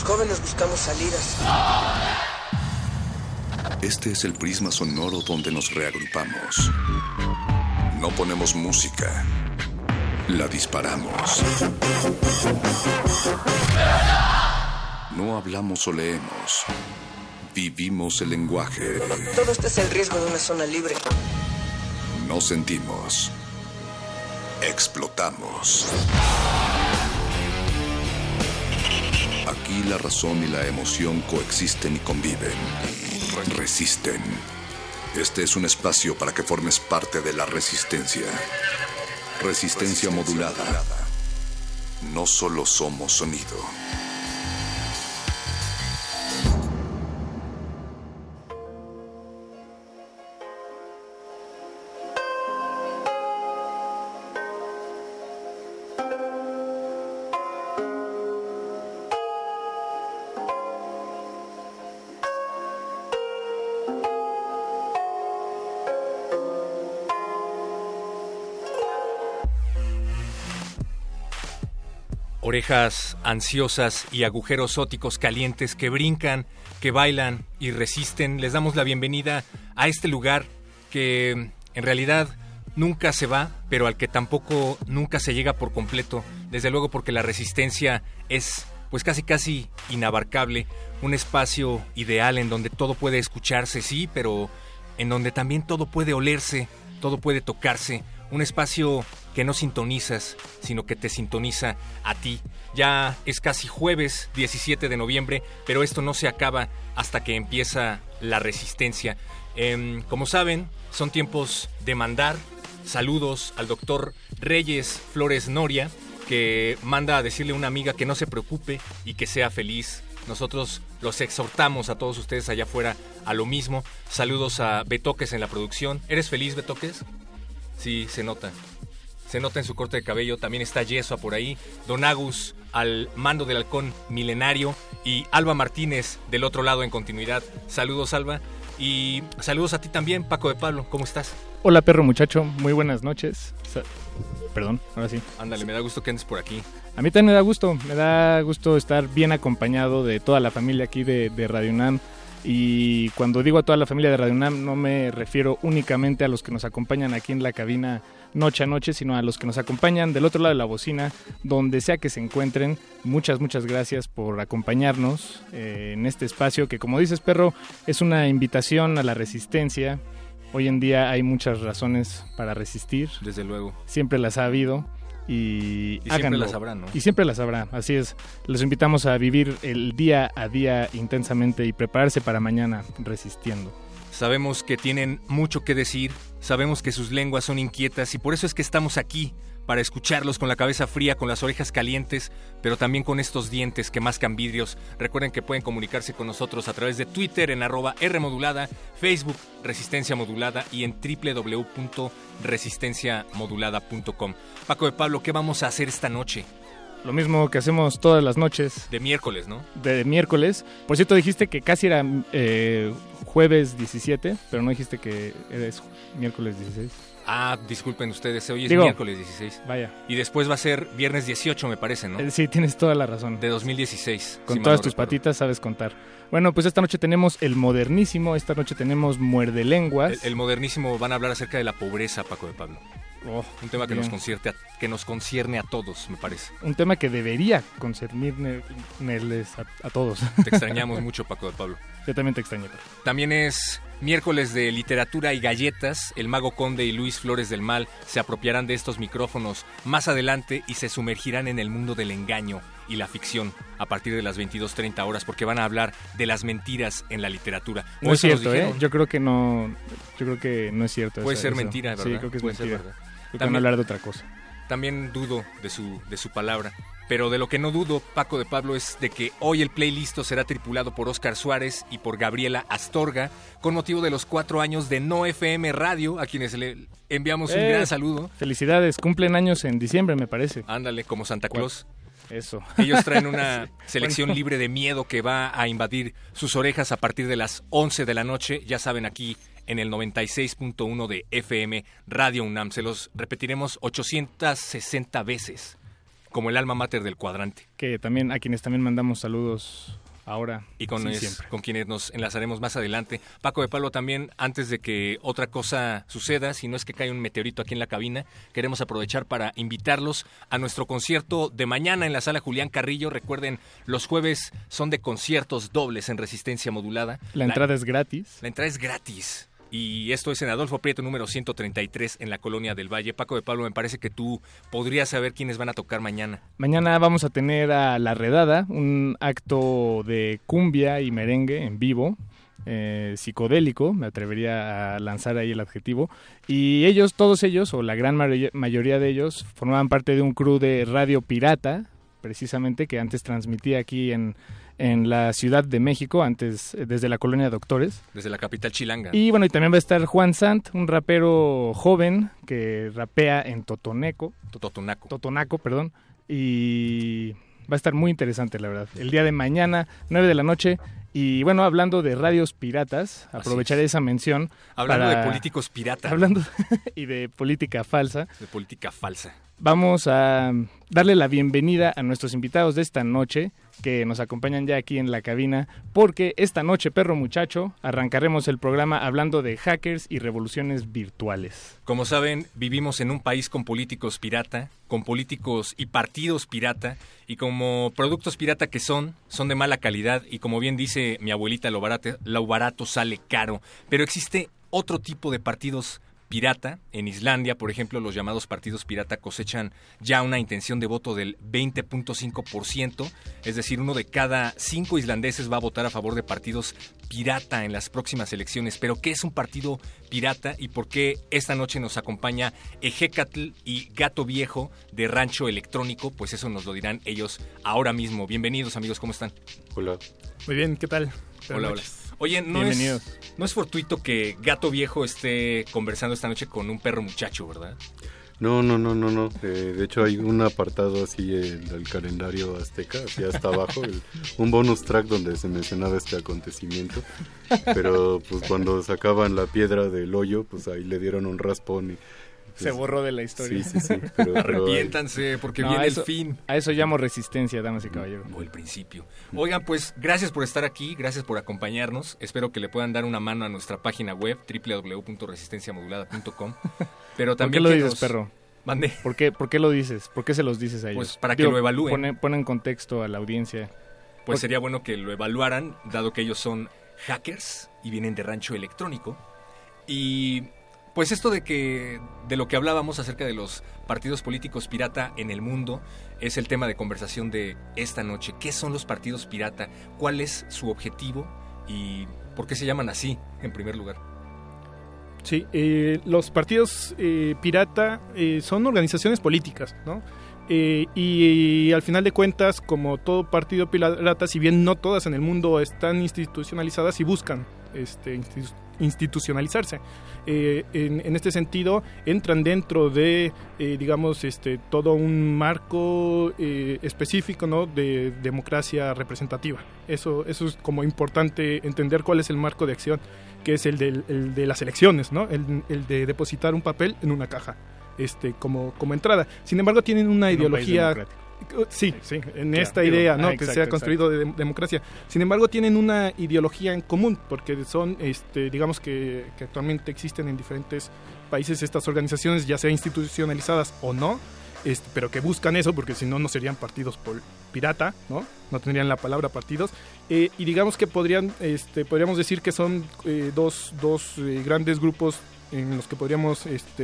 jóvenes buscamos salidas. Este es el prisma sonoro donde nos reagrupamos. No ponemos música, la disparamos. No hablamos o leemos, vivimos el lenguaje. Todo este es el riesgo de una zona libre. No sentimos, explotamos. Aquí la razón y la emoción coexisten y conviven. Resisten. Este es un espacio para que formes parte de la resistencia. Resistencia modulada. No solo somos sonido. Orejas ansiosas y agujeros ópticos calientes que brincan, que bailan y resisten. Les damos la bienvenida a este lugar que en realidad nunca se va, pero al que tampoco nunca se llega por completo. Desde luego porque la resistencia es pues casi inabarcable. Un espacio ideal en donde todo puede escucharse, sí, pero en donde también todo puede olerse, todo puede tocarse. Un espacio que no sintonizas, sino que te sintoniza a ti. Ya es casi jueves 17 de noviembre, pero esto no se acaba hasta que empieza la resistencia. Como saben, son tiempos de mandar saludos al doctor Reyes Flores Noria, que manda a decirle a una amiga que no se preocupe y que sea feliz. Nosotros los exhortamos a todos ustedes allá afuera a lo mismo. Saludos a Betoques en la producción. ¿Eres feliz, Betoques? Sí, se nota. Se nota en su corte de cabello. También está Yesua por ahí. Don Agus al mando del halcón milenario. Y Alba Martínez del otro lado en continuidad. Saludos, Alba. Y saludos a ti también, Paco de Pablo. ¿Cómo estás? Hola, perro muchacho. Muy buenas noches. Perdón, ahora sí. Ándale, me da gusto que andes por aquí. A mí también me da gusto. Me da gusto estar bien acompañado de toda la familia aquí de Radio UNAM. Y cuando digo a toda la familia de Radio UNAM, no me refiero únicamente a los que nos acompañan aquí en la cabina noche a noche, sino a los que nos acompañan del otro lado de la bocina, donde sea que se encuentren. Muchas gracias por acompañarnos en este espacio que, como dices, perro, es una invitación a la resistencia. Hoy en día hay muchas razones para resistir. Desde luego. Siempre las ha habido. Y siempre las habrá, ¿no? Y siempre las habrá, así es. Les invitamos a vivir el día a día intensamente y prepararse para mañana resistiendo. Sabemos que tienen mucho que decir, sabemos que sus lenguas son inquietas y por eso es que estamos aquí, para escucharlos con la cabeza fría, con las orejas calientes, pero también con estos dientes que mascan vidrios. Recuerden que pueden comunicarse con nosotros a través de Twitter en @Rmodulada, Facebook Resistencia Modulada y en www.resistenciamodulada.com. Paco de Pablo, ¿qué vamos a hacer esta noche? Lo mismo que hacemos todas las noches. De miércoles, ¿no? De miércoles. Por cierto, dijiste que casi era jueves 17, pero no dijiste que es miércoles 16. Ah, disculpen ustedes, hoy es miércoles 16. Vaya. Y después va a ser viernes 18, me parece, ¿no? Sí, tienes toda la razón. De 2016. Con todas tus patitas sabes contar. Bueno, pues esta noche tenemos el modernísimo, esta noche tenemos muerde lenguas. El modernísimo van a hablar acerca de la pobreza, Paco de Pablo. Un tema que nos concierne a todos, me parece. Un tema que debería concernirles a todos. Te extrañamos mucho, Paco de Pablo. Yo también te extrañé. También es miércoles de literatura y galletas. El Mago Conde y Luis Flores del Mal se apropiarán de estos micrófonos más adelante y se sumergirán en el mundo del engaño y la ficción a partir de las 22:30 horas, porque van a hablar de las mentiras en la literatura. No es cierto, Yo creo que no es cierto. Puede ser mentira, ¿verdad? Sí, creo que es mentira. Verdad. Creo que van a hablar de otra cosa. También dudo de su palabra. Pero de lo que no dudo, Paco de Pablo, es de que hoy el playlist será tripulado por Óscar Suárez y por Gabriela Astorga, con motivo de los 4 años de No FM Radio, a quienes le enviamos un gran saludo. Felicidades, cumplen años en diciembre, me parece. Ándale, como Santa Claus. Eso. Ellos traen una selección libre de miedo que va a invadir sus orejas a partir de las 11 de la noche, ya saben, aquí en el 96.1 de FM Radio UNAM. Se los repetiremos 860 veces. como el alma mater del cuadrante. Que también, a quienes también mandamos saludos ahora y con quienes nos enlazaremos más adelante. Paco de Pablo, también, antes de que otra cosa suceda, si no es que cae un meteorito aquí en la cabina, queremos aprovechar para invitarlos a nuestro concierto de mañana en la Sala Julián Carrillo. Recuerden, los jueves son de conciertos dobles en resistencia modulada. La entrada es gratis. La entrada es gratis. Y esto es en Adolfo Prieto, número 133, en la Colonia del Valle. Paco de Pablo, me parece que tú podrías saber quiénes van a tocar mañana. Mañana vamos a tener a La Redada, un acto de cumbia y merengue en vivo, psicodélico, me atrevería a lanzar ahí el adjetivo. Y ellos, todos ellos, o la gran mayoría de ellos, formaban parte de un crew de Radio Pirata, precisamente, que antes transmitía aquí en la Ciudad de México, antes desde la Colonia Doctores. Desde la capital chilanga. Y bueno, y también va a estar Juan Sant, un rapero joven que rapea en totonaco, y va a estar muy interesante, la verdad. El día de mañana, 9 de la noche, y bueno, hablando de radios piratas, aprovecharé esa mención. Hablando de políticos piratas. Hablando y de política falsa. De política falsa. Vamos a darle la bienvenida a nuestros invitados de esta noche, que nos acompañan ya aquí en la cabina, porque esta noche, perro muchacho, arrancaremos el programa hablando de hackers y revoluciones virtuales. Como saben, vivimos en un país con políticos pirata, con políticos y partidos pirata, y como productos pirata que son de mala calidad, y como bien dice mi abuelita, lo barato sale caro. Pero existe otro tipo de partidos pirata. En Islandia, por ejemplo, los llamados partidos pirata cosechan ya una intención de voto del 20.5%, es decir, 1 de cada 5 islandeses va a votar a favor de partidos pirata en las próximas elecciones. Pero ¿qué es un partido pirata y por qué esta noche nos acompaña Ejecatl y Gato Viejo de Rancho Electrónico? Pues eso nos lo dirán ellos ahora mismo. Bienvenidos, amigos, ¿cómo están? Hola. Muy bien, ¿qué tal? Hola. Oye, no es fortuito que Gato Viejo esté conversando esta noche con un perro muchacho, ¿verdad? No. De hecho hay un apartado así, el calendario azteca, así hasta abajo, un bonus track donde se mencionaba este acontecimiento. Pero pues cuando sacaban la piedra del hoyo, pues ahí le dieron un raspón y se borró de la historia. Sí. Arrepiéntanse, porque viene el fin. A eso llamo resistencia, damas y caballeros. O el principio. Oigan, pues gracias por estar aquí, gracias por acompañarnos. Espero que le puedan dar una mano a nuestra página web, www.resistenciamodulada.com. Pero también ¿por qué lo dices, perro? Mande. ¿Por qué lo dices? ¿Por qué se los dices a ellos? Pues para que lo evalúen. Pone en contexto a la audiencia. Pues sería bueno que lo evaluaran, dado que ellos son hackers y vienen de Rancho Electrónico. Y pues esto de lo que hablábamos acerca de los partidos políticos pirata en el mundo es el tema de conversación de esta noche. ¿Qué son los partidos pirata? ¿Cuál es su objetivo? ¿Y por qué se llaman así, en primer lugar? Sí, los partidos pirata son organizaciones políticas, ¿no? Y al final de cuentas, como todo partido pirata, si bien no todas en el mundo están institucionalizadas y buscan institucionalizarse, en este sentido entran dentro de todo un marco específico, ¿no?, de democracia representativa. Eso es como importante entender cuál es el marco de acción, que es el de las elecciones, ¿no? El de depositar un papel en una caja como entrada. Sin embargo, tienen una ideología. Sí, en esta idea, ¿no?, que se ha construido de democracia. Sin embargo, tienen una ideología en común, porque son, digamos que actualmente existen en diferentes países estas organizaciones, ya sea institucionalizadas o no, pero que buscan eso, porque si no, no serían partidos pirata, ¿no? No tendrían la palabra partidos. Y digamos que podríamos decir que son dos grandes grupos en los que podríamos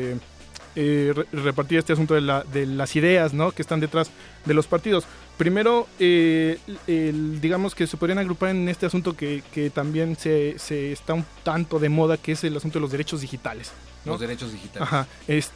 repartir este asunto de las ideas, ¿no?, que están detrás de los partidos. Primero, digamos que se podrían agrupar en este asunto que también se está un tanto de moda, que es el asunto de los derechos digitales, ¿no? Los derechos digitales. Ajá.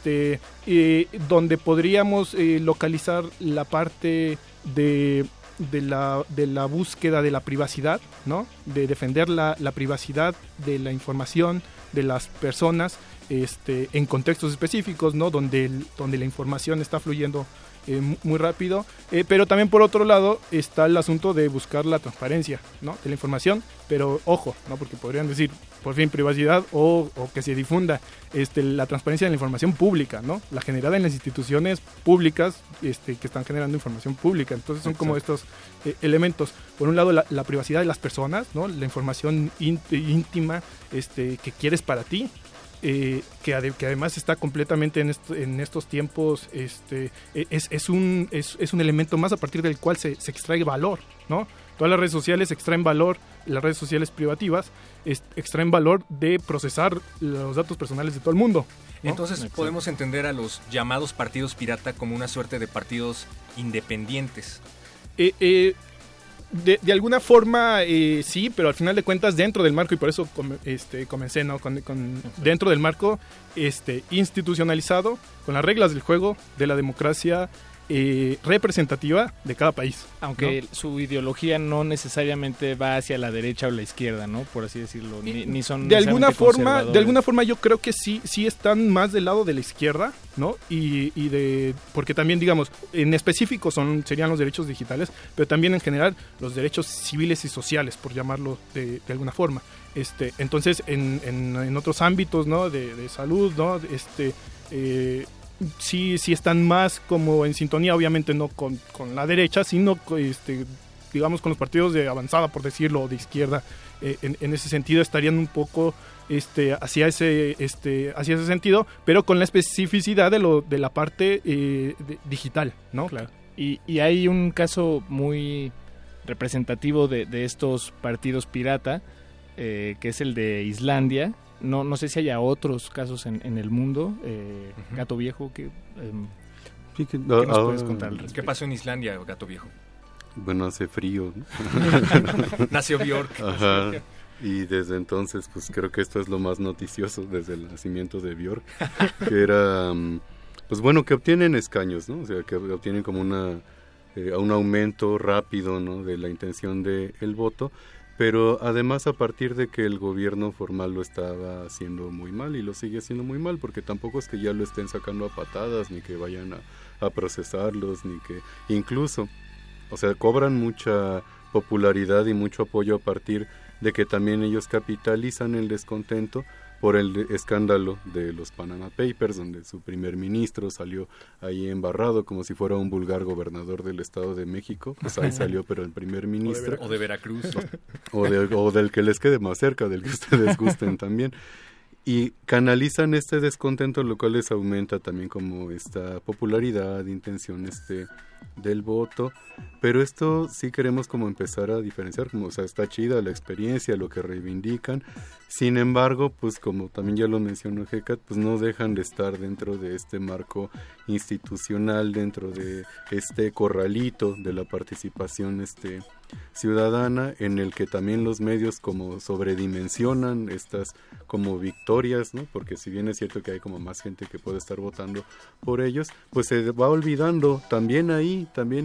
Donde podríamos localizar la parte de la búsqueda de la privacidad, ¿no?, de defender la privacidad de la información de las personas, en contextos específicos, ¿no?, donde la información está fluyendo muy rápido, pero también por otro lado está el asunto de buscar la transparencia, ¿no?, de la información, pero ojo, ¿no?, porque podrían decir por fin privacidad o que se difunda la transparencia de la información pública, ¿no?, la generada en las instituciones públicas que están generando información pública. Entonces son como estos elementos. Por un lado la privacidad de las personas, ¿no?, la información íntima que quieres para ti, que además está completamente en estos tiempos, es un elemento más a partir del cual se extrae valor, ¿no? Todas las redes sociales extraen valor, las redes sociales privativas extraen valor de procesar los datos personales de todo el mundo, ¿no? Entonces podemos entender a los llamados partidos pirata como una suerte de partidos independientes. De alguna forma sí, pero al final de cuentas dentro del marco, y por eso comencé, ¿no?, con dentro del marco institucionalizado, con las reglas del juego de la democracia representativa de cada país. Aunque ¿no? Su ideología no necesariamente va hacia la derecha o la izquierda, ¿no?, por así decirlo, ni son de alguna conservadores. forma yo creo que sí están más del lado de la izquierda, ¿no? Porque también, digamos, en específico serían los derechos digitales, pero también en general los derechos civiles y sociales, por llamarlo de alguna forma. Entonces en otros ámbitos, ¿no?, de salud, ¿no?, sí están más como en sintonía, obviamente no con la derecha, sino digamos con los partidos de avanzada, por decirlo, o de izquierda. En ese sentido estarían un poco hacia ese sentido, pero con la especificidad de la parte digital, ¿no? Claro. Y hay un caso muy representativo de estos partidos pirata, que es el de Islandia. No sé si haya otros casos en el mundo. Gato Viejo, ¿qué nos puedes contar al respecto? ¿Qué pasó en Islandia, Gato Viejo? Bueno, hace frío, ¿no? Nació Björk. Ajá. Y desde entonces, pues creo que esto es lo más noticioso desde el nacimiento de Björk, que era, pues bueno, que obtienen escaños, ¿no? O sea, que obtienen como un aumento rápido, ¿no?, de la intención del voto. Pero además a partir de que el gobierno formal lo estaba haciendo muy mal y lo sigue haciendo muy mal, porque tampoco es que ya lo estén sacando a patadas, ni que vayan a procesarlos, ni que incluso, o sea, cobran mucha popularidad y mucho apoyo a partir de que también ellos capitalizan el descontento por el escándalo de los Panama Papers, donde su primer ministro salió ahí embarrado como si fuera un vulgar gobernador del Estado de México. Pues ahí salió, pero el primer ministro. O de Veracruz. O del que les quede más cerca, del que ustedes gusten también. Y canalizan este descontento, lo cual les aumenta también como esta popularidad, intención del voto. Pero esto sí queremos como empezar a diferenciar, como, o sea, está chida la experiencia, lo que reivindican. Sin embargo, pues como también ya lo mencionó Hecat, pues no dejan de estar dentro de este marco institucional, dentro de este corralito de la participación ciudadana, en el que también los medios como sobredimensionan estas como victorias, ¿no? Porque si bien es cierto que hay como más gente que puede estar votando por ellos, pues se va olvidando también ahí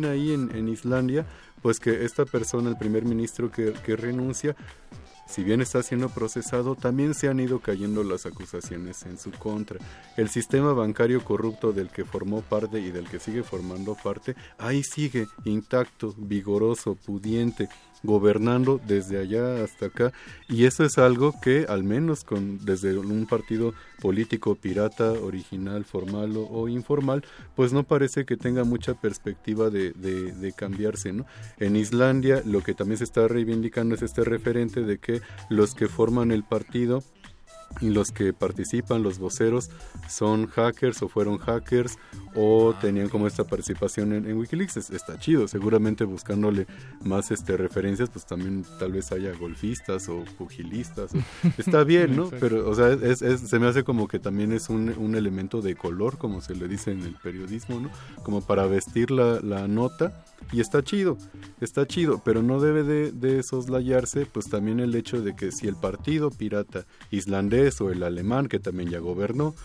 en Islandia, pues que esta persona, el primer ministro que renuncia, si bien está siendo procesado, también se han ido cayendo las acusaciones en su contra. El sistema bancario corrupto del que formó parte y del que sigue formando parte, ahí sigue intacto, vigoroso, pudiente, gobernando desde allá hasta acá, y eso es algo que al menos desde un partido político pirata, original, formal o informal, pues no parece que tenga mucha perspectiva de cambiarse, ¿no? En Islandia lo que también se está reivindicando es este referente de que los que forman el partido y los que participan, los voceros, son hackers o fueron hackers o tenían como esta participación en Wikileaks. Está chido, seguramente buscándole más referencias, pues también tal vez haya golfistas o pugilistas, está bien, ¿no? Pero, o sea, se me hace como que también es un elemento de color, como se le dice en el periodismo, ¿no? Como para vestir la nota, y está chido, pero no debe de soslayarse, pues también el hecho de que si el partido pirata islandés o el alemán, que también ya gobernó,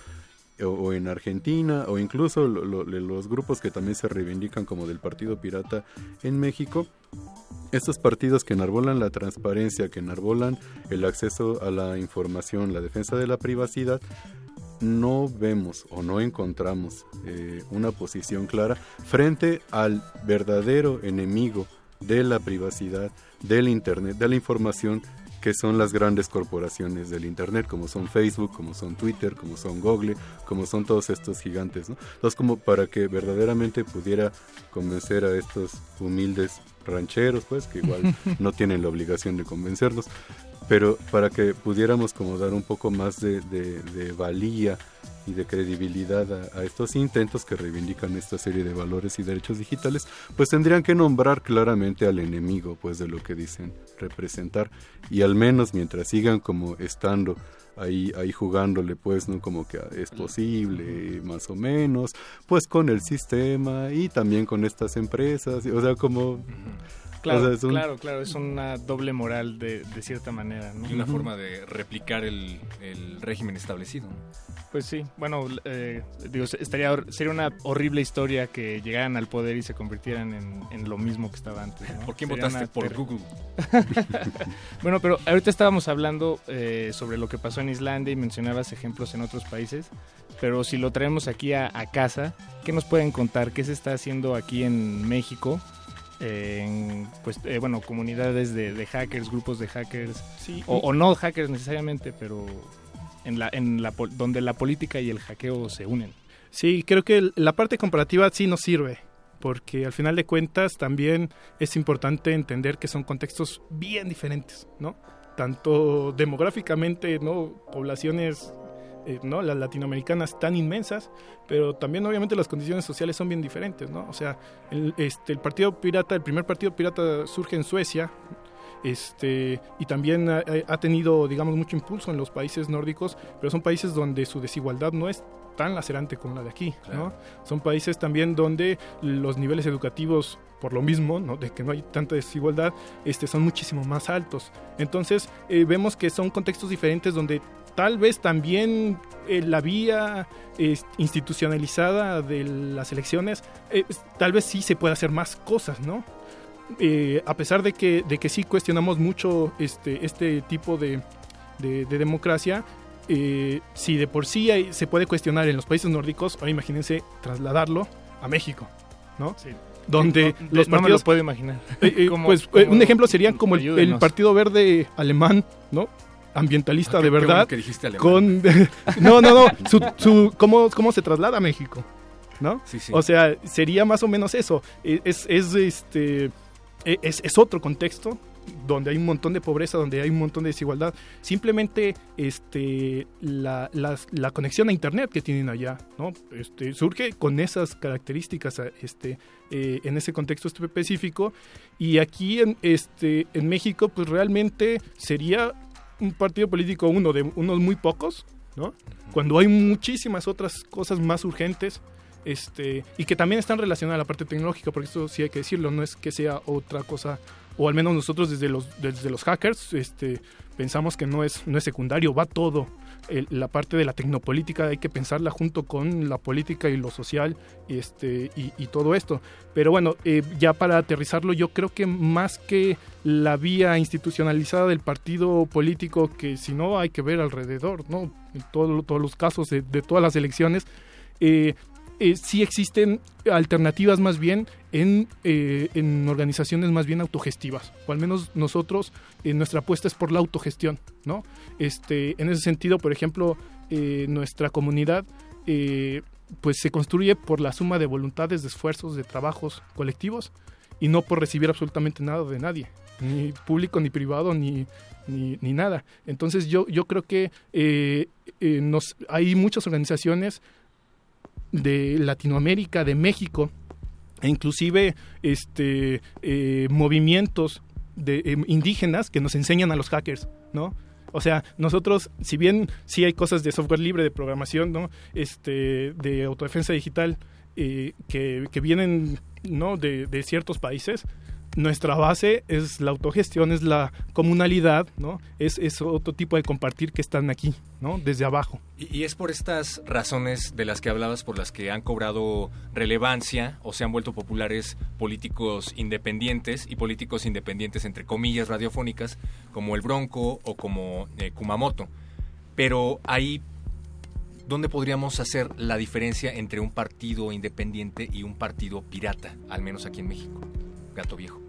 o en Argentina, o incluso los grupos que también se reivindican como del partido pirata en México, estos partidos que enarbolan la transparencia, que enarbolan el acceso a la información, la defensa de la privacidad, no vemos o no encontramos una posición clara frente al verdadero enemigo de la privacidad, del Internet, de la información, que son las grandes corporaciones del Internet, como son Facebook, como son Twitter, como son Google, como son todos estos gigantes, ¿no? Entonces, como para que verdaderamente pudiera convencer a estos humildes rancheros, pues, que igual no tienen la obligación de convencernos, pero para que pudiéramos como dar un poco más de valía y de credibilidad a estos intentos que reivindican esta serie de valores y derechos digitales, pues tendrían que nombrar claramente al enemigo, pues, de lo que dicen representar, y al menos mientras sigan como estando ahí jugándole, pues, ¿no? Como que es posible, más o menos, pues con el sistema y también con estas empresas, o sea, como... Claro, o sea, claro, es una doble moral de cierta manera, ¿no? Y una forma de replicar el régimen establecido, ¿no? Pues sí, bueno, digo, sería una horrible historia que llegaran al poder y se convirtieran en lo mismo que estaba antes, ¿no? ¿Por quién votaste? Por Google. Bueno, pero ahorita estábamos hablando sobre lo que pasó en Islandia y mencionabas ejemplos en otros países, pero si lo traemos aquí a casa, ¿qué nos pueden contar? ¿Qué se está haciendo aquí en México? Bueno, comunidades de hackers, grupos de hackers, Sí. o no hackers necesariamente, pero donde la política y el hackeo se unen. Sí, creo que la parte comparativa sí nos sirve, porque al final de cuentas también es importante entender que son contextos bien diferentes, ¿no? Tanto demográficamente, ¿no? Poblaciones, ¿no? Las latinoamericanas tan inmensas, pero también obviamente las condiciones sociales son bien diferentes, ¿no? O sea, el partido pirata, el primer partido pirata surge en Suecia, y también ha tenido, digamos, mucho impulso en los países nórdicos, pero son países donde su desigualdad no es tan lacerante como la de aquí, claro, ¿no? Son países también donde los niveles educativos, por lo mismo, ¿no? De que no hay tanta desigualdad, son muchísimo más altos. Entonces, vemos que son contextos diferentes donde tal vez también la vía institucionalizada de las elecciones, tal vez sí se pueda hacer más cosas, ¿no? A pesar de que sí cuestionamos mucho este tipo de democracia, si de por sí se puede cuestionar en los países nórdicos, ahora imagínense trasladarlo a México, ¿no? Sí. Donde los no me lo partidos... puedo imaginar. Un ejemplo sería como el ayúdenos. Partido Verde alemán, ¿no? Ambientalista de verdad. Que dijiste alemán. ¿Cómo se traslada a México? ¿No? Sí, sí. O sea, sería más o menos eso. Es otro contexto donde hay un montón de pobreza, donde hay un montón de desigualdad. Simplemente la conexión a internet que tienen allá, ¿no? Surge con esas características en ese contexto específico, y aquí en México pues realmente sería un partido político de unos muy pocos, ¿no? Cuando hay muchísimas otras cosas más urgentes, y que también están relacionadas a la parte tecnológica, porque esto sí hay que decirlo, no es que sea otra cosa, o al menos nosotros desde los hackers pensamos que no es secundario, va todo. La parte de la tecnopolítica hay que pensarla junto con la política y lo social, y todo esto. Pero bueno, ya para aterrizarlo, yo creo que más que la vía institucionalizada del partido político, que si no hay que ver alrededor, ¿no? En todos los casos de todas las elecciones, sí existen alternativas más bien en organizaciones más bien autogestivas, o al menos nosotros, nuestra apuesta es por la autogestión, ¿no? En ese sentido, por ejemplo, nuestra comunidad pues se construye por la suma de voluntades, de esfuerzos, de trabajos colectivos, y no por recibir absolutamente nada de nadie, ni público, ni privado, ni nada. Entonces yo creo que hay muchas organizaciones de Latinoamérica, de México, e inclusive movimientos indígenas que nos enseñan a los hackers, ¿no? O sea, nosotros, si bien sí hay cosas de software libre, de programación, ¿no? De autodefensa digital, que vienen, ¿no? de ciertos países, nuestra base es la autogestión, es la comunalidad, ¿no? Es otro tipo de compartir que están aquí, ¿no? Desde abajo. Y es por estas razones de las que hablabas, por las que han cobrado relevancia o se han vuelto populares políticos independientes, y políticos independientes entre comillas radiofónicas, como el Bronco o como Kumamoto. Pero hay ¿dónde podríamos hacer la diferencia entre un partido independiente y un partido pirata, al menos aquí en México? Gato Viejo.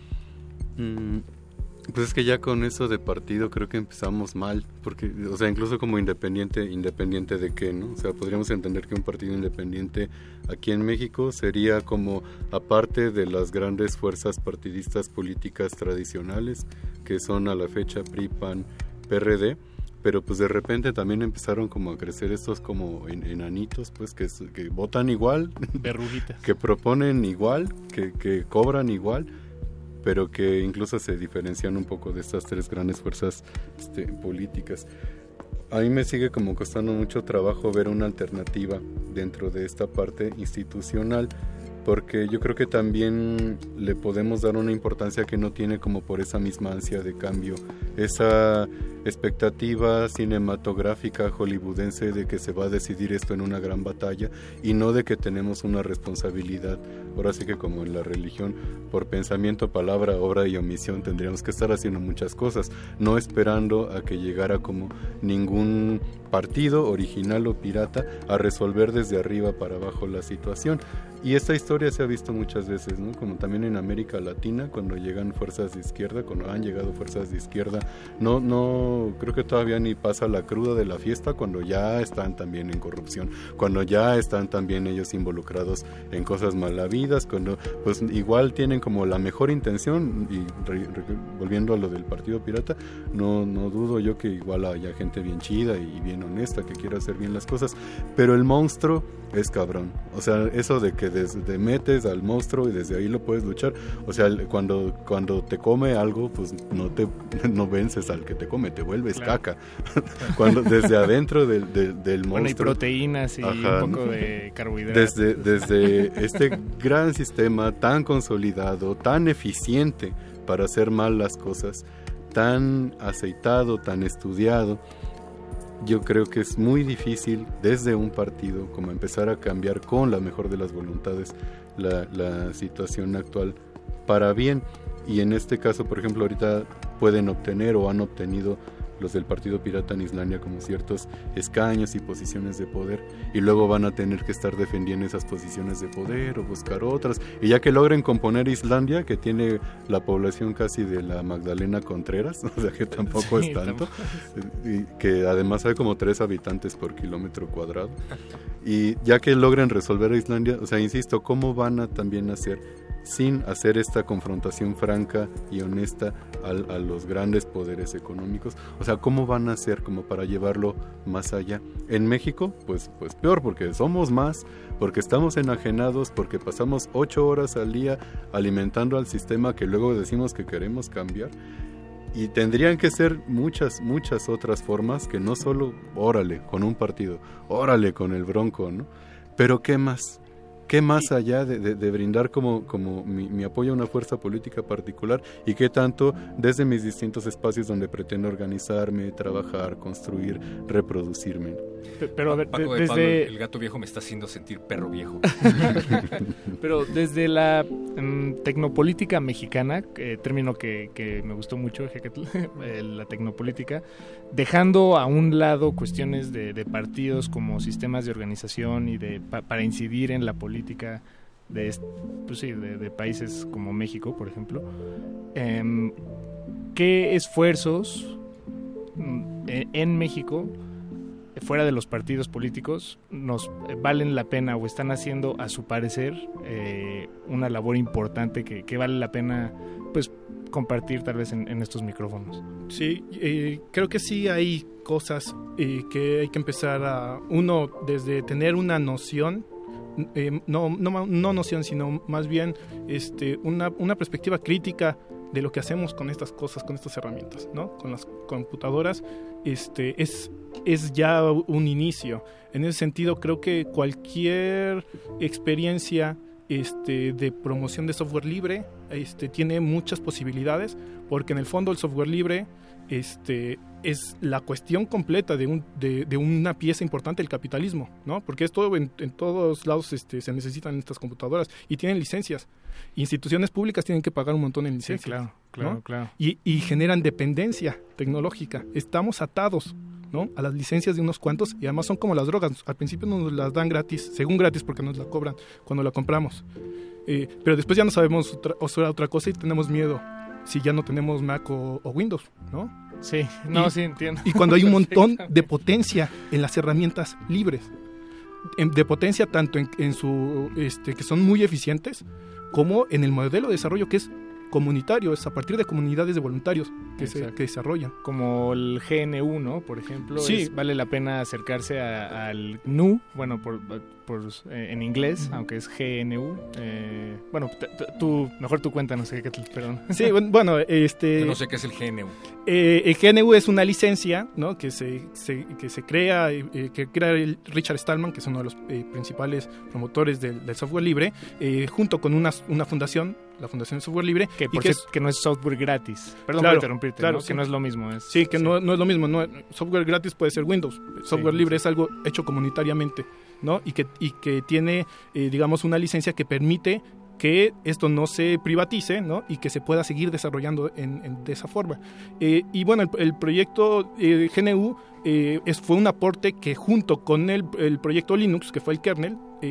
Pues es que ya con eso de partido creo que empezamos mal, porque, o sea, incluso como independiente de qué, ¿no? O sea, podríamos entender que un partido independiente aquí en México sería como, aparte de las grandes fuerzas partidistas políticas tradicionales, que son a la fecha PRI, PAN, PRD, pero pues de repente también empezaron como a crecer estos como enanitos, pues que votan igual, verruguitas, que proponen igual, que cobran igual, pero que incluso se diferencian un poco de estas tres grandes fuerzas políticas. A mí me sigue como costando mucho trabajo ver una alternativa dentro de esta parte institucional, porque yo creo que también le podemos dar una importancia que no tiene como por esa misma ansia de cambio, esa expectativa cinematográfica hollywoodense de que se va a decidir esto en una gran batalla y no de que tenemos una responsabilidad. Ahora sí que como en la religión, por pensamiento, palabra, obra y omisión tendríamos que estar haciendo muchas cosas, no esperando a que llegara como ningún partido original o pirata a resolver desde arriba para abajo la situación. Y esta historia se ha visto muchas veces, ¿no? Como también en América Latina, cuando llegan fuerzas de izquierda, cuando han llegado fuerzas de izquierda, no creo que todavía ni pasa la cruda de la fiesta cuando ya están también en corrupción, cuando ya están también ellos involucrados en cosas malavidas, cuando pues igual tienen como la mejor intención. Y volviendo a lo del partido pirata, no dudo yo que igual haya gente bien chida y bien honesta que quiera hacer bien las cosas, pero el monstruo es cabrón. O sea, eso de que desde metes al monstruo y desde ahí lo puedes luchar, o sea, cuando te come algo, pues no vences al que te come, te vuelves caca. Cuando desde adentro del monstruo, bueno, y proteínas y un poco de carbohidratos. Desde este gran sistema tan consolidado, tan eficiente para hacer mal las cosas, tan aceitado, tan estudiado, yo creo que es muy difícil desde un partido como empezar a cambiar con la mejor de las voluntades la situación actual para bien. Y en este caso, por ejemplo, ahorita pueden obtener o han obtenido los del Partido Pirata en Islandia como ciertos escaños y posiciones de poder, y luego van a tener que estar defendiendo esas posiciones de poder o buscar otras, y ya que logren componer Islandia, que tiene la población casi de la Magdalena Contreras, o sea que tampoco es tanto, y que además hay como 3 habitantes por kilómetro cuadrado, y ya que logren resolver a Islandia, o sea, insisto, ¿cómo van a también hacer sin hacer esta confrontación franca y honesta a los grandes poderes económicos? O sea, ¿cómo van a hacer como para llevarlo más allá? En México, pues peor, porque somos más, porque estamos enajenados, porque pasamos 8 horas al día alimentando al sistema que luego decimos que queremos cambiar. Y tendrían que ser muchas otras formas que no solo, órale, con un partido, órale, con el Bronco, ¿no? Pero ¿qué más? ¿Qué más allá de brindar como mi apoyo a una fuerza política particular y qué tanto desde mis distintos espacios donde pretendo organizarme, trabajar, construir, reproducirme? Pero a ver, Paco de Pablo, el gato viejo me está haciendo sentir perro viejo. Pero desde la tecnopolítica mexicana, término que me gustó mucho, la tecnopolítica, dejando a un lado cuestiones de partidos como sistemas de organización y para incidir en la política de países como México, por ejemplo, ¿qué esfuerzos en México, fuera de los partidos políticos, nos valen la pena o están haciendo, a su parecer, una labor importante que vale la pena pues compartir tal vez en estos micrófonos? Sí, creo que sí hay cosas que hay que empezar uno desde tener una noción, no noción, sino más bien una perspectiva crítica de lo que hacemos con estas cosas, con estas herramientas, ¿no? Con las computadoras, es ya un inicio. En ese sentido, creo que cualquier experiencia de promoción de software libre tiene muchas posibilidades, porque en el fondo el software libre es la cuestión completa de una pieza importante del capitalismo, ¿no? Porque es todo en todos lados se necesitan estas computadoras y tienen licencias. Instituciones públicas tienen que pagar un montón en licencias. Sí, claro. Y generan dependencia tecnológica. Estamos atados, ¿no? A las licencias de unos cuantos, y además son como las drogas. Al principio nos las dan gratis, según gratis, porque nos la cobran cuando la compramos. Pero después ya no sabemos otra cosa y tenemos miedo si ya no tenemos Mac o Windows, ¿no? Sí, sí entiendo. Y cuando hay un montón de potencia en las herramientas libres, de potencia tanto en su que son muy eficientes, como en el modelo de desarrollo que es comunitario, es a partir de comunidades de voluntarios que desarrollan. Como el GNU, ¿no? Por ejemplo, sí. Vale la pena acercarse al GNU, bueno, en inglés, aunque es GNU. Bueno, mejor tú cuéntanos, perdón. Sí, bueno, Yo no sé qué es el GNU. El GNU es una licencia, ¿no? que se crea, que crea Richard Stallman, que es uno de los principales promotores del software libre, junto con una fundación, la Fundación de Software Libre, que no es software gratis. Perdón por interrumpirte, claro, ¿no? sí. Que no es lo mismo. No es lo mismo. No, software gratis puede ser Windows. Software libre es algo hecho comunitariamente, ¿no? Y que tiene, digamos, una licencia que permite que esto no se privatice, ¿no? Y que se pueda seguir desarrollando de esa forma. Y bueno, el proyecto GNU fue un aporte que junto con el proyecto Linux, que fue el kernel,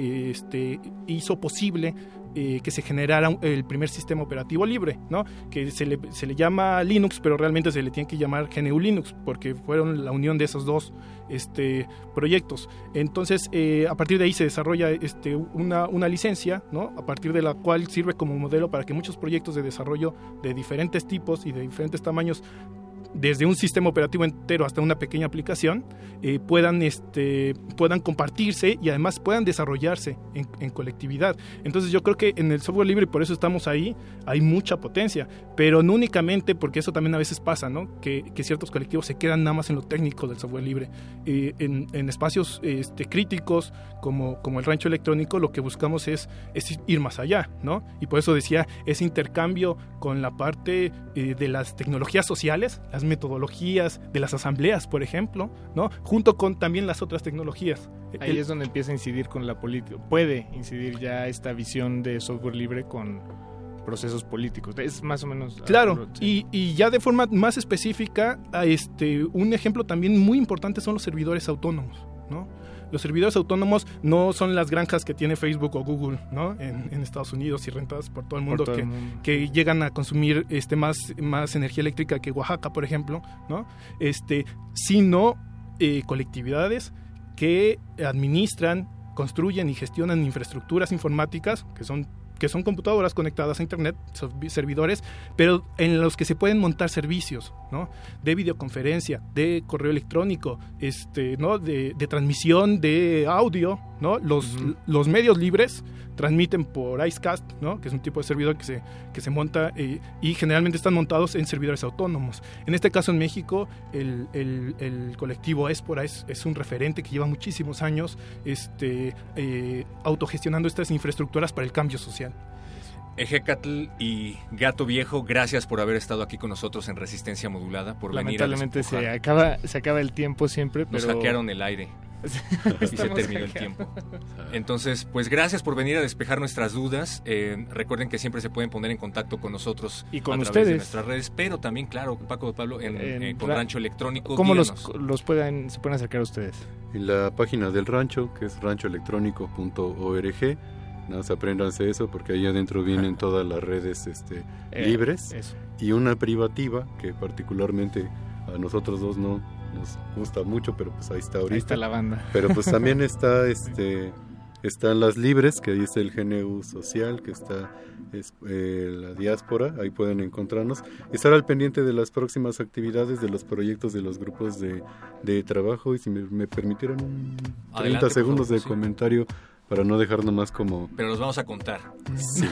hizo posible que se generara el primer sistema operativo libre, ¿no? Que se le llama Linux, pero realmente se le tiene que llamar GNU Linux, porque fueron la unión de esos dos proyectos. Entonces, a partir de ahí se desarrolla una licencia, ¿no? A partir de la cual sirve como modelo para que muchos proyectos de desarrollo de diferentes tipos y de diferentes tamaños, desde un sistema operativo entero hasta una pequeña aplicación, puedan compartirse y además puedan desarrollarse en colectividad. Entonces yo creo que en el software libre, y por eso estamos ahí, hay mucha potencia, pero no únicamente, porque eso también a veces pasa, ¿no? Que ciertos colectivos se quedan nada más en lo técnico del software libre. En espacios críticos como el rancho electrónico, lo que buscamos es ir más allá, ¿no? Y por eso decía, ese intercambio con la parte de las tecnologías sociales, las metodologías de las asambleas, por ejemplo, ¿no? Junto con también las otras tecnologías. Ahí es donde empieza a incidir con la política. Puede incidir ya esta visión de software libre con procesos políticos. Es más o menos... Claro, sí. y ya de forma más específica, un ejemplo también muy importante son los servidores autónomos, ¿no? Los servidores autónomos no son las granjas que tiene Facebook o Google, ¿no? En Estados Unidos y rentadas por todo el mundo, que llegan a consumir más energía eléctrica que Oaxaca, por ejemplo, ¿no? Sino colectividades que administran, construyen y gestionan infraestructuras informáticas que son computadoras conectadas a internet, servidores, pero en los que se pueden montar servicios, ¿no? De videoconferencia, de correo electrónico, ¿no? De transmisión de audio, ¿no? Los medios libres transmiten por Icecast, ¿no? Que es un tipo de servidor que se monta y generalmente están montados en servidores autónomos. En este caso en México el colectivo Espora es un referente que lleva muchísimos años autogestionando estas infraestructuras para el cambio social. Ejecatl y Gato Viejo, gracias por haber estado aquí con nosotros en Resistencia Modulada, por venir a Lamentablemente se acaba el tiempo siempre, pero... Nos hackearon el aire y se terminó el tiempo. Entonces, pues gracias por venir a despejar nuestras dudas. Recuerden que siempre se pueden poner en contacto con nosotros y con a través ustedes de nuestras redes, pero también, claro, Paco de Pablo, con Rancho Electrónico. ¿Cómo se pueden acercar a ustedes? En la página del rancho, que es ranchoelectrónico.org. Nada más apréndanse eso, porque ahí adentro vienen todas las redes libres. Eso. Y una privativa, que particularmente a nosotros dos no nos gusta mucho, pero pues ahí está ahorita. Ahí está la banda. Pero pues también están las libres, que dice el GNU Social, que está la diáspora, ahí pueden encontrarnos. Estar al pendiente de las próximas actividades, de los proyectos de los grupos de trabajo. Y si me permitieran 30 segundos de comentario, para no dejar nomás como... Pero los vamos a contar. Sí.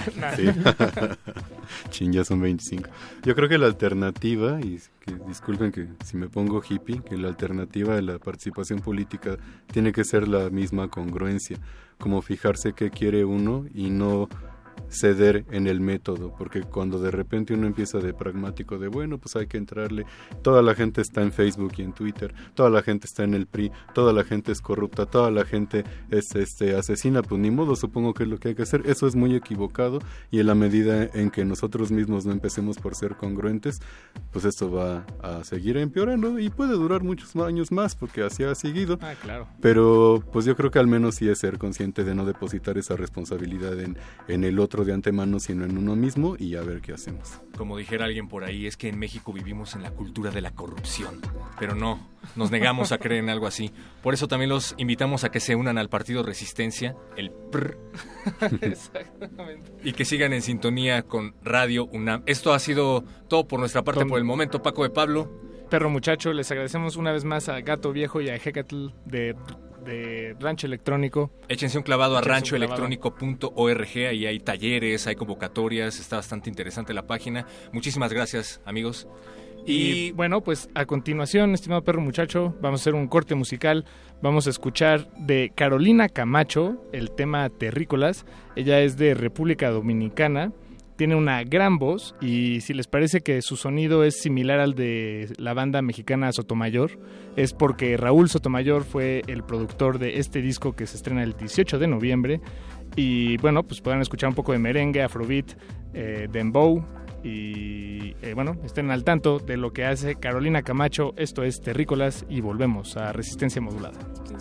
Chin, ya son 25. Yo creo que la alternativa, y que disculpen que si me pongo hippie, que la alternativa de la participación política tiene que ser la misma congruencia, como fijarse qué quiere uno y no ceder en el método, porque cuando de repente uno empieza de pragmático, de bueno, pues hay que entrarle, toda la gente está en Facebook y en Twitter, toda la gente está en el PRI, toda la gente es corrupta, toda la gente es asesina, pues ni modo, supongo que es lo que hay que hacer. Eso es muy equivocado, y en la medida en que nosotros mismos no empecemos por ser congruentes, pues esto va a seguir empeorando y puede durar muchos años más, porque así ha seguido. Claro. Pero pues yo creo que al menos sí es ser consciente de no depositar esa responsabilidad en el otro de antemano, sino en uno mismo, y a ver qué hacemos. Como dijera alguien por ahí, es que en México vivimos en la cultura de la corrupción, pero no, nos negamos a creer en algo así. Por eso también los invitamos a que se unan al partido Resistencia, el PRR. Exactamente. Y que sigan en sintonía con Radio UNAM. Esto ha sido todo por nuestra parte por el momento. Paco de Pablo. Perro Muchacho, les agradecemos una vez más a Gato Viejo y a Hecatl de Rancho Electrónico. Échense un clavado a ranchoelectrónico.org, ahí hay talleres, hay convocatorias, está bastante interesante la página. Muchísimas gracias, amigos. Y bueno, pues a continuación, estimado Perro Muchacho, vamos a hacer un corte musical. Vamos a escuchar de Carolina Camacho el tema Terrícolas. Ella es de República Dominicana, tiene una gran voz, y si les parece que su sonido es similar al de la banda mexicana Sotomayor, es porque Raúl Sotomayor fue el productor de este disco que se estrena el 18 de noviembre. Y bueno, pues podrán escuchar un poco de merengue, afrobeat, dembow, y bueno, estén al tanto de lo que hace Carolina Camacho. Esto es Terrícolas y volvemos a Resistencia Modulada.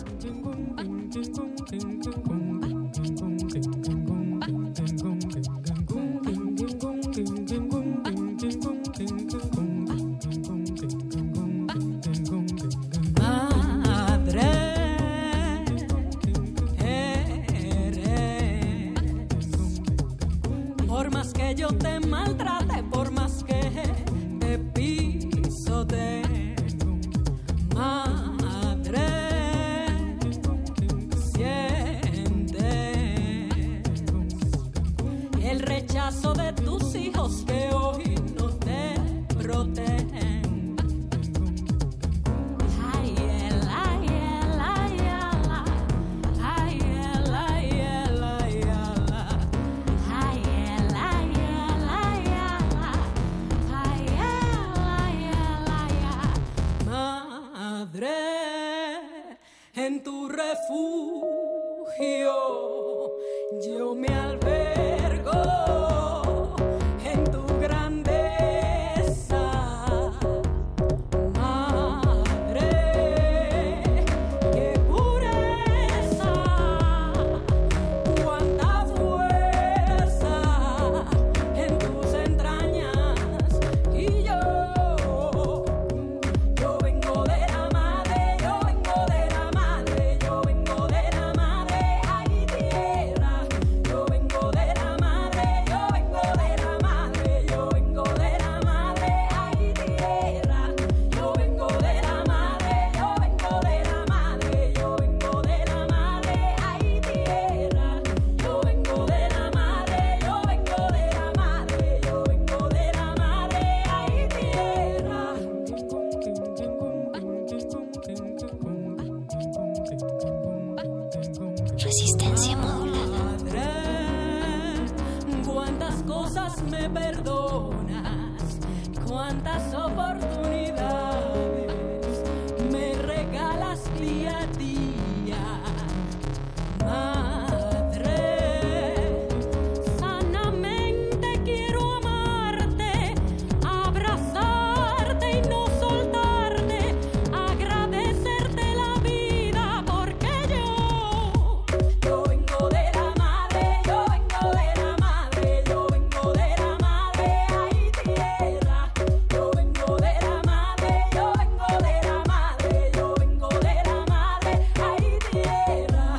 Por más que yo te maltrate, por más que te pisote, madre, sientes el rechazo de tus hijos que hoy no te protegen. En tu refugio yo me albergo, en tu grandeza, madre, qué pureza, cuánta fuerza en tus entrañas, y yo vengo de la madre, yo vengo de la madre, yo vengo de la madre, ay tierra, yo vengo de la madre, yo vengo de la madre, yo vengo de la madre, ay tierra, yo vengo de la madre, yo vengo de la madre, yo vengo de la madre, ay tierra, yo vengo de la madre, yo vengo de la madre, yo vengo de la madre, ay tierra. Resistencia modulada. Cuántas cosas me perdonas, cuántas oportunidades me regalas día a día, madre. Sanamente quiero amarte, abrazarte y no soltarte, agradecerte la vida, porque yo vengo de la madre, yo vengo de la madre, yo vengo de la madre, ay tierra, yo vengo de la madre, yo vengo de la madre, yo vengo de la madre, ay tierra.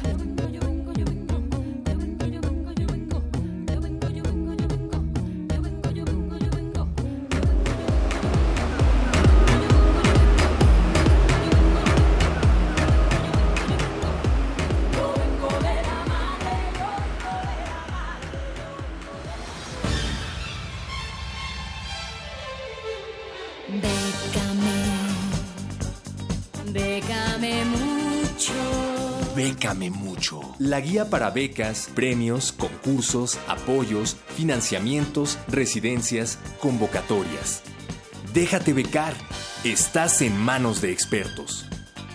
Bécame mucho. Bécame Mucho. La guía para becas, premios, concursos, apoyos, financiamientos, residencias, convocatorias. Déjate becar. Estás en manos de expertos.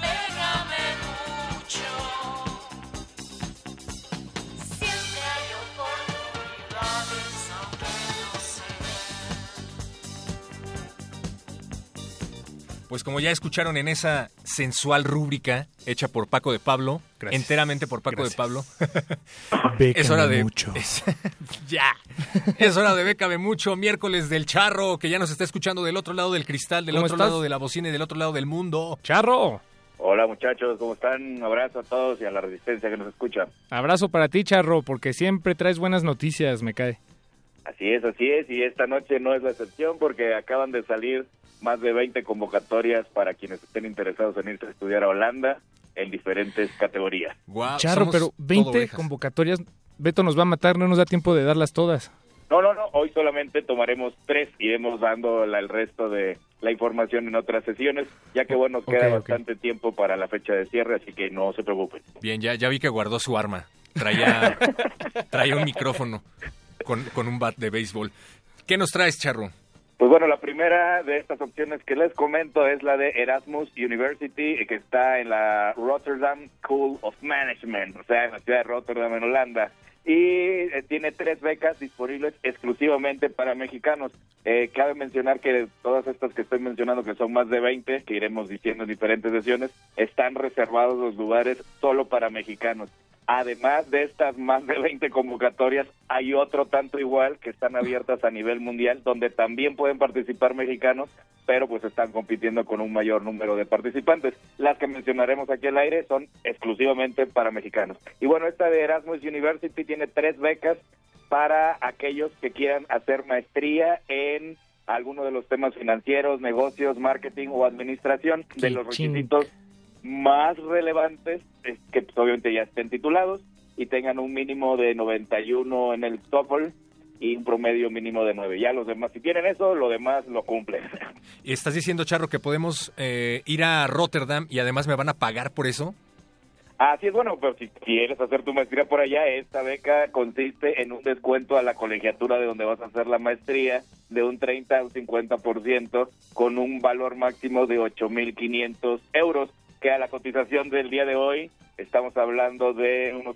Pues como ya escucharon en esa sensual rúbrica hecha por Paco de Pablo, Gracias. Enteramente por Paco Gracias. de Pablo, Bécame es hora de... mucho. Ya. Es hora de Bécame Mucho, miércoles del Charro, que ya nos está escuchando del otro lado del cristal, del ¿Cómo otro estás? lado de la bocina y del otro lado del mundo. Charro, Hola muchachos, ¿cómo están? Un abrazo a todos y a la resistencia que nos escucha. abrazo para ti, Charro, porque siempre traes buenas noticias, me cae. Así es, y esta noche no es la excepción porque acaban de salir más de 20 convocatorias para quienes estén interesados en irse a estudiar a Holanda en diferentes categorías. Guau, Charro, somos pero todo 20 ovejas. convocatorias, Beto nos va a matar, no nos da tiempo de darlas todas. No, hoy solamente tomaremos 3, iremos dando el resto de la información en otras sesiones, ya que bueno, nos queda Ok. bastante tiempo para la fecha de cierre, así que no se preocupen. Bien, ya vi que guardó su arma. Traía un micrófono con un bat de béisbol. ¿Qué nos traes, Charro? Pues bueno, la primera de estas opciones que les comento es la de Erasmus University, que está en la Rotterdam School of Management, o sea, en la ciudad de Rotterdam, en Holanda. Y tiene 3 becas disponibles exclusivamente para mexicanos. Cabe mencionar que todas estas que estoy mencionando, que son más de 20, que iremos diciendo en diferentes sesiones, están reservados los lugares solo para mexicanos. Además de estas más de 20 convocatorias, hay otro tanto igual que están abiertas a nivel mundial, donde también pueden participar mexicanos, pero pues están compitiendo con un mayor número de participantes. Las que mencionaremos aquí al aire son exclusivamente para mexicanos. Y bueno, esta de Erasmus University tiene 3 becas para aquellos que quieran hacer maestría en alguno de los temas financieros, negocios, marketing o administración. De los requisitos más relevantes es que pues, obviamente ya estén titulados y tengan un mínimo de 91 en el TOEFL y un promedio mínimo de 9. Ya los demás, si tienen eso, lo demás lo cumplen. ¿Y estás diciendo, Charro, que podemos ir a Rotterdam y además me van a pagar por eso? Así es, bueno, pero si quieres hacer tu maestría por allá, esta beca consiste en un descuento a la colegiatura de donde vas a hacer la maestría de un 30 a un 50% con un valor máximo de 8,500 euros, que a la cotización del día de hoy estamos hablando de unos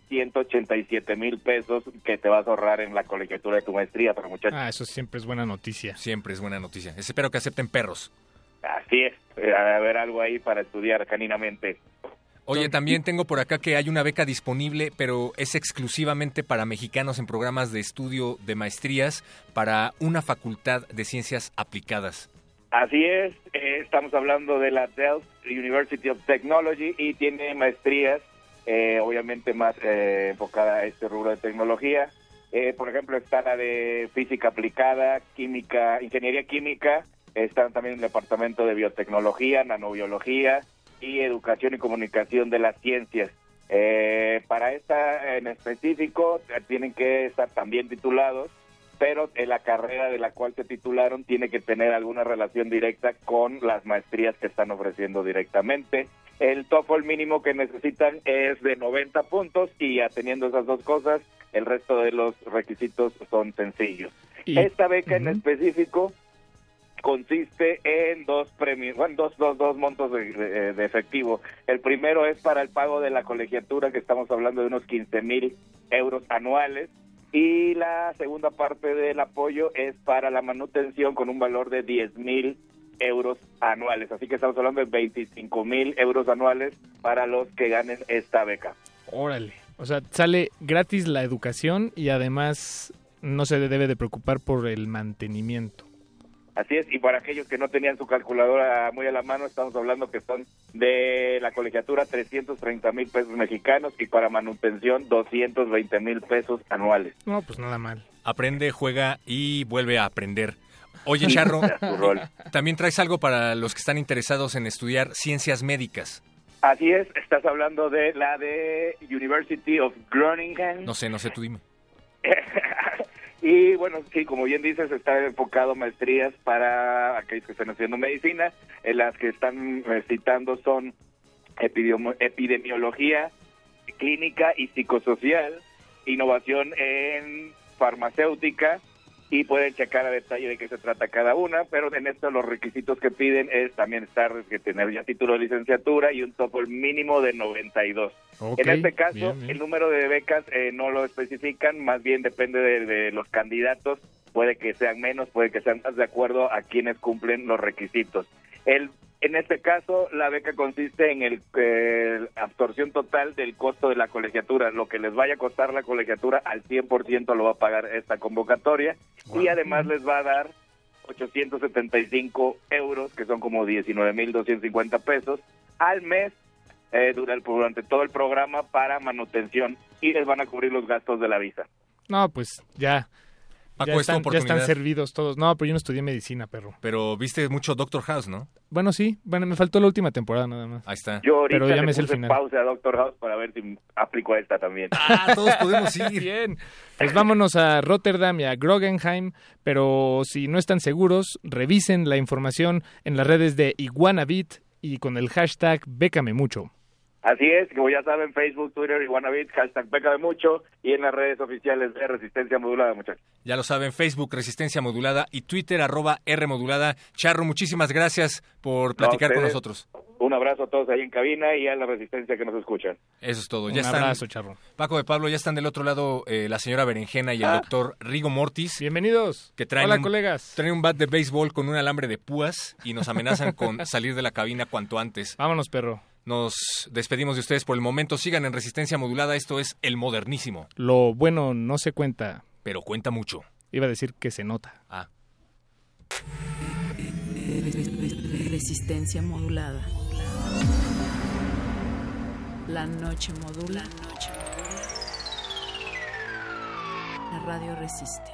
187,000 pesos que te vas a ahorrar en la colegiatura de tu maestría, pero muchachos. Eso siempre es buena noticia. Siempre es buena noticia. Espero que acepten perros. Así es, a haber algo ahí para estudiar caninamente. Oye, también tengo por acá que hay una beca disponible, pero es exclusivamente para mexicanos en programas de estudio de maestrías para una facultad de ciencias aplicadas. Así es, estamos hablando de la Delft University of Technology y tiene maestrías, obviamente más enfocada a este rubro de tecnología. Por ejemplo, está la de física aplicada, química, ingeniería química, está también el departamento de biotecnología, nanobiología y educación y comunicación de las ciencias. Para esta en específico tienen que estar también titulados, pero en la carrera de la cual se titularon tiene que tener alguna relación directa con las maestrías que están ofreciendo directamente. El TOEFL mínimo que necesitan es de 90 puntos y teniendo esas dos cosas, el resto de los requisitos son sencillos. Esta beca en específico consiste en 2 premios, bueno, dos montos de efectivo. El primero es para el pago de la colegiatura, que estamos hablando de unos 15,000 euros anuales. Y la segunda parte del apoyo es para la manutención con un valor de 10,000 euros anuales. Así que estamos hablando de 25,000 euros anuales para los que ganen esta beca. Órale. O sea, sale gratis la educación y además no se debe de preocupar por el mantenimiento. Así es, y para aquellos que no tenían su calculadora muy a la mano, estamos hablando que son de la colegiatura 330,000 pesos mexicanos y para manutención 220,000 pesos anuales. No, pues nada mal. Aprende, juega y vuelve a aprender. Oye, Charro, también traes algo para los que están interesados en estudiar ciencias médicas. Así es, estás hablando de la de University of Groningen. No sé, tú dime. Y bueno, sí, como bien dices, está enfocado a maestrías para aquellos que están haciendo medicina. Las que están citando son epidemiología, clínica y psicosocial, innovación en farmacéutica, y pueden checar a detalle de qué se trata cada una, pero en esto los requisitos que piden es también que tener ya título de licenciatura y un TOEFL mínimo de 92. Okay, En este caso, bien. el número de becas no lo especifican, más bien depende de los candidatos, puede que sean menos, puede que sean más, de acuerdo a quienes cumplen los requisitos. En este caso, la beca consiste en el absorción total del costo de la colegiatura. Lo que les vaya a costar la colegiatura, al 100% lo va a pagar esta convocatoria. Wow. Y además les va a dar 875 euros, que son como 19,250 pesos, al mes durante todo el programa para manutención. Y les van a cubrir los gastos de la visa. No, pues ya... Paco, ya están servidos todos. No, pero yo no estudié medicina, perro. Pero viste mucho Doctor House, ¿no? Bueno, sí. Bueno, me faltó la última temporada nada más. Ahí está. Yo ahorita pero ya le me sé el puse final. pausa a Doctor House para ver si aplico esta también. Todos podemos ir. Bien. Pues vámonos a Rotterdam y a Guggenheim, pero si no están seguros, revisen la información en las redes de Iguanabit y con el hashtag Bécame Mucho. Así es, como ya saben, Facebook, Twitter, Iguanabit, hashtag Bécame Mucho, y en las redes oficiales de Resistencia Modulada, muchachos. Ya lo saben, Facebook, Resistencia Modulada, y Twitter, @Rmodulada. Charro, muchísimas gracias por platicar con nosotros. Un abrazo a todos ahí en cabina y a la Resistencia que nos escuchan. Eso es todo. Un abrazo, Charro. Paco de Pablo, ya están del otro lado la señora Berenjena y el doctor Rigo Mortis. Bienvenidos. Que traen Hola, colegas. Traen un bat de béisbol con un alambre de púas y nos amenazan con salir de la cabina cuanto antes. Vámonos, perro. Nos despedimos de ustedes por el momento. Sigan en Resistencia Modulada. Esto es El Modernísimo. Lo bueno no se cuenta. Pero cuenta mucho. Iba a decir que se nota. Resistencia Modulada. La noche modula. La radio resiste.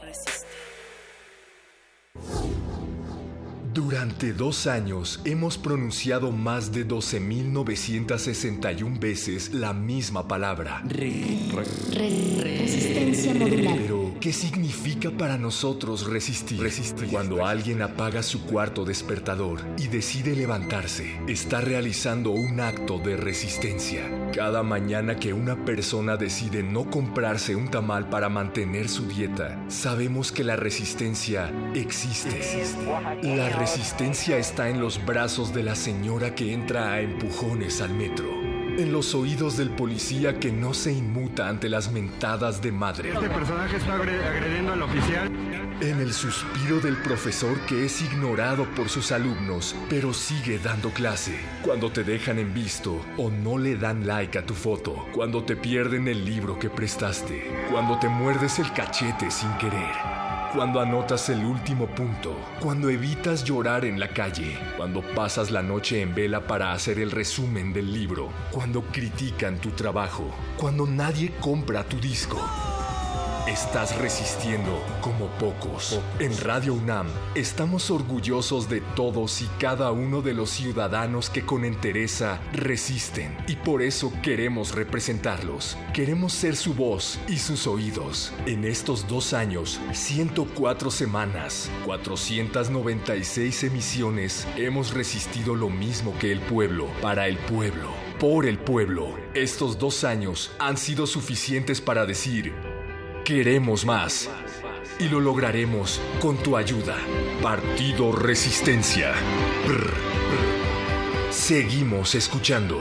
Durante 2 años hemos pronunciado más de 12,961 veces la misma palabra. Resistencia modulada. Pero, ¿qué significa para nosotros resistir? Cuando alguien apaga su cuarto despertador y decide levantarse, está realizando un acto de resistencia. Cada mañana que una persona decide no comprarse un tamal para mantener su dieta, sabemos que la resistencia existe. La resistencia está en los brazos de la señora que entra a empujones al metro, en los oídos del policía que no se inmuta ante las mentadas de madre. Este personaje está agrediendo al oficial. En el suspiro del profesor que es ignorado por sus alumnos, pero sigue dando clase. Cuando te dejan en visto o no le dan like a tu foto. Cuando te pierden el libro que prestaste. Cuando te muerdes el cachete sin querer. Cuando anotas el último punto, cuando evitas llorar en la calle, cuando pasas la noche en vela para hacer el resumen del libro, cuando critican tu trabajo, cuando nadie compra tu disco. Estás resistiendo como pocos. En Radio UNAM estamos orgullosos de todos y cada uno de los ciudadanos que con entereza resisten y por eso queremos representarlos. Queremos ser su voz y sus oídos. En estos 2 años, 104 semanas, 496 emisiones, hemos resistido lo mismo que el pueblo, para el pueblo, por el pueblo. Estos 2 años han sido suficientes para decir: queremos más. Y lo lograremos con tu ayuda. Partido Resistencia. Brr. Seguimos escuchando.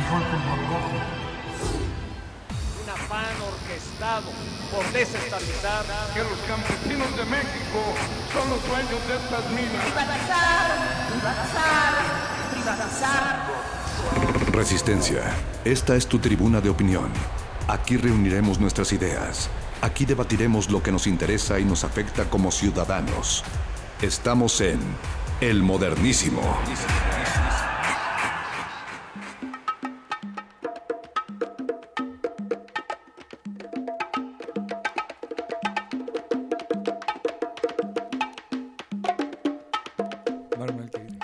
Un afán orquestado por desestabilizar. Que los campesinos de México son los dueños de estas minas. Privatizar. Resistencia. Esta es tu tribuna de opinión. Aquí reuniremos nuestras ideas. Aquí debatiremos lo que nos interesa y nos afecta como ciudadanos. Estamos en El Modernísimo.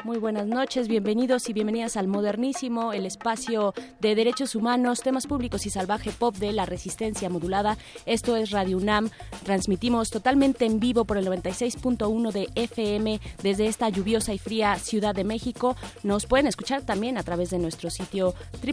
Muy buenas noches, bienvenidos y bienvenidas al Modernísimo, el espacio de derechos humanos, temas públicos y salvaje pop de la resistencia modulada. Esto es Radio UNAM, transmitimos totalmente en vivo por el 96.1 de FM desde esta lluviosa y fría Ciudad de México. Nos pueden escuchar también a través de nuestro sitio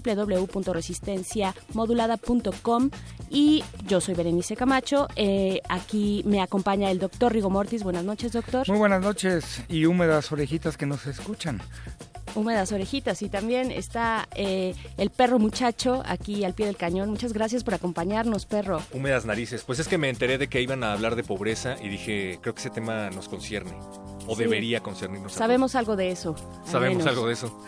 www.resistenciamodulada.com y yo soy Berenice Camacho. Aquí me acompaña el doctor Rigo Mortis. Buenas noches, doctor. Muy buenas noches y húmedas orejitas que nos escuchan. Húmedas orejitas, y también está el perro muchacho aquí al pie del cañón. Muchas gracias por acompañarnos, perro. Húmedas narices. Pues es que me enteré de que iban a hablar de pobreza y dije, creo que ese tema nos concierne. O sí, debería concernirnos. Sabemos algo de eso. Sabemos algo de eso.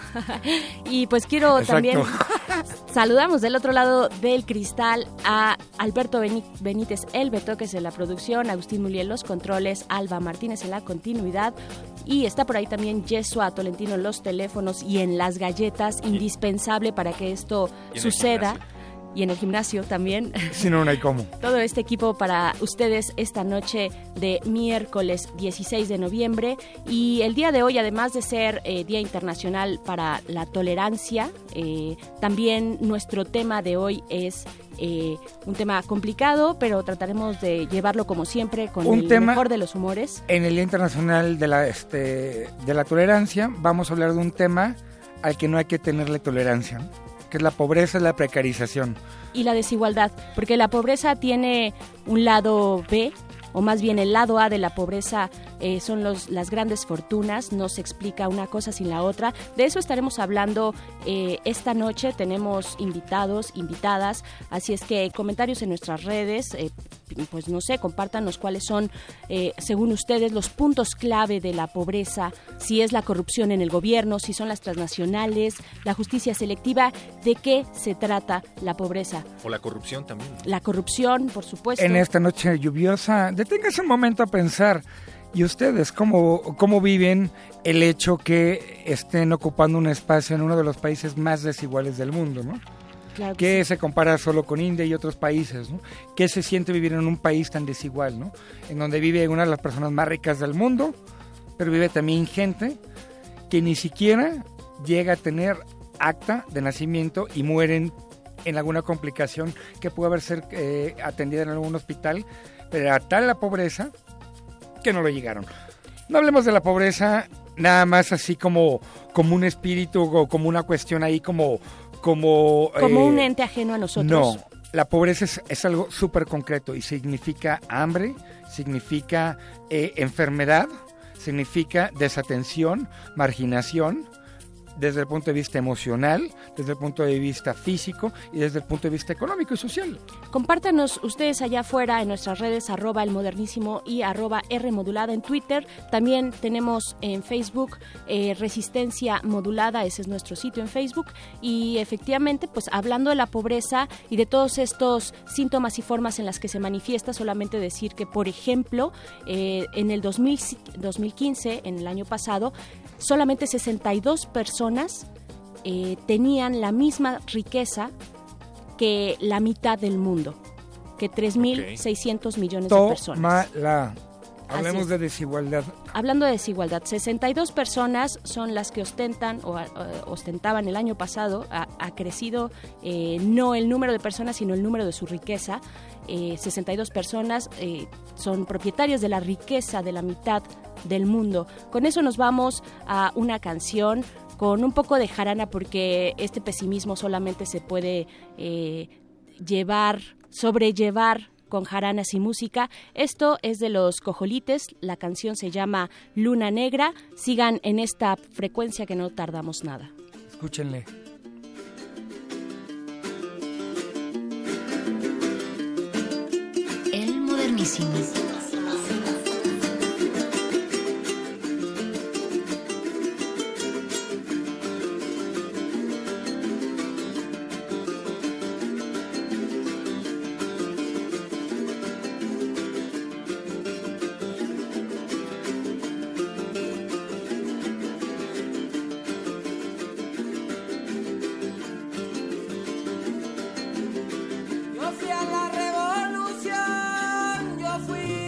Y pues quiero también... Saludamos del otro lado del cristal a Alberto Benítez, el Betoques en la producción, Agustín Mulier en los controles, Alba Martínez en la continuidad. Y está por ahí también Yesua Tolentino en los teléfonos y en las galletas, indispensable para que esto suceda. Y en el gimnasio también. Si no, no hay cómo. Todo este equipo para ustedes esta noche de miércoles 16 de noviembre. Y el día de hoy, además de ser Día Internacional para la Tolerancia, también nuestro tema de hoy es un tema complicado, pero trataremos de llevarlo como siempre con el mejor de los humores. En el Día Internacional de la Tolerancia vamos a hablar de un tema al que no hay que tenerle tolerancia, ¿no? Que es la pobreza y la precarización. Y la desigualdad, porque la pobreza tiene un lado B, o más bien el lado A de la pobreza son las grandes fortunas, no se explica una cosa sin la otra. De eso estaremos hablando esta noche, tenemos invitados, invitadas, así es que comentarios en nuestras redes, pues no sé, compártanos cuáles son, según ustedes, los puntos clave de la pobreza, si es la corrupción en el gobierno, si son las transnacionales, la justicia selectiva, ¿de qué se trata la pobreza? O la corrupción también. La corrupción, por supuesto. En esta noche lluviosa, deténgase un momento a pensar, ¿y ustedes cómo viven el hecho que estén ocupando un espacio en uno de los países más desiguales del mundo, ¿no? Claro que sí. Se compara solo con India y otros países, ¿no? ¿Qué se siente vivir en un país tan desigual, ¿no? En donde vive una de las personas más ricas del mundo, pero vive también gente que ni siquiera llega a tener acta de nacimiento y mueren en alguna complicación que pudo haber sido atendida en algún hospital, pero era tal la pobreza que no lo llegaron. No hablemos de la pobreza nada más así como un espíritu o como una cuestión ahí como un ente ajeno a nosotros. No, la pobreza es algo súper concreto y significa hambre, significa enfermedad, significa desatención, marginación, desde el punto de vista emocional, desde el punto de vista físico y desde el punto de vista económico y social. Compártanos ustedes allá afuera en nuestras redes @elmodernísimo y @Rmodulada en Twitter. También tenemos en Facebook Resistencia Modulada, ese es nuestro sitio en Facebook. Y efectivamente, pues hablando de la pobreza y de todos estos síntomas y formas en las que se manifiesta, solamente decir que, por ejemplo, en el 2015, en el año pasado, solamente 62 personas tenían la misma riqueza que la mitad del mundo, que 3.600 millones de personas. Hablemos de desigualdad. Hablando de desigualdad, 62 personas son las que ostentan o ostentaban el año pasado. Ha crecido no el número de personas, sino el número de su riqueza. 62 personas son propietarios de la riqueza de la mitad del mundo. Con eso nos vamos a una canción con un poco de jarana, porque este pesimismo solamente se puede sobrellevar con jaranas y música. Esto es de Los Cojolites, la canción se llama Luna Negra. Sigan en esta frecuencia que no tardamos nada. Escúchenle. El Modernísimo. Yo fui a la revolución, yo fui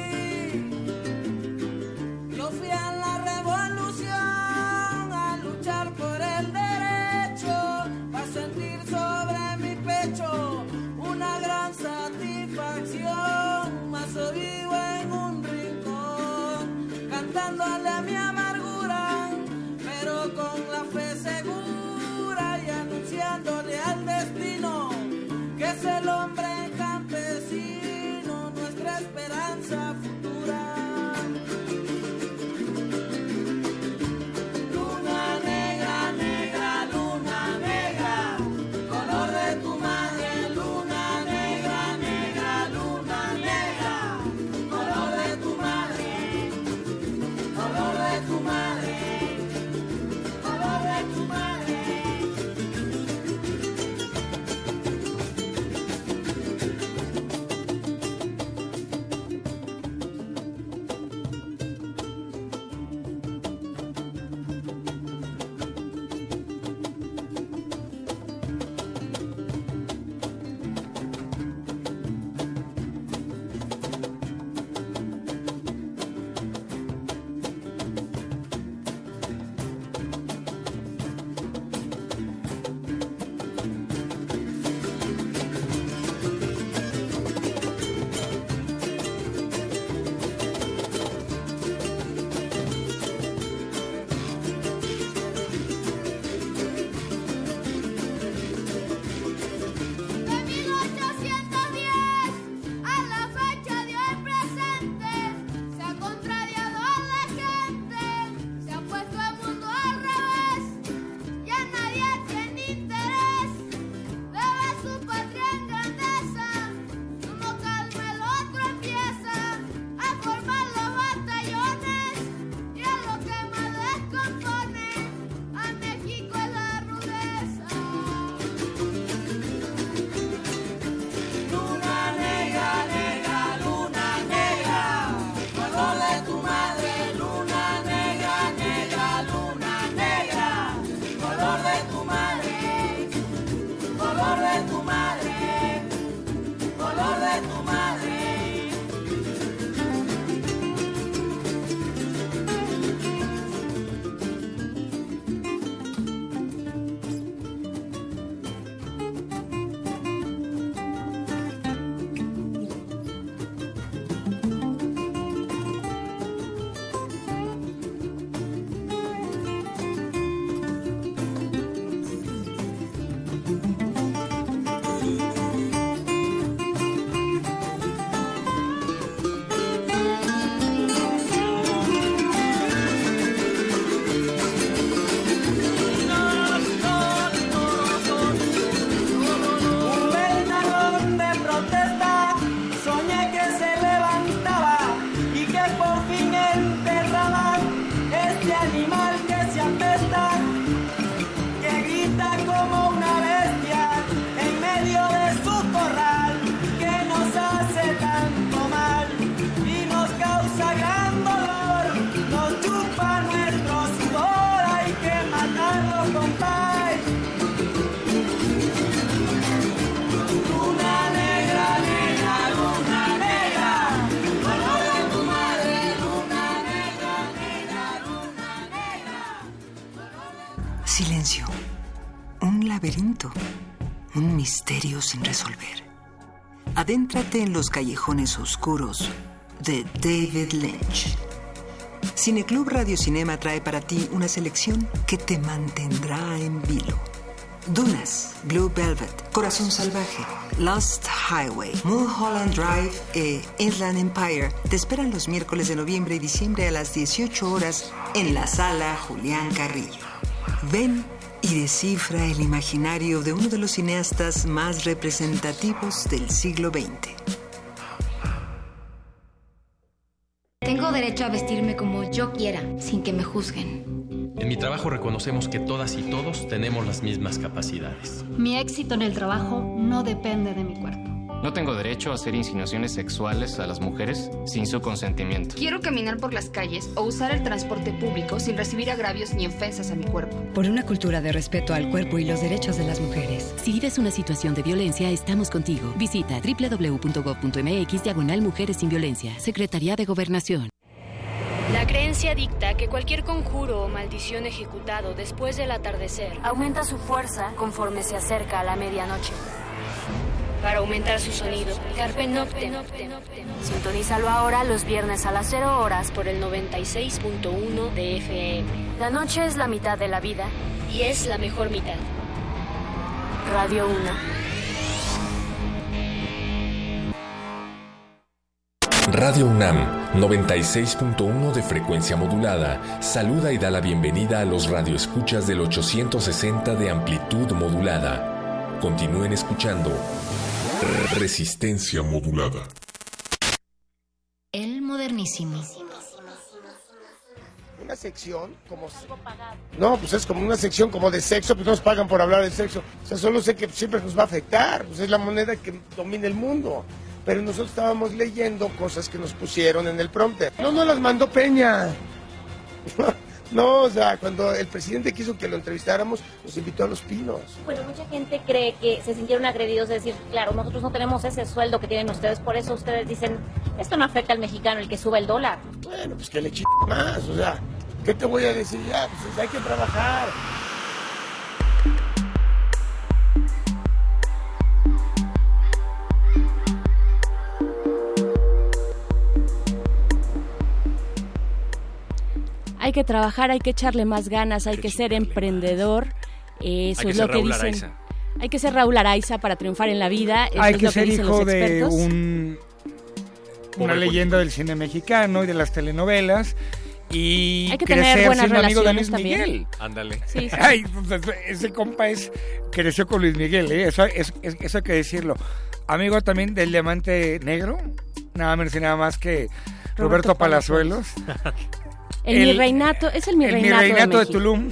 silencio, un laberinto, un misterio sin resolver. Adéntrate en los callejones oscuros de David Lynch. Cineclub Radio Cinema trae para ti una selección que te mantendrá en vilo. Dunas, Blue Velvet, Corazón Salvaje, Lost Highway, Mulholland Drive e Inland Empire te esperan los miércoles de noviembre y diciembre a las 18 horas en la sala Julián Carrillo. Ven y descifra el imaginario de uno de los cineastas más representativos del siglo XX. Tengo derecho a vestirme como yo quiera, sin que me juzguen. En mi trabajo reconocemos que todas y todos tenemos las mismas capacidades. Mi éxito en el trabajo no depende de mi cuerpo. No tengo derecho a hacer insinuaciones sexuales a las mujeres sin su consentimiento. Quiero caminar por las calles o usar el transporte público sin recibir agravios ni ofensas a mi cuerpo. Por una cultura de respeto al cuerpo y los derechos de las mujeres. Si vives una situación de violencia, estamos contigo. Visita www.gov.mx/Mujeres sin Violencia. Secretaría de Gobernación. La creencia dicta que cualquier conjuro o maldición ejecutado después del atardecer aumenta su fuerza conforme se acerca a la medianoche. Para aumentar su sonido, Carpe Noctem. Sintonízalo ahora los viernes a las 0 horas por el 96.1 de FM. La noche es la mitad de la vida y es la mejor mitad. Radio UNAM. Radio UNAM, 96.1 de frecuencia modulada, saluda y da la bienvenida a los radioescuchas del 860 de amplitud modulada. Continúen escuchando Resistencia Modulada. El Modernísimo. Una sección como... No, pues es como una sección como de sexo, pues nos pagan por hablar de sexo. O sea, solo sé que siempre nos va a afectar, pues es la moneda que domina el mundo. Pero nosotros estábamos leyendo cosas que nos pusieron en el prompter. No las mandó Peña. No, o sea, cuando el presidente quiso que lo entrevistáramos, nos invitó a Los Pinos. Bueno, mucha gente cree que se sintieron agredidos de decir, claro, nosotros no tenemos ese sueldo que tienen ustedes, por eso ustedes dicen, esto no afecta al mexicano, el que suba el dólar. Bueno, pues que le más, o sea, ¿qué te voy a decir ya? Pues hay que trabajar. Hay que trabajar, hay que echarle más ganas, hay que ser emprendedor. Eso es lo que dicen. Hay que ser Raúl Araiza para triunfar en la vida. Eso hay es que lo ser dicen hijo los expertos. de una leyenda del cine mexicano y de las telenovelas. Y hay que crecer tener buenas siendo amigo de Luis relaciones también. Miguel. Ándale. Sí, sí. Ay, ese compa creció con Luis Miguel, ¿eh? Eso hay que decirlo. Amigo también del Diamante Negro, nada menos y nada más que Roberto Palazuelos. El Mirreinato, es el Mirreinato de Tulum.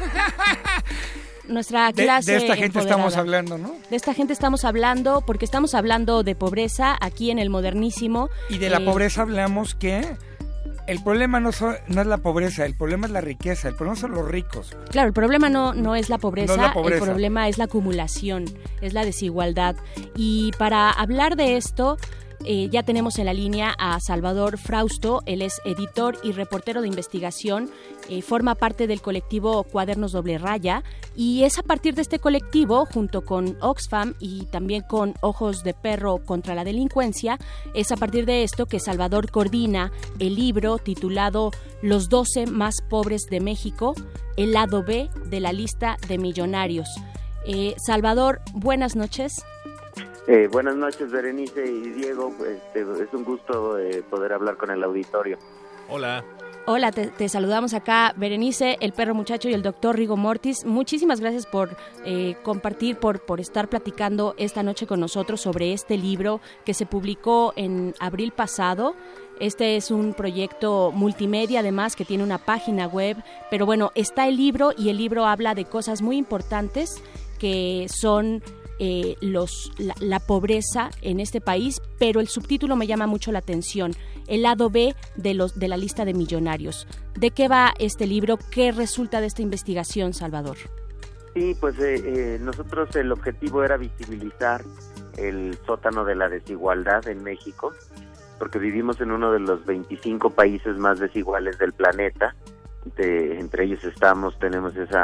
Nuestra clase de esta gente empoderada. estamos hablando, ¿no? De esta gente estamos hablando porque estamos hablando de pobreza aquí en el Modernísimo. Y de la pobreza hablamos que el problema no es la pobreza, el problema es la riqueza, el problema son los ricos. Claro, el problema no es la pobreza, no es la pobreza. El problema es la acumulación, es la desigualdad. Y para hablar de esto... ya tenemos en la línea a Salvador Frausto, él es editor y reportero de investigación, forma parte del colectivo Cuadernos Doble Raya y es a partir de este colectivo, junto con Oxfam y también con Ojos de Perro contra la Delincuencia, es a partir de esto que Salvador coordina el libro titulado Los 12 más pobres de México, el lado B de la lista de millonarios. Salvador, buenas noches. Buenas noches, Berenice y Diego. Es un gusto poder hablar con el auditorio. Hola. Hola, te saludamos acá, Berenice, el perro muchacho y el doctor Rigo Mortis. Muchísimas gracias por compartir, por estar platicando esta noche con nosotros sobre este libro que se publicó en abril pasado. Este es un proyecto multimedia, además, que tiene una página web. Pero bueno, está el libro y el libro habla de cosas muy importantes que son... la pobreza en este país, pero el subtítulo me llama mucho la atención, el lado B de la lista de millonarios. ¿De qué va este libro? ¿Qué resulta de esta investigación, Salvador? Sí, pues nosotros el objetivo era visibilizar el sótano de la desigualdad en México, porque vivimos en uno de los 25 países más desiguales del planeta. Entre ellos tenemos esa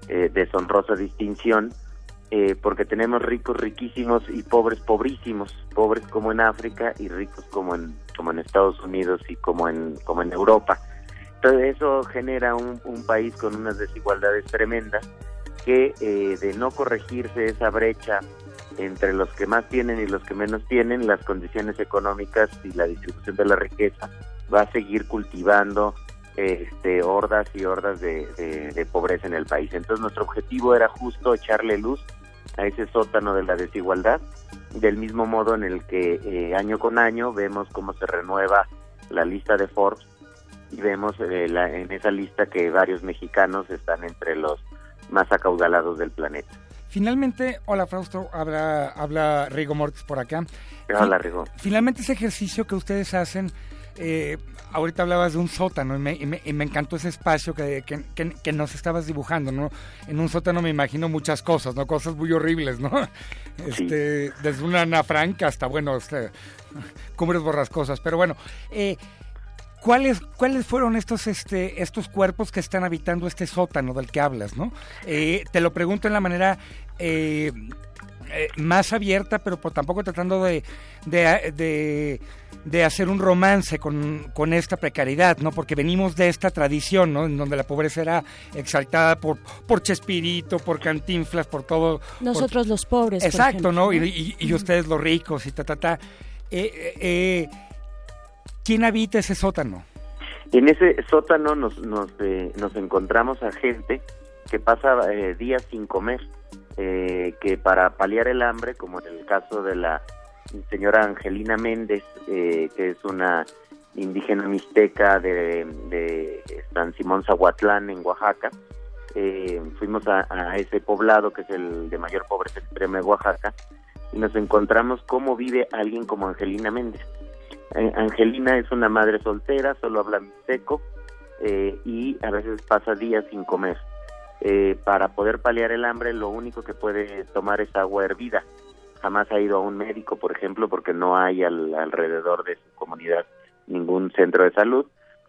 deshonrosa distinción, porque tenemos ricos riquísimos y pobres pobrísimos, pobres como en África y ricos como en Estados Unidos y como en Europa. Entonces eso genera un país con unas desigualdades tremendas que de no corregirse esa brecha entre los que más tienen y los que menos tienen, las condiciones económicas y la distribución de la riqueza va a seguir cultivando hordas y hordas de pobreza en el país. Entonces nuestro objetivo era justo echarle luz a ese sótano de la desigualdad, del mismo modo en el que año con año vemos cómo se renueva la lista de Forbes y vemos en esa lista que varios mexicanos están entre los más acaudalados del planeta. Finalmente, hola Frausto, habla Rigo Mortis por acá. Hola Rigo. Finalmente ese ejercicio que ustedes hacen, ahorita hablabas de un sótano y me encantó ese espacio que nos estabas dibujando, ¿no? En un sótano me imagino muchas cosas, ¿no? Cosas muy horribles, ¿no? Sí. Desde una Ana Frank hasta, bueno, cumbres borrascosas, pero bueno, ¿cuáles fueron estos cuerpos que están habitando este sótano del que hablas, ¿no? Te lo pregunto en la manera más abierta, pero tampoco tratando de hacer un romance con esta precariedad, ¿no? Porque venimos de esta tradición, ¿no? En donde la pobreza era exaltada por Chespirito, por Cantinflas, por todo. Nosotros los pobres. Exacto, por ejemplo, ¿no? Y ustedes los ricos y ¿Quién habita ese sótano? En ese sótano nos encontramos a gente que pasa días sin comer, que para paliar el hambre, como en el caso de la señora Angelina Méndez, que es una indígena mixteca de San Simón Zahuatlán en Oaxaca, fuimos a ese poblado que es el de mayor pobreza extrema de Oaxaca y nos encontramos cómo vive alguien como Angelina Méndez. Angelina es una madre soltera, solo habla mixteco y a veces pasa días sin comer. Para poder paliar el hambre, lo único que puede tomar es agua hervida. Jamás ha ido a un médico, por ejemplo, porque no hay alrededor de su comunidad ningún centro de salud.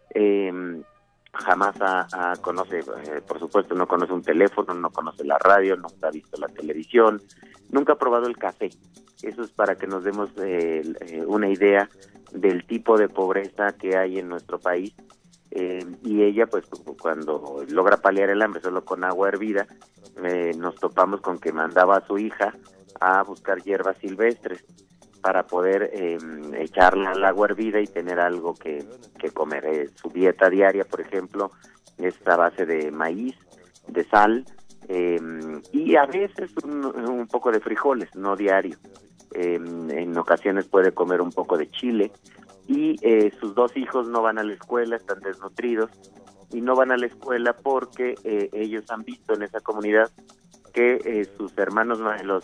Jamás conoce, por supuesto, no conoce un teléfono, no conoce la radio, nunca ha visto la televisión, nunca ha probado el café. Eso es para que nos demos una idea del tipo de pobreza que hay en nuestro país. Y ella, pues, cuando logra paliar el hambre solo con agua hervida, nos topamos con que mandaba a su hija a buscar hierbas silvestres para poder echarla al agua hervida y tener algo que comer. Su dieta diaria, por ejemplo, es a base de maíz, de sal y a veces un poco de frijoles, no diario. En ocasiones puede comer un poco de chile y sus dos hijos no van a la escuela, están desnutridos y no van a la escuela porque ellos han visto en esa comunidad que sus hermanos,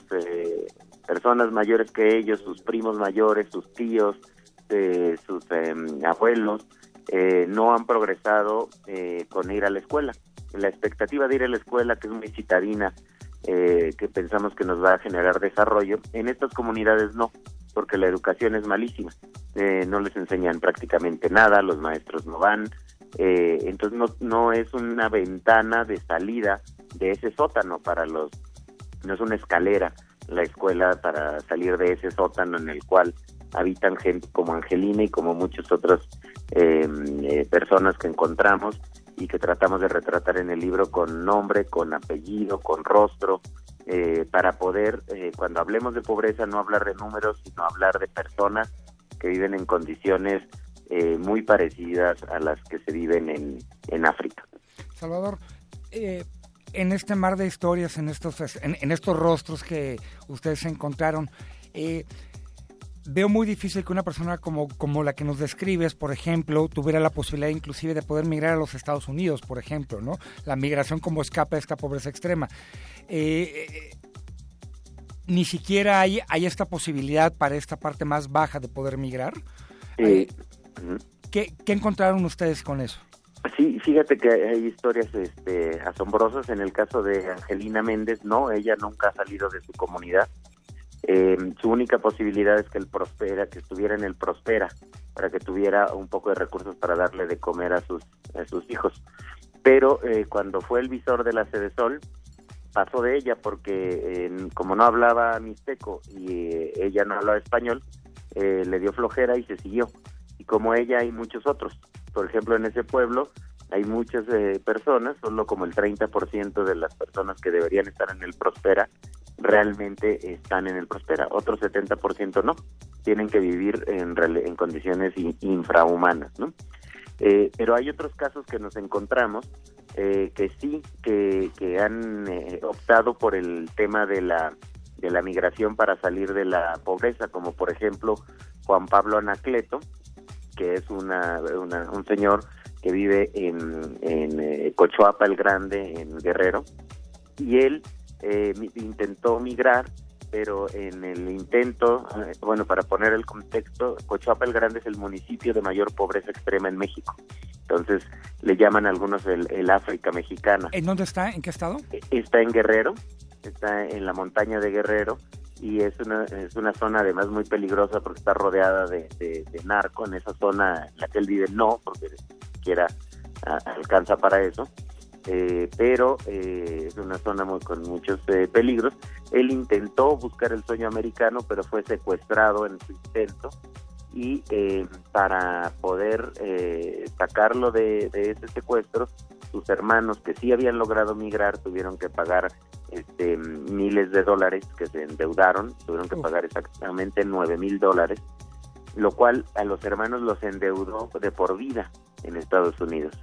personas mayores que ellos, sus primos mayores, sus tíos, sus abuelos, no han progresado con ir a la escuela. La expectativa de ir a la escuela, que es muy citadina, que pensamos que nos va a generar desarrollo, en estas comunidades no, porque la educación es malísima. No les enseñan prácticamente nada, los maestros no van, entonces no es una ventana de salida de ese sótano no es una escalera la escuela para salir de ese sótano en el cual habitan gente como Angelina y como muchas otras personas que encontramos y que tratamos de retratar en el libro con nombre, con apellido, con rostro, para poder, cuando hablemos de pobreza, no hablar de números, sino hablar de personas que viven en condiciones muy parecidas a las que se viven en África. Salvador, en este mar de historias, en estos rostros que ustedes encontraron, veo muy difícil que una persona como la que nos describes, por ejemplo, tuviera la posibilidad inclusive de poder migrar a los Estados Unidos, por ejemplo, ¿no? La migración como escape a esta pobreza extrema. Ni siquiera hay esta posibilidad para esta parte más baja de poder migrar. ¿Qué encontraron ustedes con eso? Sí, fíjate que hay historias asombrosas. En el caso de Angelina Méndez, no, ella nunca ha salido de su comunidad. Su única posibilidad es que estuviera en el Prospera, para que tuviera un poco de recursos para darle de comer a sus hijos. pero cuando fue el visor de la Sedesol, pasó de ella porque como no hablaba mixteco y ella no hablaba español, le dio flojera y se siguió. Y como ella hay muchos otros. Por ejemplo, en ese pueblo hay muchas personas, solo como el 30% de las personas que deberían estar en el Prospera realmente están en el Prospera. Otro 70% no. Tienen que vivir en condiciones infrahumanas, ¿no? Pero hay otros casos que nos encontramos que sí, que han optado por el tema de la migración para salir de la pobreza, como por ejemplo Juan Pablo Anacleto, que es un señor que vive en Cochoapa el Grande, en Guerrero, y él intentó migrar, pero en el intento, bueno, para poner el contexto, Cochoapa el Grande es el municipio de mayor pobreza extrema en México. Entonces le llaman algunos el África mexicana. ¿En dónde está? ¿En qué estado? Está en Guerrero, está en la montaña de Guerrero, y es una zona además muy peligrosa porque está rodeada de narco. En esa zona en la que él vive no, porque ni siquiera alcanza para eso, pero es una zona con muchos peligros. Él intentó buscar el sueño americano, pero fue secuestrado en su intento, y para poder sacarlo de ese secuestro, sus hermanos, que sí habían logrado migrar, tuvieron que pagar miles de dólares, que se endeudaron, tuvieron que pagar exactamente $9,000, lo cual a los hermanos los endeudó de por vida en Estados Unidos.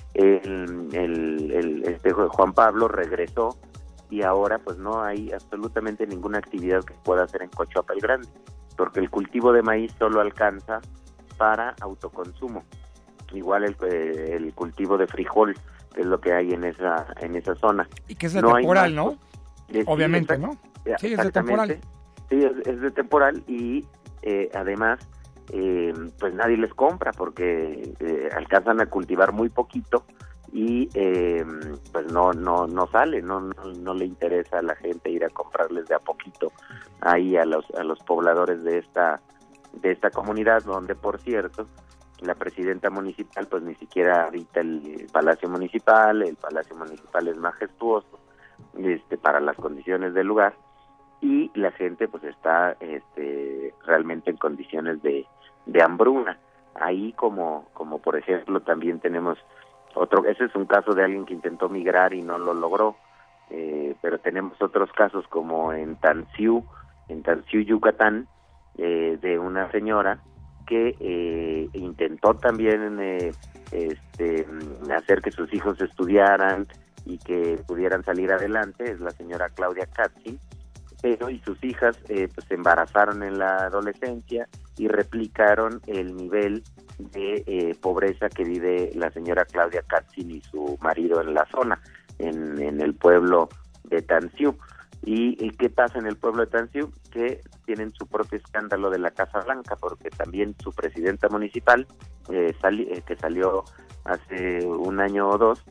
Juan Pablo regresó y ahora pues no hay absolutamente ninguna actividad que pueda hacer en Cochoapa el Grande, porque el cultivo de maíz solo alcanza para autoconsumo. Igual el cultivo de frijol, que es lo que hay en esa zona. Y que es de temporal, ¿no? Obviamente, ¿no? Sí, es de temporal. Sí, es de temporal, y además pues nadie les compra porque alcanzan a cultivar muy poquito y pues no sale, no le interesa a la gente ir a comprarles de a poquito ahí a los pobladores de esta comunidad, donde por cierto la presidenta municipal pues ni siquiera habita el Palacio Municipal. El Palacio Municipal es majestuoso para las condiciones del lugar, y la gente pues está realmente en condiciones de hambruna. Ahí como por ejemplo también tenemos ese es un caso de alguien que intentó migrar y no lo logró, pero tenemos otros casos como en Tansiú, Yucatán, de una señora que intentó también hacer que sus hijos estudiaran y que pudieran salir adelante. Es la señora Claudia Katzin, pero y sus hijas pues se embarazaron en la adolescencia y replicaron el nivel de pobreza que vive la señora Claudia Katzin y su marido en la zona, en el pueblo de Tansiú. ¿Y qué pasa en el pueblo de Tansiú? Que tienen su propio escándalo de la Casa Blanca, porque también su presidenta municipal, que salió hace un año o dos,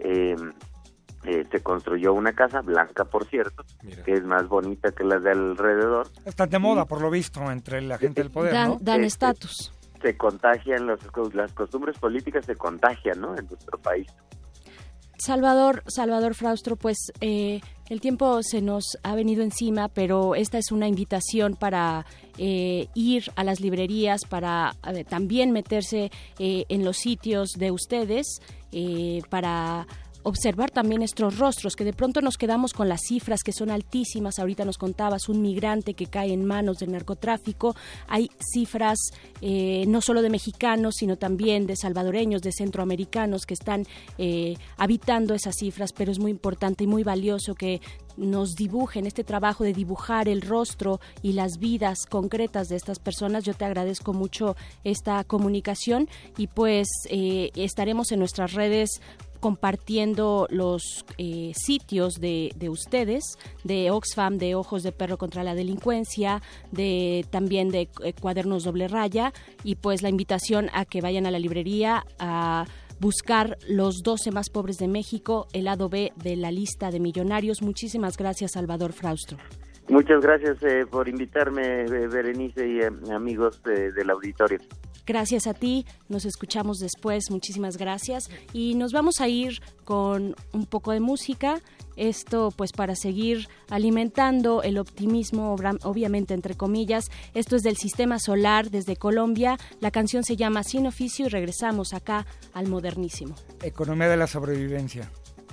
se construyó una casa blanca, por cierto, que es más bonita que las de alrededor. Está de moda, por lo visto, entre la gente del poder, ¿no? Dan estatus. Se contagian, las costumbres políticas se contagian, ¿no?, en nuestro país. Salvador Fraustro, pues el tiempo se nos ha venido encima, pero esta es una invitación para ir a las librerías, para también meterse en los sitios de ustedes, para observar también nuestros rostros, que de pronto nos quedamos con las cifras que son altísimas. Ahorita nos contabas un migrante que cae en manos del narcotráfico. Hay cifras no solo de mexicanos, sino también de salvadoreños, de centroamericanos que están habitando esas cifras, pero es muy importante y muy valioso que nos dibujen este trabajo de dibujar el rostro y las vidas concretas de estas personas. Yo te agradezco mucho esta comunicación y pues estaremos en nuestras redes compartiendo los sitios de ustedes, de Oxfam, de Ojos de Perro contra la Delincuencia, también de Cuadernos Doble Raya, y pues la invitación a que vayan a la librería a buscar Los 12 más pobres de México, el lado B de la lista de millonarios. Muchísimas gracias, Salvador Fraustro. Muchas gracias por invitarme, Berenice, y amigos del auditorio. Gracias a ti, nos escuchamos después, muchísimas gracias. Y nos vamos a ir con un poco de música, esto pues para seguir alimentando el optimismo, obviamente entre comillas. Esto es del Sistema Solar desde Colombia, la canción se llama Sin Oficio y regresamos acá al Modernísimo. Economía de la sobrevivencia.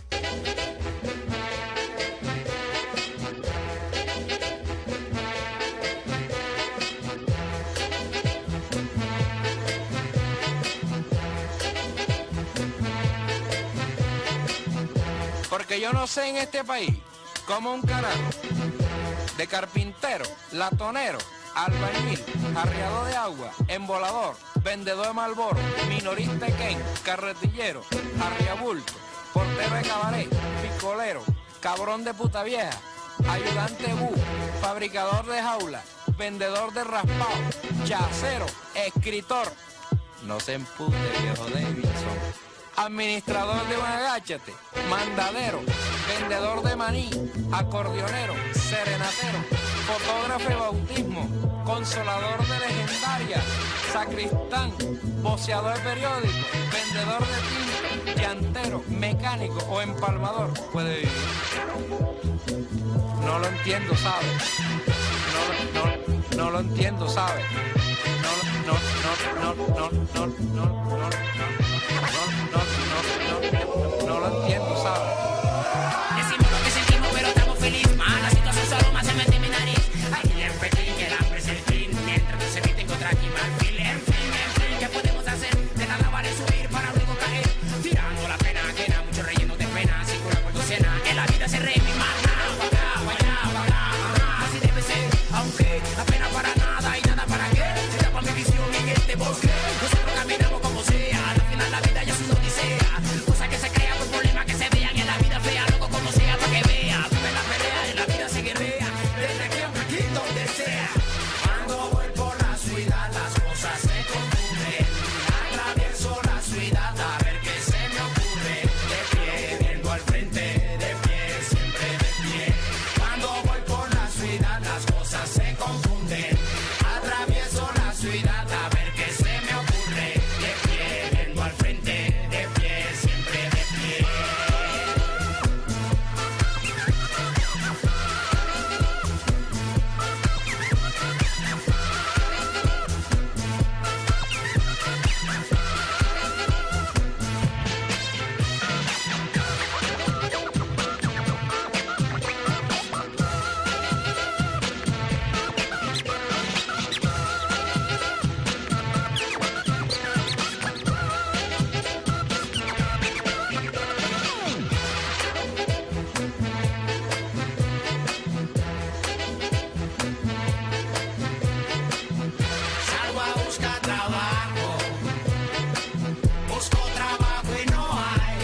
Porque yo no sé en este país como un carajo de carpintero, latonero, albañil, arriador de agua, embolador, vendedor de Marlboro, minorista Ken, carretillero, arriabulto, portero de cabaret, picolero, cabrón de puta vieja, ayudante bu, fabricador de jaula, vendedor de raspado, chacero, escritor, no se empute viejo Davidson, administrador de un agáchate, mandadero, vendedor de maní, acordeonero, serenatero, fotógrafo de bautismo, consolador de legendaria, sacristán, voceador de periódico, vendedor de tinta, llantero, mecánico o empalmador puede vivir. No lo entiendo, ¿sabe? No lo entiendo, ¿sabe? No lo entiendo, ¿sabes? Decimos lo que sentimos, pero estamos felices. La situación solo más se mete en mi nariz. Aquí en Pekín, el hambre es el fin. Mientras que se visten contra aquí, marfil. En fin, ¿qué podemos hacer? De nada vale subir para luego caer. Tirando la pena ajena, mucho relleno de pena. Circula por tu cena, en la vida se re mi mana. Así debe ser, aunque la pena para nada y nada para qué. Se tapa mi visión en este bosque. Nosotros caminamos como sea. Al final la vida ya es una odisea. Cosa que se crea por problemas que se vean en la vida fea. Loco como sea para que vea. Vive la pelea, en la vida se guerrea. Desde aquí donde sea. Cuando voy por la ciudad las cosas se confunden. Atravieso la ciudad a ver qué se me ocurre. De pie, viendo al frente, de pie, siempre de pie. Cuando voy por la ciudad las cosas se confunden. Atravieso la ciudad a ver qué se me ocurre. De pie, viendo al frente, de pie, siempre de pie. Salgo a buscar trabajo, busco trabajo y no hay.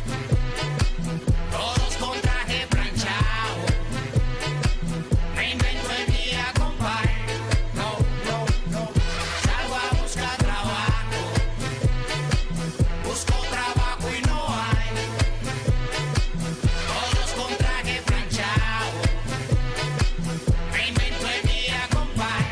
Todos con traje planchado, me invento el día, compadre. No. Salgo a buscar trabajo, busco trabajo y no hay. Todos con traje planchado, me invento el día, compadre.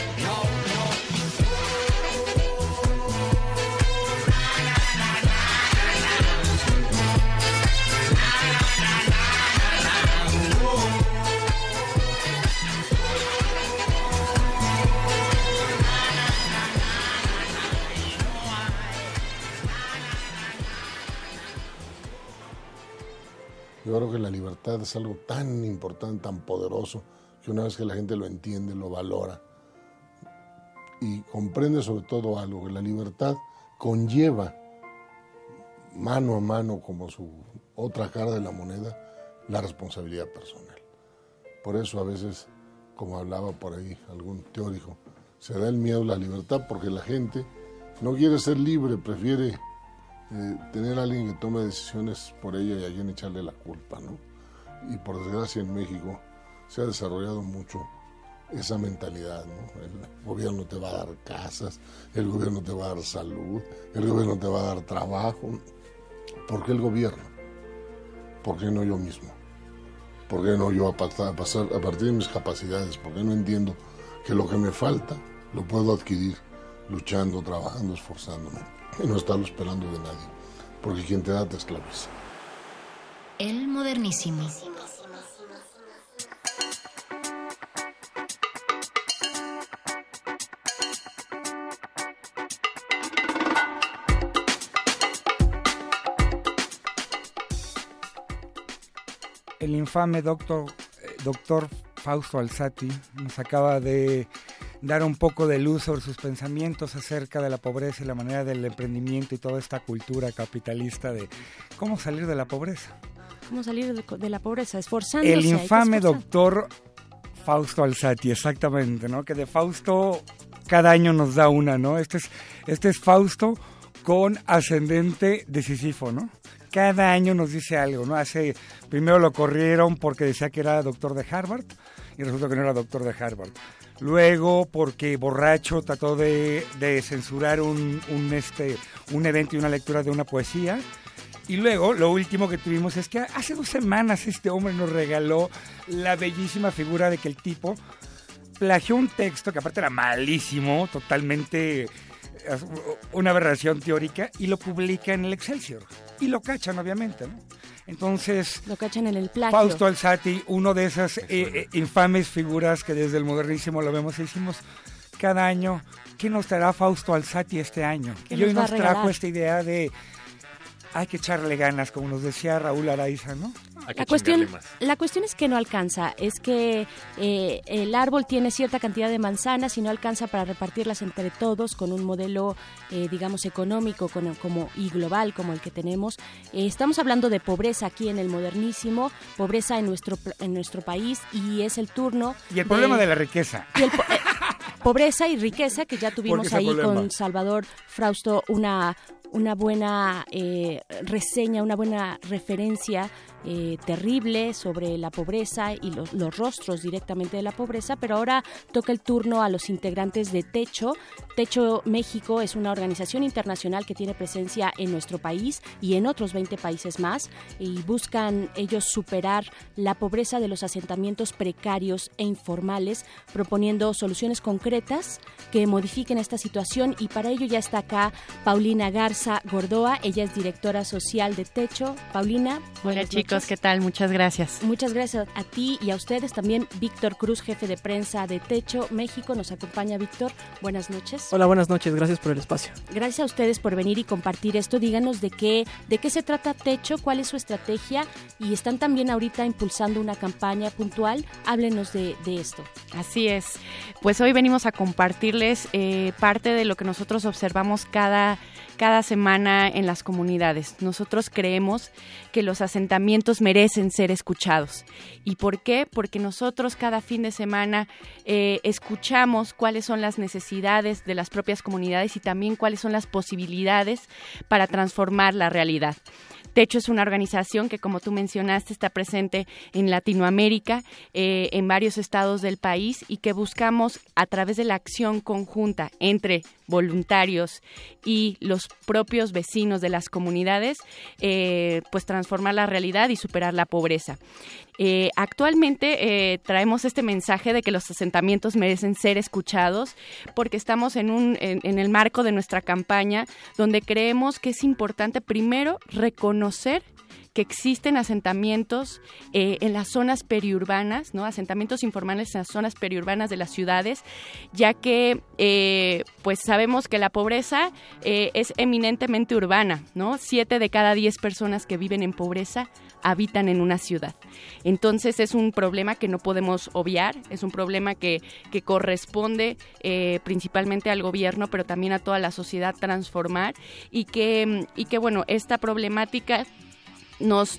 Yo creo que la libertad es algo tan importante, tan poderoso, que una vez que la gente lo entiende, lo valora y comprende sobre todo algo, que la libertad conlleva mano a mano como su otra cara de la moneda, la responsabilidad personal. Por eso a veces, como hablaba por ahí algún teórico, se da el miedo a la libertad porque la gente no quiere ser libre, prefiere tener a alguien que tome decisiones por ella y a quien echarle la culpa, ¿no? Y por desgracia en México se ha desarrollado mucho esa mentalidad, ¿no? El gobierno te va a dar casas, el gobierno te va a dar salud, el gobierno te va a dar trabajo. ¿Por qué el gobierno? ¿Por qué no yo mismo? ¿Por qué no yo a partir de mis capacidades? ¿Por qué no entiendo que lo que me falta lo puedo adquirir luchando, trabajando, esforzándome y no estarlo esperando de nadie, porque quien te da te esclaviza. El Modernísimo. El infame doctor Fausto Alzati nos acaba de dar un poco de luz sobre sus pensamientos acerca de la pobreza y la manera del emprendimiento y toda esta cultura capitalista de cómo salir de la pobreza. ¿Cómo salir de la pobreza? Esforzándose. El infame doctor Fausto Alzati, exactamente, ¿no? Que de Fausto cada año nos da una, ¿no? Este es Fausto con ascendente de Sísifo, ¿no? Cada año nos dice algo, ¿no? Primero lo corrieron porque decía que era doctor de Harvard y resulta que no era doctor de Harvard. Luego porque borracho trató de censurar un evento y una lectura de una poesía. Y luego lo último que tuvimos es que hace 2 semanas este hombre nos regaló la bellísima figura de que el tipo plagió un texto que aparte era malísimo, totalmente una aberración teórica, y lo publica en el Excelsior. Y lo cachan, obviamente, ¿no? Entonces, lo cachan en el plagio. Fausto Alzati, uno de esas infames figuras que desde el Modernísimo lo vemos y decimos cada año, ¿qué nos traerá Fausto Alzati este año? Y hoy nos trajo esta idea de hay que echarle ganas, como nos decía Raúl Araiza, ¿no? La cuestión es que no alcanza, es que el árbol tiene cierta cantidad de manzanas y no alcanza para repartirlas entre todos con un modelo, digamos, económico y global como el que tenemos. Estamos hablando de pobreza aquí en el Modernísimo, pobreza en nuestro país, y es el turno. Y el problema de la riqueza. Pobreza y riqueza, que ya tuvimos ahí con Salvador Frausto una buena reseña, una buena referencia terrible sobre la pobreza y los rostros directamente de la pobreza, pero ahora toca el turno a los integrantes de Techo. Techo México es una organización internacional que tiene presencia en nuestro país y en otros 20 países más, y buscan ellos superar la pobreza de los asentamientos precarios e informales, proponiendo soluciones concretas que modifiquen esta situación, y para ello ya está acá Paulina Garza Gordoa, ella es directora social de Techo. Paulina, hola chicos, ¿qué tal? Muchas gracias. Muchas gracias a ti y a ustedes también. Víctor Cruz, jefe de prensa de Techo México, nos acompaña. Víctor, buenas noches. Hola, buenas noches, gracias por el espacio. Gracias a ustedes por venir y compartir esto. Díganos de qué se trata Techo, cuál es su estrategia, y están también ahorita impulsando una campaña puntual. Háblenos de esto. Así es, pues hoy venimos a compartirles parte de lo que nosotros observamos cada semana en las comunidades. Nosotros creemos que los asentamientos merecen ser escuchados. ¿Y por qué? Porque nosotros cada fin de semana escuchamos cuáles son las necesidades de las propias comunidades y también cuáles son las posibilidades para transformar la realidad. Techo es una organización que, como tú mencionaste, está presente en Latinoamérica, en varios estados del país, y que buscamos, a través de la acción conjunta entre voluntarios y los propios vecinos de las comunidades, pues transformar la realidad y superar la pobreza. Actualmente traemos este mensaje de que los asentamientos merecen ser escuchados, porque estamos en el marco de nuestra campaña, donde creemos que es importante primero reconocer que existen asentamientos en las zonas periurbanas, ¿no? Asentamientos informales en las zonas periurbanas de las ciudades, ya que pues sabemos que la pobreza es eminentemente urbana, ¿no? 7 de cada 10 personas que viven en pobreza habitan en una ciudad. Entonces es un problema que no podemos obviar, es un problema que corresponde principalmente al gobierno, pero también a toda la sociedad transformar, y que bueno, esta problemática nos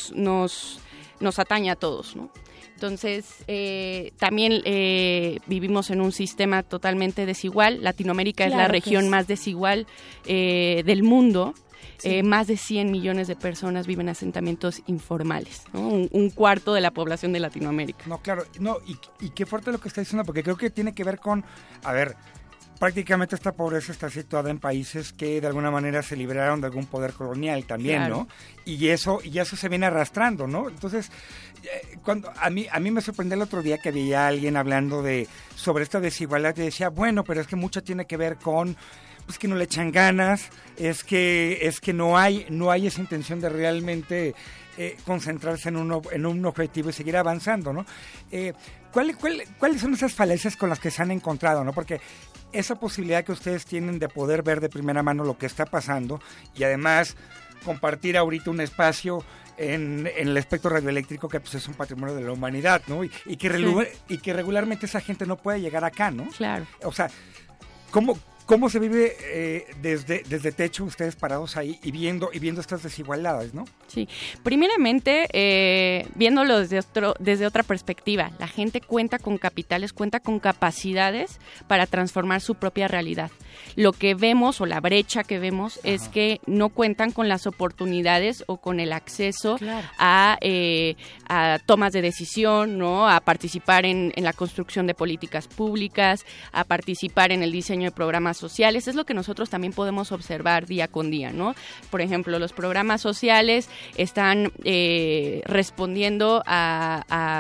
atañe a todos, ¿no? Entonces, también vivimos en un sistema totalmente desigual. Latinoamérica es la región más desigual del mundo. Sí. Más de 100 millones de personas viven en asentamientos informales, ¿no? Un cuarto de la población de Latinoamérica. No, claro, no, y qué fuerte lo que está diciendo, porque creo que tiene que ver con, prácticamente esta pobreza está situada en países que de alguna manera se liberaron de algún poder colonial también, claro, ¿no? Y eso se viene arrastrando, ¿no? Entonces, cuando a mí me sorprendió el otro día que veía a alguien hablando sobre esta desigualdad y decía, bueno, pero es que mucho tiene que ver con pues que no le echan ganas, es que no hay esa intención de realmente concentrarse en un objetivo y seguir avanzando, ¿no? ¿Cuáles son esas falencias con las que se han encontrado, ¿no? Porque esa posibilidad que ustedes tienen de poder ver de primera mano lo que está pasando y además compartir ahorita un espacio en el espectro radioeléctrico que pues es un patrimonio de la humanidad, ¿no? Y que regularmente esa gente no puede llegar acá, ¿no? Claro. O sea, ¿Cómo se vive desde techo ustedes parados ahí y viendo estas desigualdades, ¿no? Sí, primeramente viéndolo desde otra perspectiva, la gente cuenta con capitales, cuenta con capacidades para transformar su propia realidad. Lo que vemos o la brecha que vemos es que no cuentan con las oportunidades o con el acceso a tomas de decisión, ¿no? A participar en la construcción de políticas públicas, a participar en el diseño de programas sociales. Es lo que nosotros también podemos observar día con día, ¿no? Por ejemplo, los programas sociales están respondiendo a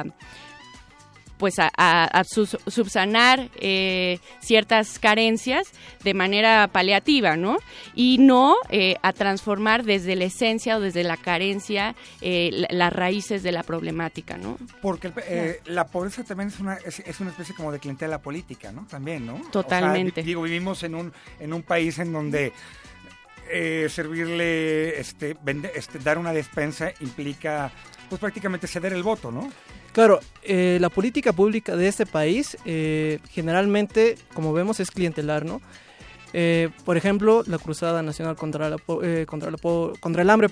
subsanar ciertas carencias de manera paliativa, ¿no? Y no a transformar desde la esencia o desde la carencia las raíces de la problemática, ¿no? Porque la pobreza también es una especie como de clientela política, ¿no? También, ¿no? Totalmente. O sea, vivimos en un país en donde servirle, dar una despensa implica, pues prácticamente ceder el voto, ¿no? Claro, la política pública de este país generalmente, como vemos, es clientelar, ¿no? Por ejemplo, la Cruzada Nacional contra el Hambre,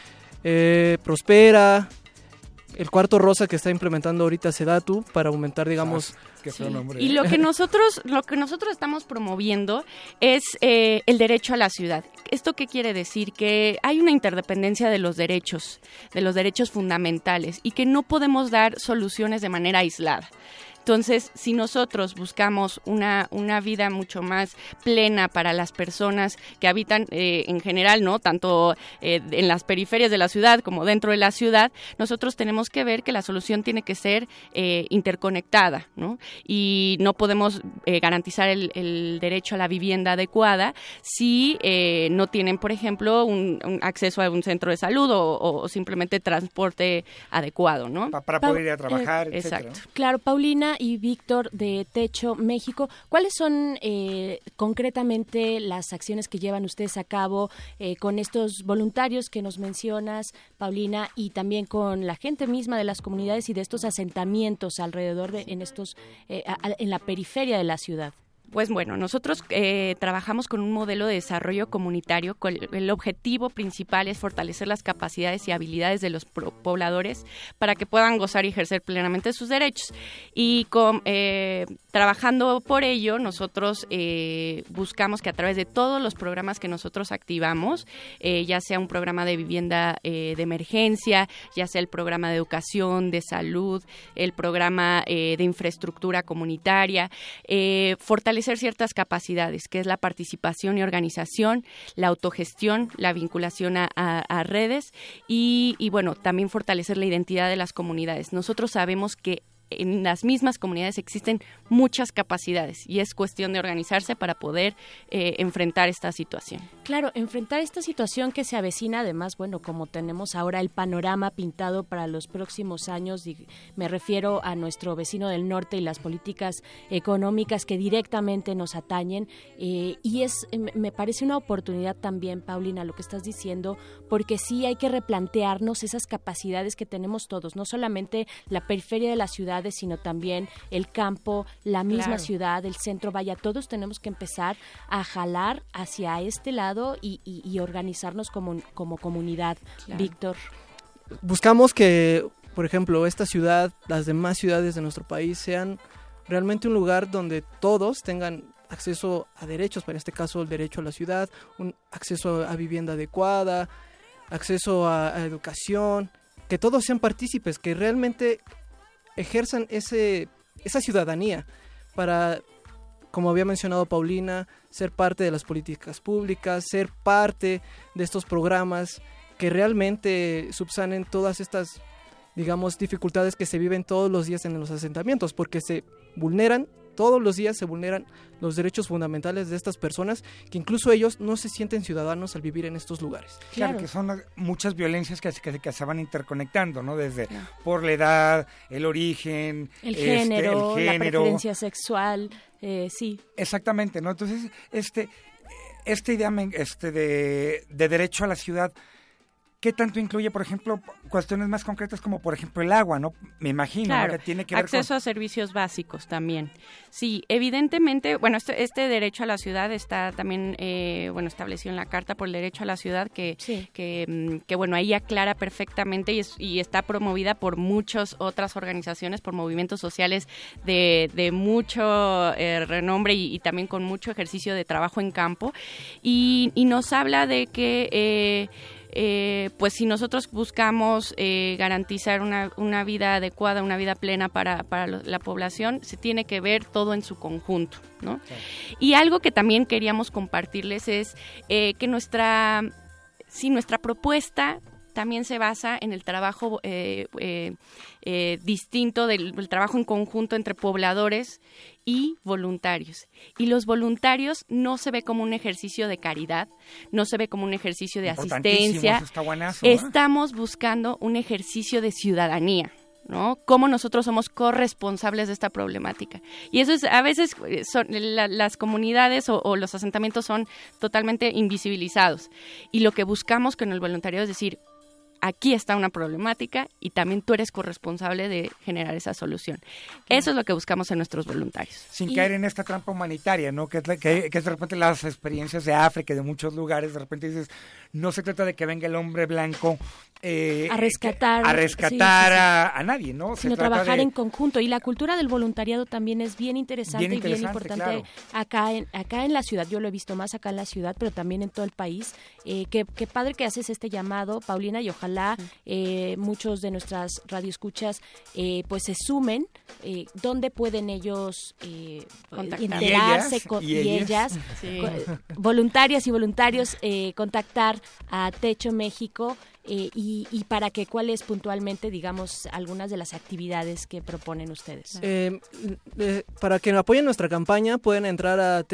prospera. El Cuarto Rosa que está implementando ahorita SEDATU para aumentar, digamos... Sí. Y lo que nosotros estamos promoviendo es el derecho a la ciudad. ¿Esto qué quiere decir? Que hay una interdependencia de los derechos fundamentales y que no podemos dar soluciones de manera aislada. Entonces, si nosotros buscamos una vida mucho más plena para las personas que habitan en general, ¿no? Tanto en las periferias de la ciudad como dentro de la ciudad, nosotros tenemos que ver que la solución tiene que ser interconectada, ¿no? Y no podemos garantizar el derecho a la vivienda adecuada si no tienen, por ejemplo, un acceso a un centro de salud o simplemente transporte adecuado, ¿no? Para poder ir a trabajar, etcétera. Exacto. Claro, Paulina y Víctor de Techo México, ¿cuáles son concretamente las acciones que llevan ustedes a cabo con estos voluntarios que nos mencionas, Paulina, y también con la gente misma de las comunidades y de estos asentamientos alrededor en la periferia de la ciudad? Pues bueno, nosotros trabajamos con un modelo de desarrollo comunitario. El objetivo principal es fortalecer las capacidades y habilidades de los pobladores para que puedan gozar y ejercer plenamente sus derechos. Y trabajando por ello, nosotros buscamos que a través de todos los programas que nosotros activamos, ya sea un programa de vivienda de emergencia, ya sea el programa de educación, de salud, el programa de infraestructura comunitaria, fortalecer ciertas capacidades, que es la participación y organización, la autogestión, la vinculación a redes y bueno, también fortalecer la identidad de las comunidades. Nosotros sabemos que en las mismas comunidades existen muchas capacidades y es cuestión de organizarse para poder enfrentar esta situación. Claro, enfrentar esta situación que se avecina, además, bueno, como tenemos ahora el panorama pintado para los próximos años, y me refiero a nuestro vecino del norte y las políticas económicas que directamente nos atañen, y me parece una oportunidad también, Paulina, lo que estás diciendo, porque sí hay que replantearnos esas capacidades que tenemos todos, no solamente la periferia de las ciudades, sino también el campo, la misma ciudad, el centro, vaya, todos tenemos que empezar a jalar hacia este lado y organizarnos como comunidad. Claro. Víctor. Buscamos que, por ejemplo, esta ciudad, las demás ciudades de nuestro país sean realmente un lugar donde todos tengan acceso a derechos, para este caso el derecho a la ciudad, un acceso a vivienda adecuada, acceso a educación, que todos sean partícipes, que realmente ejerzan esa ciudadanía para como había mencionado Paulina, ser parte de las políticas públicas, ser parte de estos programas que realmente subsanen todas estas, digamos, dificultades que se viven todos los días en los asentamientos, porque todos los días se vulneran los derechos fundamentales de estas personas, que incluso ellos no se sienten ciudadanos al vivir en estos lugares. Claro, que son muchas violencias que se van interconectando, ¿no? Desde por la edad, el origen, el género, la preferencia sexual, sí. Exactamente, ¿no? Entonces, esta idea de derecho a la ciudad, ¿qué tanto incluye, por ejemplo, cuestiones más concretas como, por ejemplo, el agua, ¿no? Me imagino, claro, ¿no? Que tiene que ver acceso a servicios básicos también. Sí, evidentemente, bueno, este derecho a la ciudad está también, establecido en la Carta por el Derecho a la Ciudad, que bueno, ahí aclara perfectamente y está promovida por muchas otras organizaciones, por movimientos sociales de mucho renombre y también con mucho ejercicio de trabajo en campo. Y nos habla de que pues si nosotros buscamos garantizar una vida adecuada, una vida plena para la población, se tiene que ver todo en su conjunto, ¿no? Sí. Y algo que también queríamos compartirles es que nuestra propuesta también se basa en el trabajo distinto del trabajo en conjunto entre pobladores y voluntarios. Y los voluntarios no se ve como un ejercicio de caridad, no se ve como un ejercicio de asistencia. Está buenazo, Estamos buscando un ejercicio de ciudadanía, ¿no? Cómo nosotros somos corresponsables de esta problemática. Y eso es, a veces las comunidades o los asentamientos son totalmente invisibilizados. Y lo que buscamos con el voluntariado es decir, aquí está una problemática y también tú eres corresponsable de generar esa solución. Eso es lo que buscamos en nuestros voluntarios. Sin caer en esta trampa humanitaria, ¿no? Que es de repente las experiencias de África y de muchos lugares, de repente dices, no se trata de que venga el hombre blanco a rescatar a nadie, ¿no? Sino trabajar en conjunto. Y la cultura del voluntariado también es bien interesante y bien importante, claro. acá en la ciudad. Yo lo he visto más acá en la ciudad, pero también en todo el país. Qué padre que haces este llamado, Paulina, y ojalá muchos de nuestras radioescuchas pues se sumen. ¿Dónde pueden ellos enterarse y ellas sí. Voluntarias y voluntarios contactar a Techo México y para que cuáles puntualmente, digamos, algunas de las actividades que proponen ustedes? Para que apoyen nuestra campaña pueden entrar a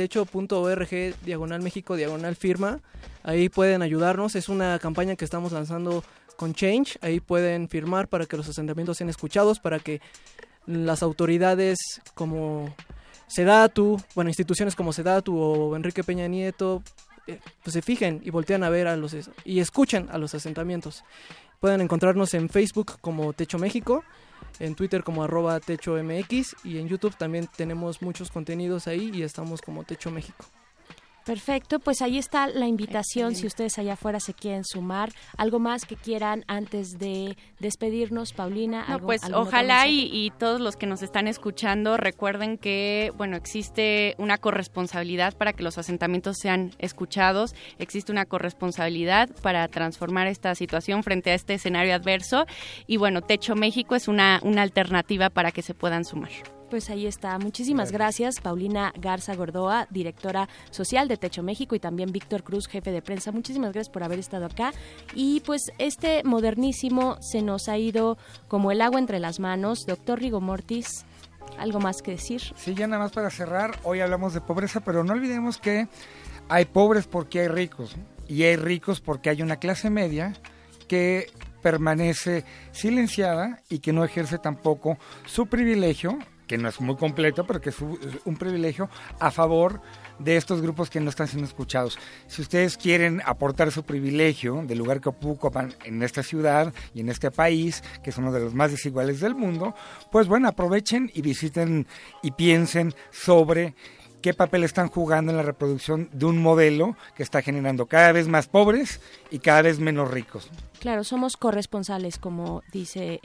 techo.org/México/firma. Ahí pueden ayudarnos. Es una campaña que estamos lanzando con Change. Ahí pueden firmar para que los asentamientos sean escuchados, para que las autoridades como SEDATU, instituciones como SEDATU o Enrique Peña Nieto, pues se fijen y voltean a ver y escuchen a los asentamientos. Pueden encontrarnos en Facebook como Techo México, en Twitter como @TechoMX y en YouTube también tenemos muchos contenidos ahí y estamos como Techo México. Perfecto, pues ahí está la invitación. Si ustedes allá afuera se quieren sumar. ¿Algo más que quieran antes de despedirnos, Paulina? No, pues ojalá y todos los que nos están escuchando recuerden que, existe una corresponsabilidad para que los asentamientos sean escuchados, existe una corresponsabilidad para transformar esta situación frente a este escenario adverso y Techo México es una alternativa para que se puedan sumar. Pues ahí está. Muchísimas gracias, Paulina Garza Gordoa, directora social de Techo México, y también Víctor Cruz, jefe de prensa. Muchísimas gracias por haber estado acá. Y pues este modernísimo se nos ha ido como el agua entre las manos. Doctor Rigor Mortis, ¿algo más que decir? Sí, ya nada más para cerrar. Hoy hablamos de pobreza, pero no olvidemos que hay pobres porque hay ricos, y hay ricos porque hay una clase media que permanece silenciada y que no ejerce tampoco su privilegio, que no es muy completo, pero que es un privilegio a favor de estos grupos que no están siendo escuchados. Si ustedes quieren aportar su privilegio del lugar que ocupan en esta ciudad y en este país, que es uno de los más desiguales del mundo, pues aprovechen y visiten y piensen sobre qué papel están jugando en la reproducción de un modelo que está generando cada vez más pobres y cada vez menos ricos. Claro, somos corresponsables, como dice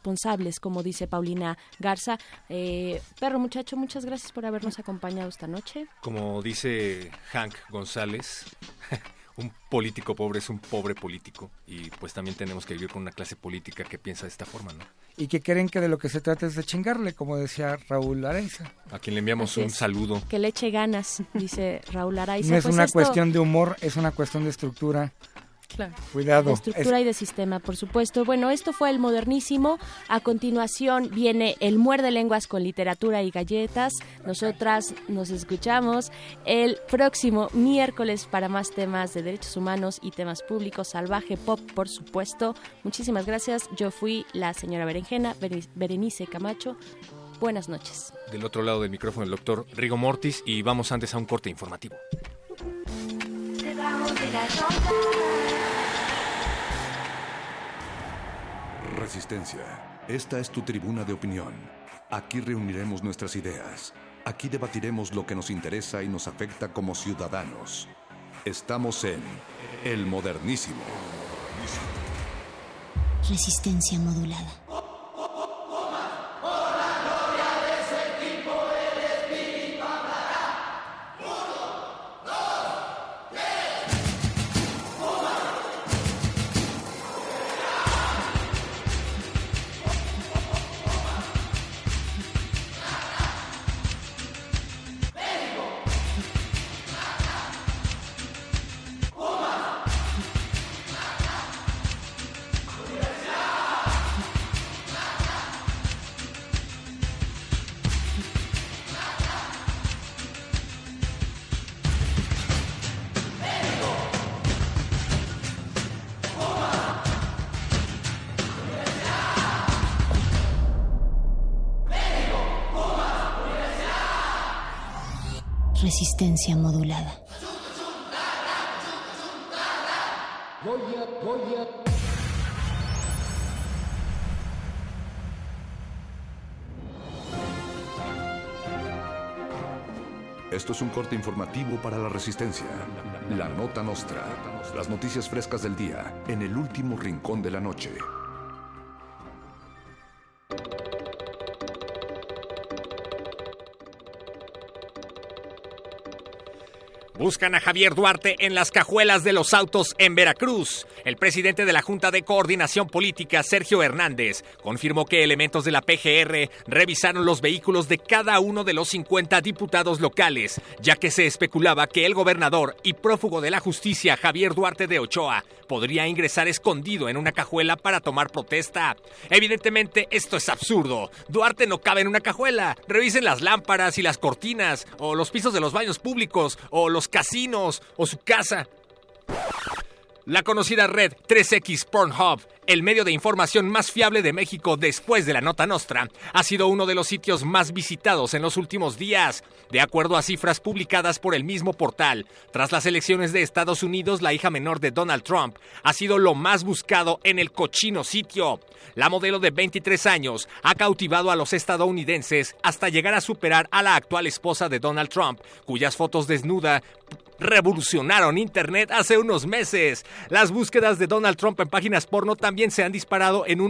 Paulina Garza. Perro Muchacho, muchas gracias por habernos acompañado esta noche. Como dice Hank González, Un político pobre es un pobre político y pues también tenemos que vivir con una clase política que piensa de esta forma, ¿no? Y que creen que de lo que se trata es de chingarle, como decía Raúl Araiza. A quien le enviamos un saludo. Que le eche ganas, dice Raúl Araiza. No es una cuestión de humor, es una cuestión de estructura. Claro. Cuidado. De estructura y de sistema, por supuesto. Bueno, esto fue El Modernísimo. A continuación viene El Muerde Lenguas con literatura y galletas. Nosotras nos escuchamos el próximo miércoles para más temas de derechos humanos y temas públicos. Salvaje Pop, por supuesto. Muchísimas gracias. Yo fui la señora Berenjena, Berenice Camacho. Buenas noches. Del otro lado del micrófono el doctor Rigo Mortis y vamos antes a un corte informativo. Resistencia. Esta es tu tribuna de opinión. Aquí reuniremos nuestras ideas. Aquí debatiremos lo que nos interesa y nos afecta como ciudadanos. Estamos en El Modernísimo. Resistencia modulada. Resistencia modulada. Esto es un corte informativo para la Resistencia. La Nota Nostra. Las noticias frescas del día en el último rincón de la noche. Buscan a Javier Duarte en las cajuelas de los autos en Veracruz. El presidente de la Junta de Coordinación Política, Sergio Hernández, confirmó que elementos de la PGR revisaron los vehículos de cada uno de los 50 diputados locales, ya que se especulaba que el gobernador y prófugo de la justicia, Javier Duarte de Ochoa, podría ingresar escondido en una cajuela para tomar protesta. Evidentemente, esto es absurdo. Duarte no cabe en una cajuela. Revisen las lámparas y las cortinas, o los pisos de los baños públicos, o los casinos, o su casa. La conocida red 3X Pornhub, el medio de información más fiable de México después de la Nota Nostra, ha sido uno de los sitios más visitados en los últimos días. De acuerdo a cifras publicadas por el mismo portal, tras las elecciones de Estados Unidos, la hija menor de Donald Trump ha sido lo más buscado en el cochino sitio. La modelo de 23 años ha cautivado a los estadounidenses hasta llegar a superar a la actual esposa de Donald Trump, cuyas fotos desnuda revolucionaron Internet hace unos meses. Las búsquedas de Donald Trump en páginas porno también se han disparado en un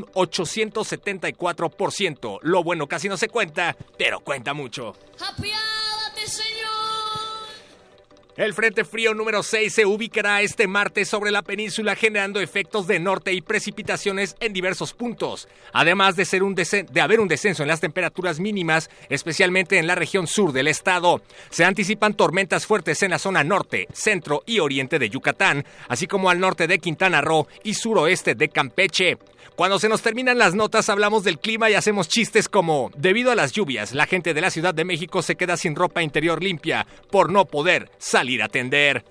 874%. Lo bueno casi no se cuenta, pero cuenta mucho. ¡Apiádate, Señor! El Frente Frío número 6 se ubicará este martes sobre la península, generando efectos de norte y precipitaciones en diversos puntos, además de haber un descenso en las temperaturas mínimas, especialmente en la región sur del estado. Se anticipan tormentas fuertes en la zona norte, centro y oriente de Yucatán, así como al norte de Quintana Roo y suroeste de Campeche. Cuando se nos terminan las notas hablamos del clima y hacemos chistes como: debido a las lluvias, la gente de la Ciudad de México se queda sin ropa interior limpia por no poder salir a tender.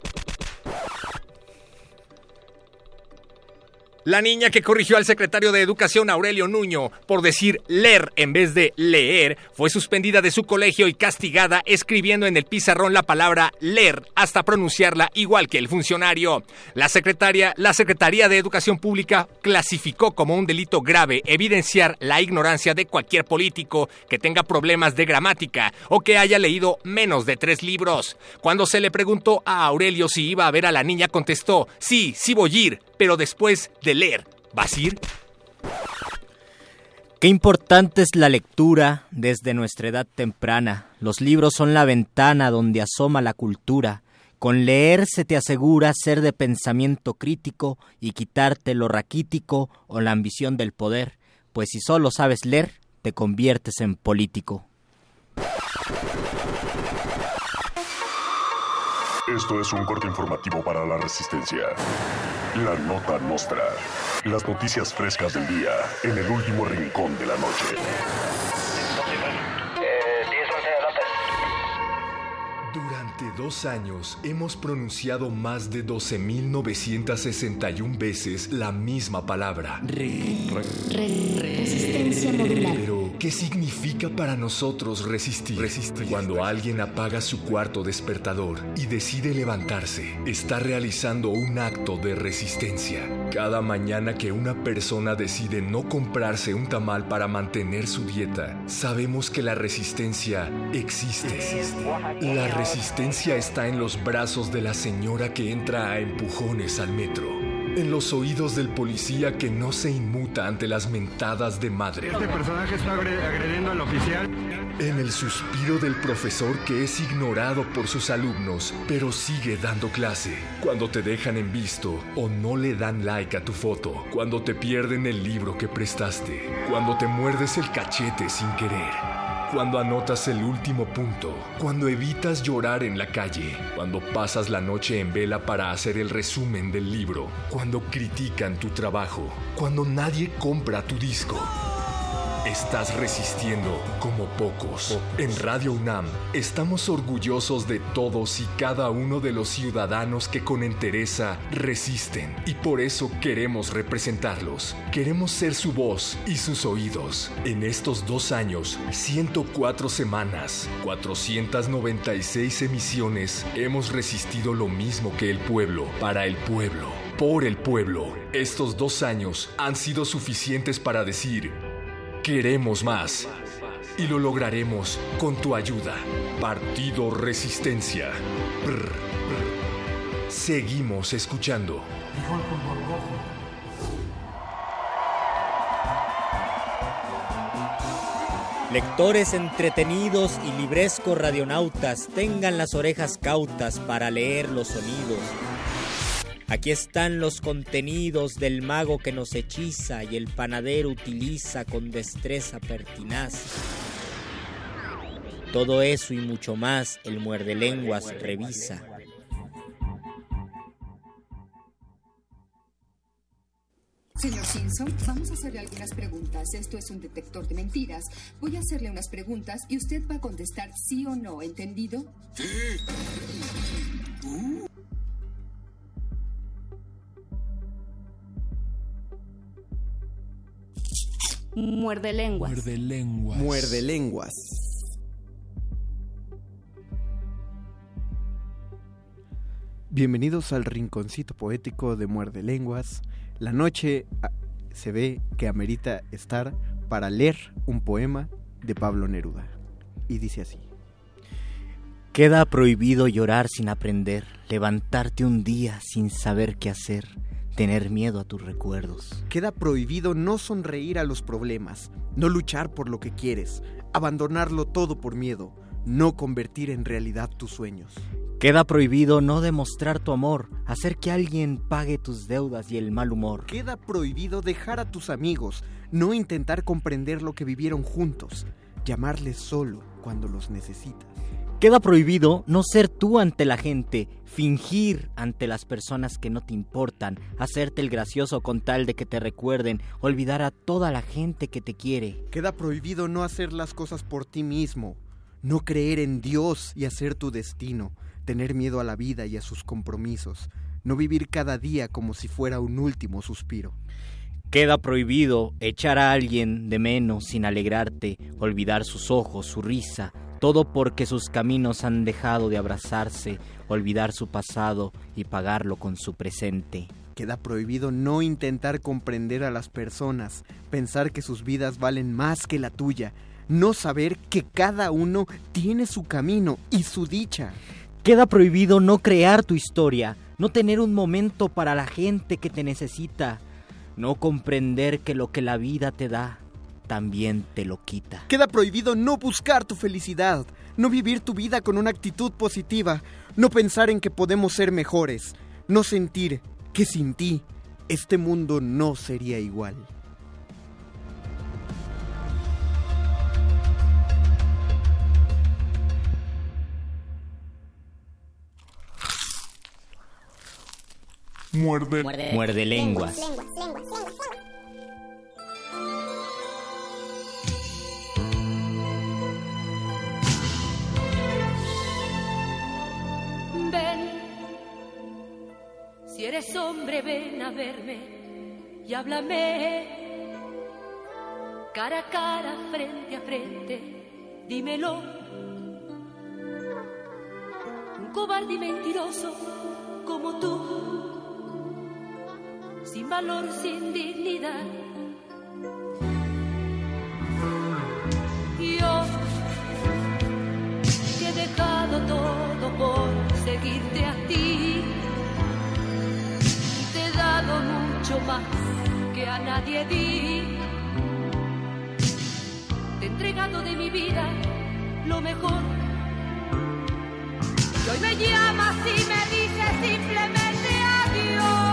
La niña que corrigió al secretario de Educación, Aurelio Nuño, por decir leer en vez de leer, fue suspendida de su colegio y castigada escribiendo en el pizarrón la palabra leer hasta pronunciarla igual que el funcionario. La Secretaría de Educación Pública clasificó como un delito grave evidenciar la ignorancia de cualquier político que tenga problemas de gramática o que haya leído menos de 3 libros. Cuando se le preguntó a Aurelio si iba a ver a la niña, contestó: sí voy a ir, pero después de leer. ¿Vas a ir? Qué importante es la lectura desde nuestra edad temprana. Los libros son la ventana donde asoma la cultura. Con leer se te asegura ser de pensamiento crítico y quitarte lo raquítico o la ambición del poder, pues si solo sabes leer, te conviertes en político. Esto es un corte informativo para la Resistencia. La Nota Nostra. Las noticias frescas del día en el último rincón de la noche. Durante 2 años hemos pronunciado más de 12.961 veces la misma palabra. Resistencia modulada. Pero, ¿qué significa para nosotros resistir? Cuando alguien apaga su cuarto despertador y decide levantarse, está realizando un acto de resistencia. Cada mañana que una persona decide no comprarse un tamal para mantener su dieta, sabemos que la resistencia existe. La resistencia está en los brazos de la señora que entra a empujones al metro, en los oídos del policía que no se inmuta ante las mentadas de madre. Este personaje está agrediendo al oficial. En el suspiro del profesor que es ignorado por sus alumnos, pero sigue dando clase. Cuando te dejan en visto o no le dan like a tu foto. Cuando te pierden el libro que prestaste. Cuando te muerdes el cachete sin querer. Cuando anotas el último punto, cuando evitas llorar en la calle, cuando pasas la noche en vela para hacer el resumen del libro, cuando critican tu trabajo, cuando nadie compra tu disco. Estás resistiendo como pocos. En Radio UNAM estamos orgullosos de todos y cada uno de los ciudadanos que con entereza resisten. Y por eso queremos representarlos. Queremos ser su voz y sus oídos. En estos 2 años, 104 semanas, 496 emisiones, hemos resistido lo mismo que el pueblo, para el pueblo, por el pueblo. Estos 2 años han sido suficientes para decir: queremos más. Y lo lograremos con tu ayuda. Partido Resistencia. Brr, brr. Seguimos escuchando. Lectores entretenidos y librescos radionautas, tengan las orejas cautas para leer los sonidos. Aquí están los contenidos del mago que nos hechiza y el panadero utiliza con destreza pertinaz. Todo eso y mucho más el muerdelenguas revisa. Señor Simpson, vamos a hacerle algunas preguntas. Esto es un detector de mentiras. Voy a hacerle unas preguntas y usted va a contestar sí o no, ¿entendido? Sí. Muerde lenguas. Muerde lenguas. Muerde lenguas. Bienvenidos al rinconcito poético de Muerde lenguas. La noche se ve que amerita estar para leer un poema de Pablo Neruda. Y dice así: queda prohibido llorar sin aprender, levantarte un día sin saber qué hacer, tener miedo a tus recuerdos. Queda prohibido no sonreír a los problemas, no luchar por lo que quieres, abandonarlo todo por miedo, no convertir en realidad tus sueños. Queda prohibido no demostrar tu amor, hacer que alguien pague tus deudas y el mal humor. Queda prohibido dejar a tus amigos, no intentar comprender lo que vivieron juntos, llamarles solo cuando los necesitas. Queda prohibido no ser tú ante la gente, fingir ante las personas que no te importan, hacerte el gracioso con tal de que te recuerden, olvidar a toda la gente que te quiere. Queda prohibido no hacer las cosas por ti mismo, no creer en Dios y hacer tu destino, tener miedo a la vida y a sus compromisos, no vivir cada día como si fuera un último suspiro. Queda prohibido echar a alguien de menos sin alegrarte, olvidar sus ojos, su risa, todo porque sus caminos han dejado de abrazarse, olvidar su pasado y pagarlo con su presente. Queda prohibido no intentar comprender a las personas, pensar que sus vidas valen más que la tuya, no saber que cada uno tiene su camino y su dicha. Queda prohibido no crear tu historia, no tener un momento para la gente que te necesita, no comprender que lo que la vida te da también te lo quita. Queda prohibido no buscar tu felicidad, no vivir tu vida con una actitud positiva, no pensar en que podemos ser mejores, no sentir que sin ti este mundo no sería igual. Muerde lenguas. Ven, si eres hombre, ven a verme y háblame cara a cara, frente a frente, dímelo. Un cobarde y mentiroso como tú, sin valor, sin dignidad. Yo, que he dejado todo por seguirte a ti, te he dado mucho más que a nadie di. Te he entregado de mi vida lo mejor. Y hoy me llamas y me dices simplemente adiós.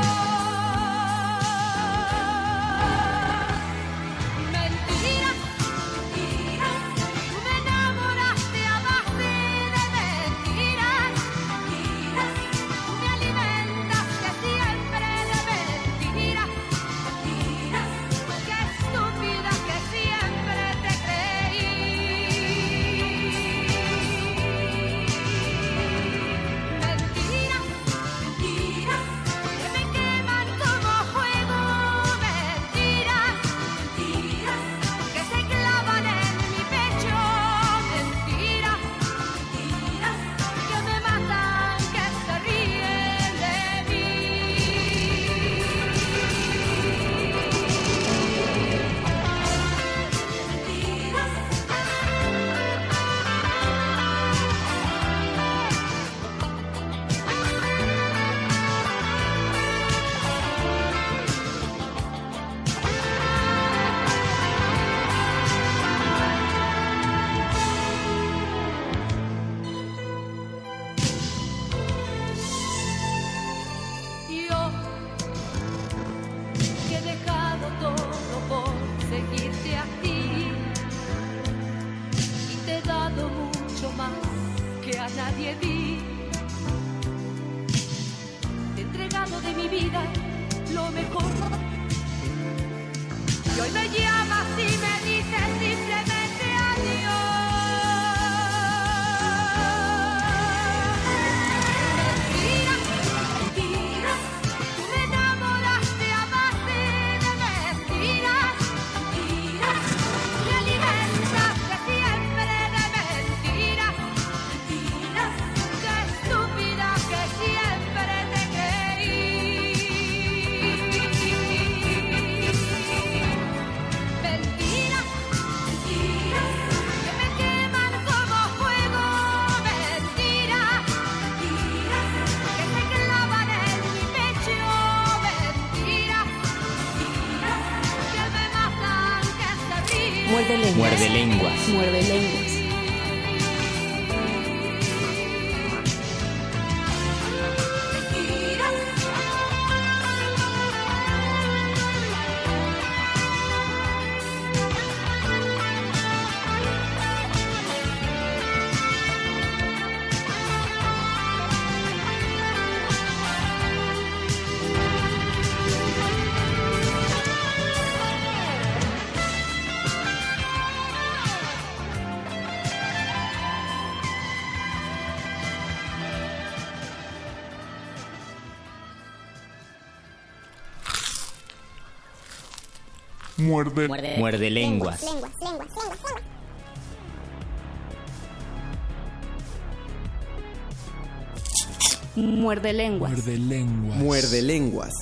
Muerde lenguas. Muerde lenguas. Muerde lenguas. Muerde lenguas. Muerde lenguas.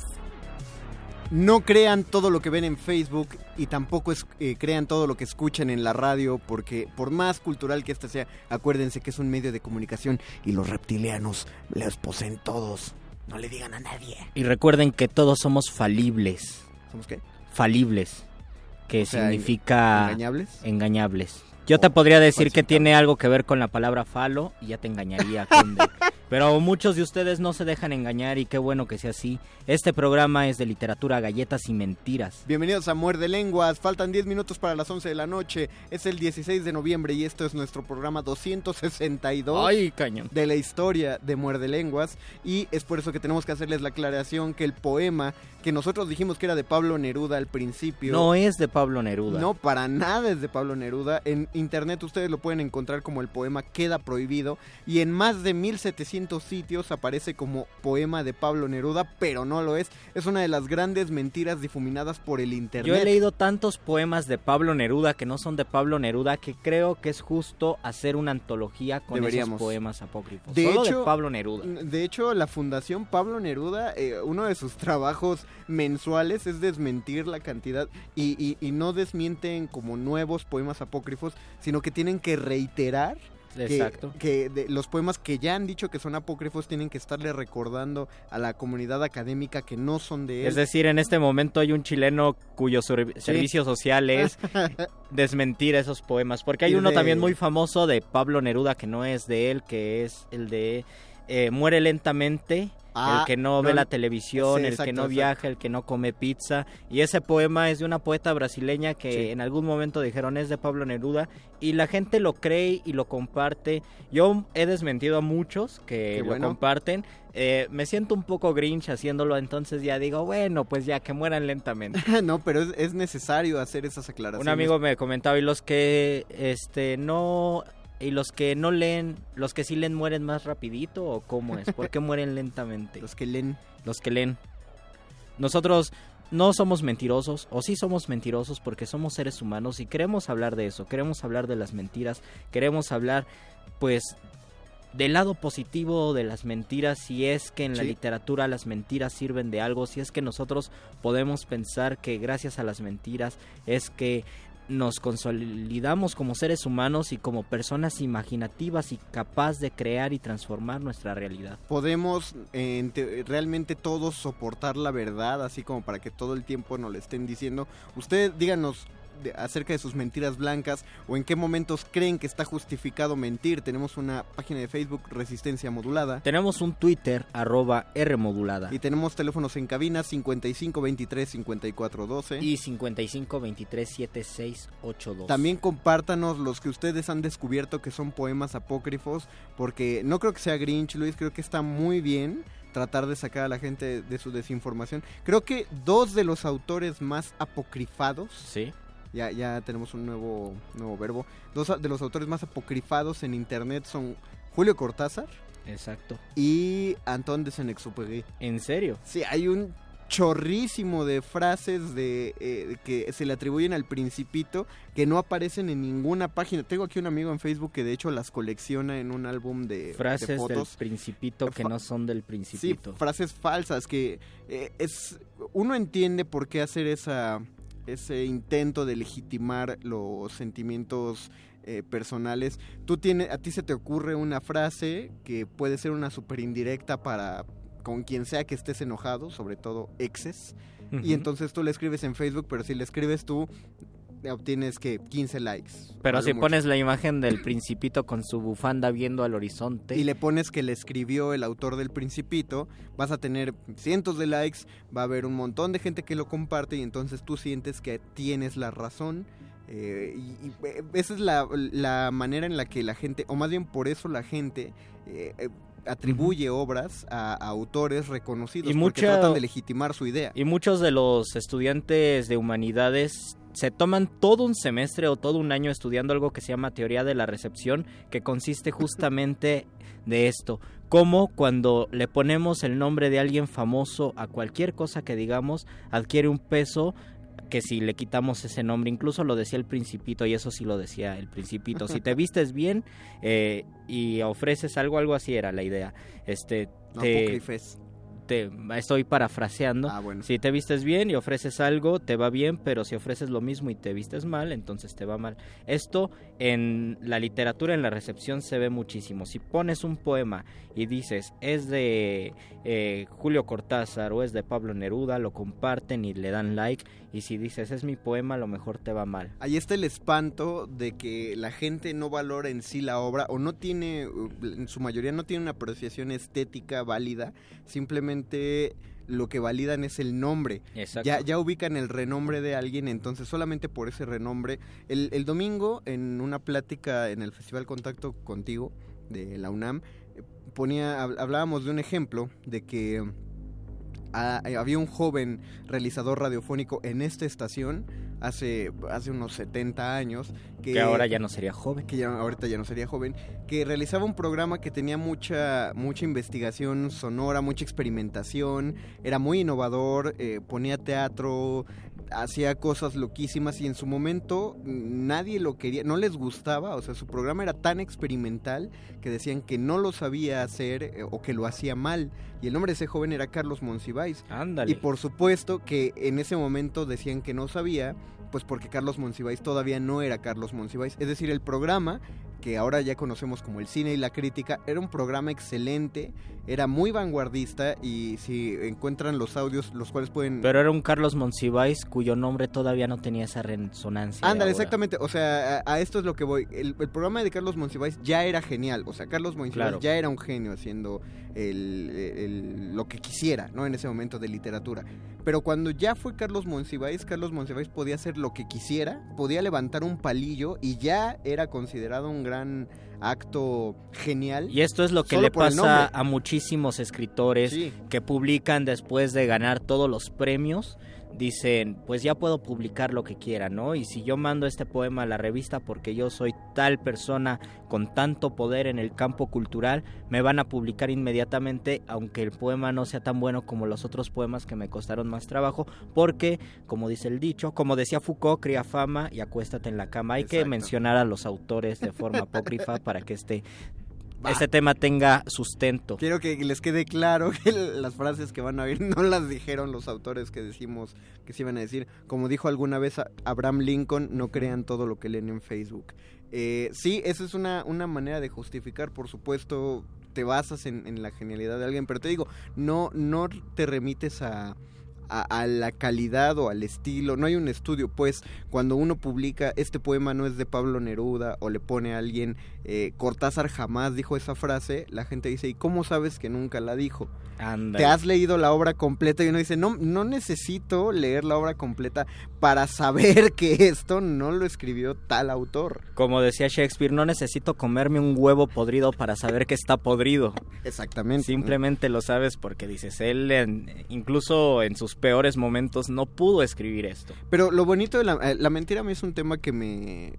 No crean todo lo que ven en Facebook y tampoco crean todo lo que escuchan en la radio, porque por más cultural que esta sea, acuérdense que es un medio de comunicación y los reptilianos les poseen todos. No le digan a nadie. Y recuerden que todos somos falibles. ¿Somos qué? Falibles, que O sea, significa... ¿engañables? Engañables. Yo te podría decir que tiene algo que ver con la palabra falo y ya te engañaría, Conde. Pero muchos de ustedes no se dejan engañar y qué bueno que sea así. Este programa es de literatura, galletas y mentiras. Bienvenidos a Muerde Lenguas. Faltan 10 minutos para las 11 de la noche. Es el 16 de noviembre y esto es nuestro programa 262. ¡Ay, cañón! De la historia de Muerde Lenguas. Y es por eso que tenemos que hacerles la aclaración que el poema que nosotros dijimos que era de Pablo Neruda al principio... No es de Pablo Neruda. No, para nada es de Pablo Neruda. En internet ustedes lo pueden encontrar como el poema Queda Prohibido. Y en más de 1700 sitios aparece como poema de Pablo Neruda, pero no lo es. Es una de las grandes mentiras difuminadas por el internet. Yo he leído tantos poemas de Pablo Neruda que no son de Pablo Neruda que creo que es justo hacer una antología con esos poemas apócrifos. De Solo hecho, de Pablo Neruda. De hecho, la Fundación Pablo Neruda, uno de sus trabajos mensuales es desmentir la cantidad y no desmienten como nuevos poemas apócrifos, sino que tienen que reiterar que los poemas que ya han dicho que son apócrifos tienen que estarle recordando a la comunidad académica que no son de él. Es decir, en este momento hay un chileno cuyo servicio social es desmentir esos poemas, porque hay uno también muy famoso de Pablo Neruda que no es de él, que es el de Muere lentamente. El que no ve la televisión, sí, el que no viaja, el que no come pizza. Y ese poema es de una poeta brasileña que en algún momento dijeron es de Pablo Neruda. Y la gente lo cree y lo comparte. Yo he desmentido a muchos que lo comparten. Me siento un poco Grinch haciéndolo, entonces ya digo, bueno, pues ya, que mueran lentamente. No, pero es necesario hacer esas aclaraciones. Un amigo me comentaba, y los que no... ¿Y los que no leen, los que sí leen mueren más rapidito o cómo es? ¿Por qué mueren lentamente? Los que leen. Los que leen. Nosotros no somos mentirosos, o sí somos mentirosos porque somos seres humanos y queremos hablar de eso, queremos hablar de las mentiras, queremos hablar, pues, del lado positivo de las mentiras, si es que en la literatura las mentiras sirven de algo, si es que nosotros podemos pensar que gracias a las mentiras es que nos consolidamos como seres humanos y como personas imaginativas y capaz de crear y transformar nuestra realidad. Podemos realmente todos soportar la verdad, así como para que todo el tiempo nos lo estén diciendo. Ustedes díganos acerca de sus mentiras blancas o en qué momentos creen que está justificado mentir. Tenemos una página de Facebook, Resistencia Modulada. Tenemos un Twitter, @Rmodulada. Y tenemos teléfonos en cabina 5523-5412 y 5523-7682. También compártanos los que ustedes han descubierto que son poemas apócrifos, porque no creo que sea Grinch, Luis, creo que está muy bien tratar de sacar a la gente de su desinformación. Creo que dos de los autores más apocrifados... Sí. Ya tenemos un nuevo verbo. Dos de los autores más apocrifados en internet son Julio Cortázar. Exacto. Y Antoine de Saint-Exupéry. ¿En serio? Sí, hay un chorrísimo de frases que se le atribuyen al Principito que no aparecen en ninguna página. Tengo aquí un amigo en Facebook que de hecho las colecciona en un álbum de frases de fotos del Principito que no son del Principito. Sí, frases falsas que uno entiende por qué hacer ese intento de legitimar los sentimientos personales. A ti se te ocurre una frase que puede ser una súper indirecta para con quien sea que estés enojado, sobre todo exes, y entonces tú le escribes en Facebook, pero si le escribes tú obtienes que 15 likes. Pero si pones la imagen del Principito con su bufanda viendo al horizonte y le pones que le escribió el autor del Principito, vas a tener cientos de likes, va a haber un montón de gente que lo comparte y entonces tú sientes que tienes la razón. Y esa es la manera en la que la gente, o más bien por eso la gente atribuye obras a autores reconocidos, porque tratan de legitimar su idea. Y muchos de los estudiantes de humanidades se toman todo un semestre o todo un año estudiando algo que se llama teoría de la recepción, que consiste justamente de esto. Cómo cuando le ponemos el nombre de alguien famoso a cualquier cosa que digamos, adquiere un peso que si le quitamos ese nombre. Incluso lo decía el Principito, y eso sí lo decía el Principito. Si te vistes bien y ofreces algo así era la idea. Apócrifes. estoy parafraseando. Bueno. Si te vistes bien y ofreces algo, te va bien, pero si ofreces lo mismo y te vistes mal, entonces te va mal. Esto en la literatura, en la recepción, se ve muchísimo. Si pones un poema y dices, es de Julio Cortázar o es de Pablo Neruda, lo comparten y le dan like. Y si dices, es mi poema, a lo mejor te va mal. Ahí está el espanto de que la gente no valora en sí la obra, o no tiene, en su mayoría no tiene una apreciación estética válida, simplemente lo que validan es el nombre. Ya ubican el renombre de alguien, entonces solamente por ese renombre. El domingo, en una plática en el Festival Contacto Contigo de la UNAM, hablábamos de un ejemplo de que había un joven realizador radiofónico en esta estación hace unos 70 años que ahora ya no sería joven, ahorita ya no sería joven, que realizaba un programa que tenía mucha investigación sonora, mucha experimentación, era muy innovador, ponía teatro, hacía cosas loquísimas, y en su momento nadie lo quería, no les gustaba. O sea, su programa era tan experimental que decían que no lo sabía hacer o que lo hacía mal, y el nombre de ese joven era Carlos Monsiváis. Ándale. Y por supuesto que en ese momento decían que no sabía, pues porque Carlos Monsiváis todavía no era Carlos Monsiváis. Es decir, el programa que ahora ya conocemos como El Cine y la Crítica era un programa excelente, era muy vanguardista, y si encuentran los audios, los cuales pueden... Pero era un Carlos Monsiváis cuyo nombre todavía no tenía esa resonancia. Ándale, exactamente, o sea, a esto es lo que voy. El programa de Carlos Monsiváis ya era genial, o sea, Carlos Monsiváis ya era un genio haciendo lo que quisiera, ¿no? En ese momento de literatura. Pero cuando ya fue Carlos Monsiváis podía hacer lo que quisiera, podía levantar un palillo y ya era considerado un gran acto genial. Y esto es lo que le pasa a muchísimos escritores que publican después de ganar todos los premios. Dicen, pues ya puedo publicar lo que quiera, ¿no? Y si yo mando este poema a la revista porque yo soy tal persona con tanto poder en el campo cultural, me van a publicar inmediatamente, aunque el poema no sea tan bueno como los otros poemas que me costaron más trabajo, porque, como dice el dicho, como decía Foucault, cría fama y acuéstate en la cama. Hay que mencionar a los autores de forma apócrifa para que este tema tenga sustento. Quiero que les quede claro que las frases que van a oír no las dijeron los autores que decimos que se iban a decir. Como dijo alguna vez Abraham Lincoln, no crean todo lo que leen en Facebook. Sí, esa es una manera de justificar, por supuesto, te basas en la genialidad de alguien, pero te digo, no te remites a la calidad o al estilo, no hay un estudio. Pues cuando uno publica este poema no es de Pablo Neruda, o le pone a alguien Cortázar jamás dijo esa frase, la gente dice, ¿y cómo sabes que nunca la dijo? Anda. Te has leído la obra completa, y uno dice, no necesito leer la obra completa para saber que esto no lo escribió tal autor. Como decía Shakespeare, no necesito comerme un huevo podrido para saber que está podrido. Exactamente. Simplemente lo sabes porque dices, él incluso en sus peores momentos no pudo escribir esto. Pero lo bonito de la mentira a mí es un tema que me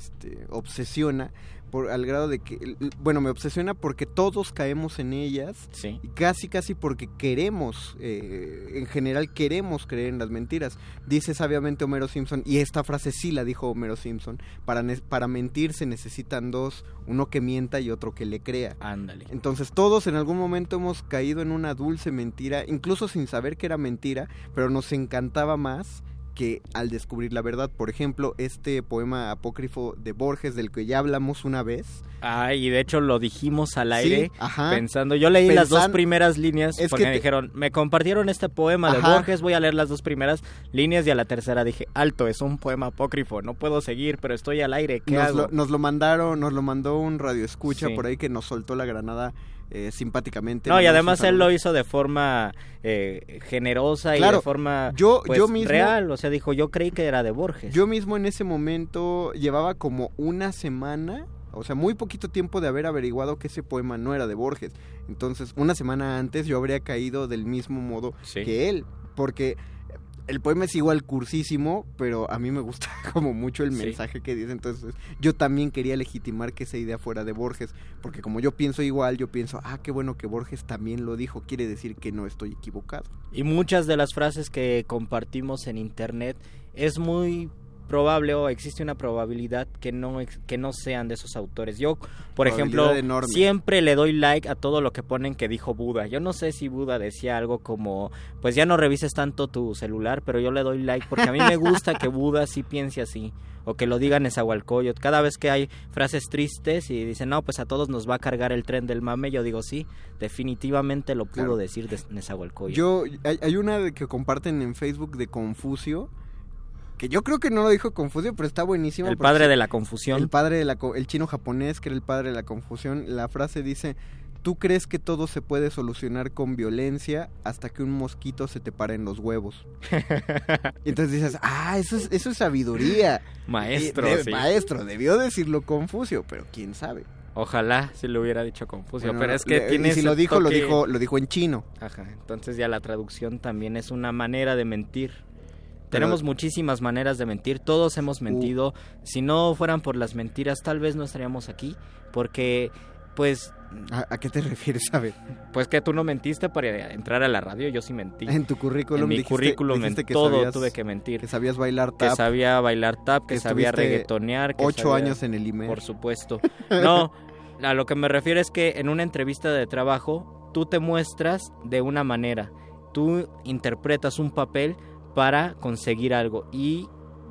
obsesiona, al grado de que, me obsesiona porque todos caemos en ellas, sí. Y casi porque queremos, en general queremos creer en las mentiras. Dice sabiamente Homero Simpson, y esta frase sí la dijo Homero Simpson, para mentir se necesitan dos, uno que mienta y otro que le crea. Ándale. Entonces todos en algún momento hemos caído en una dulce mentira, incluso sin saber que era mentira, pero nos encantaba más que al descubrir la verdad. Por ejemplo, este poema apócrifo de Borges, del que ya hablamos una vez. Y de hecho lo dijimos al aire, sí, pensando, yo leí las dos primeras líneas, porque me dijeron, me compartieron este poema de Borges, voy a leer las dos primeras líneas, y a la tercera dije, alto, es un poema apócrifo, no puedo seguir, pero estoy al aire, ¿qué hago? Nos lo mandó un radioescucha por ahí que nos soltó la granada simpáticamente. No, y además él lo hizo de forma generosa, claro, y de forma yo mismo, real, o sea, dijo, yo creí que era de Borges. Yo mismo en ese momento llevaba como una semana, o sea, muy poquito tiempo de haber averiguado que ese poema no era de Borges. Entonces, una semana antes yo habría caído del mismo modo que él, porque el poema es igual cursísimo, pero a mí me gusta como mucho el mensaje que dice. Entonces yo también quería legitimar que esa idea fuera de Borges, porque como yo pienso igual, yo pienso, qué bueno que Borges también lo dijo, quiere decir que no estoy equivocado. Y muchas de las frases que compartimos en internet es muy probable o existe una probabilidad que no sean de esos autores. Yo, por ejemplo, enorme. Siempre le doy like a todo lo que ponen que dijo Buda. Yo no sé si Buda decía algo como, pues ya no revises tanto tu celular, pero yo le doy like porque a mí me gusta que Buda sí piense así, o que lo diga Nezahualcóyotl. Cada vez que hay frases tristes y dicen, no, pues a todos nos va a cargar el tren del mame, yo digo, sí, definitivamente lo pudo decir Nezahualcóyotl. Hay una que comparten en Facebook de Confucio, que yo creo que no lo dijo Confucio, pero está buenísima. El padre de la confusión. El chino japonés, que era el padre de la confusión. La frase dice: tú crees que todo se puede solucionar con violencia hasta que un mosquito se te para en los huevos. Y entonces dices, eso es sabiduría. Maestro, sí. Maestro, debió decirlo Confucio, pero quién sabe. Ojalá si lo hubiera dicho Confucio, Bueno, pero es que tiene si lo dijo en chino. Ajá, entonces ya la traducción también es una manera de mentir. Tenemos muchísimas maneras de mentir, todos hemos mentido. Si no fueran por las mentiras, tal vez no estaríamos aquí, porque, pues... ¿A qué te refieres, a ver? Pues que tú no mentiste para entrar a la radio, yo sí mentí. En tu currículum en mi currículum, en todo tuve que mentir. Que sabías bailar tap. Que sabía bailar tap, que sabía reggaetonear. Que 8 años en el IMER. Por supuesto. No, a lo que me refiero es que en una entrevista de trabajo, tú te muestras de una manera. Tú interpretas un papel para conseguir algo y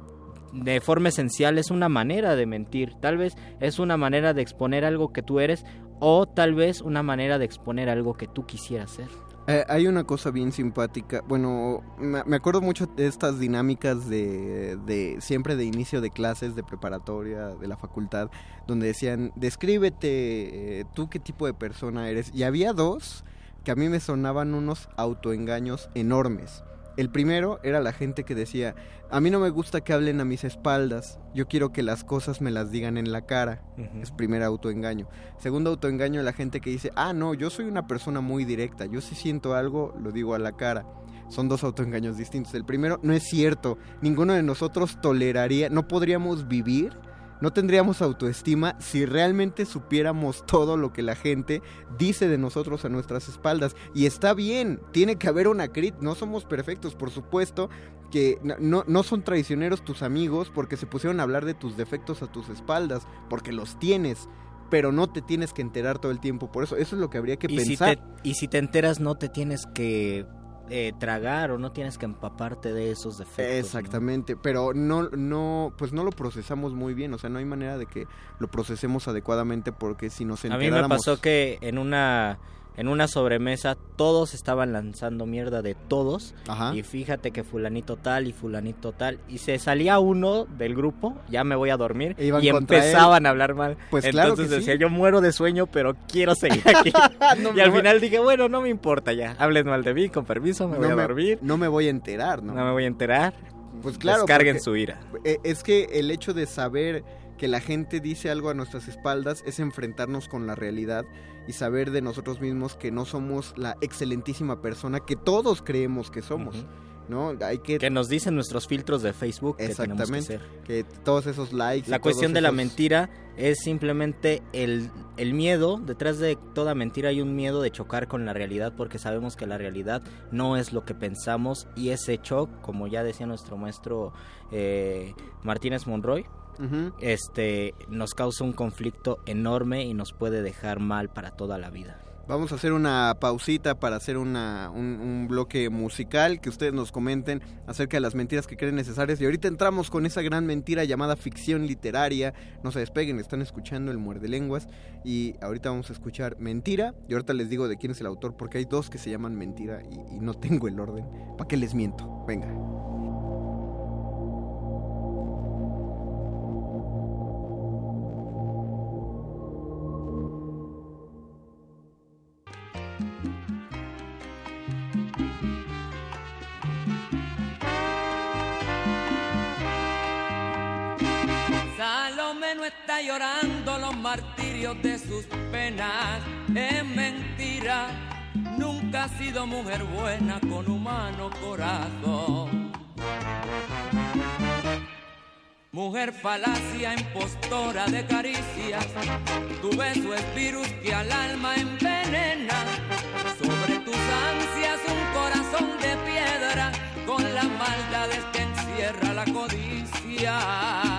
de forma esencial es una manera de mentir. Tal vez es una manera de exponer algo que tú eres o tal vez una manera de exponer algo que tú quisieras ser. Hay una cosa bien simpática. Bueno, me acuerdo mucho de estas dinámicas de siempre de inicio de clases de preparatoria de la facultad, donde decían, descríbete tú qué tipo de persona eres. Y había dos que a mí me sonaban unos autoengaños enormes. El primero era la gente que decía, a mí no me gusta que hablen a mis espaldas, yo quiero que las cosas me las digan en la cara. Es primer autoengaño. Segundo autoengaño, la gente que dice, no, yo soy una persona muy directa, yo si siento algo, lo digo a la cara. Son dos autoengaños distintos. El primero, no es cierto, ninguno de nosotros toleraría, no podríamos vivir, no tendríamos autoestima si realmente supiéramos todo lo que la gente dice de nosotros a nuestras espaldas. Y está bien, tiene que haber una crítica, no somos perfectos, por supuesto, que no son traicioneros tus amigos porque se pusieron a hablar de tus defectos a tus espaldas, porque los tienes, pero no te tienes que enterar todo el tiempo. Por eso es lo que habría que pensar. Si te enteras, no te tienes que tragar o no tienes que empaparte de esos defectos. Exactamente, ¿no? Pero pues no lo procesamos muy bien, o sea, no hay manera de que lo procesemos adecuadamente, porque si nos enteráramos... A mí me pasó que en una sobremesa todos estaban lanzando mierda de todos. Ajá. Y fíjate que fulanito tal y se salía uno del grupo, ya me voy a dormir, y empezaban a hablar mal. Pues entonces claro que decía, sí. yo muero de sueño, pero quiero seguir aquí. Y al final dije, bueno, no me importa ya, hablen mal de mí, con permiso, me voy a dormir. No me voy a enterar, ¿no? No me voy a enterar. Pues claro. Descarguen su ira. Es que el hecho de saber que la gente dice algo a nuestras espaldas es enfrentarnos con la realidad y saber de nosotros mismos que no somos la excelentísima persona que todos creemos que somos. ¿No? Que nos dicen nuestros filtros de Facebook que tenemos que ser. Que todos esos likes. La cuestión de la mentira es simplemente el miedo. Detrás de toda mentira hay un miedo de chocar con la realidad, porque sabemos que la realidad no es lo que pensamos, y ese hecho, como ya decía nuestro maestro Martínez Monroy, nos causa un conflicto enorme y nos puede dejar mal para toda la vida. Vamos a hacer una pausita para hacer un bloque musical, que ustedes nos comenten acerca de las mentiras que creen necesarias, y ahorita entramos con esa gran mentira llamada ficción literaria. No se despeguen, están escuchando el Muerde Lenguas, y ahorita vamos a escuchar Mentira, y ahorita les digo de quién es el autor, porque hay dos que se llaman Mentira y no tengo el orden. ¿Para qué les miento? Venga. Salomé no está llorando los martirios de sus penas, es mentira, nunca ha sido mujer buena con humano corazón. Mujer falacia, impostora de caricias, tu beso es virus que al alma envenena. Sobre tus ansias un corazón de piedra con las maldades que encierra. encierra la codicia.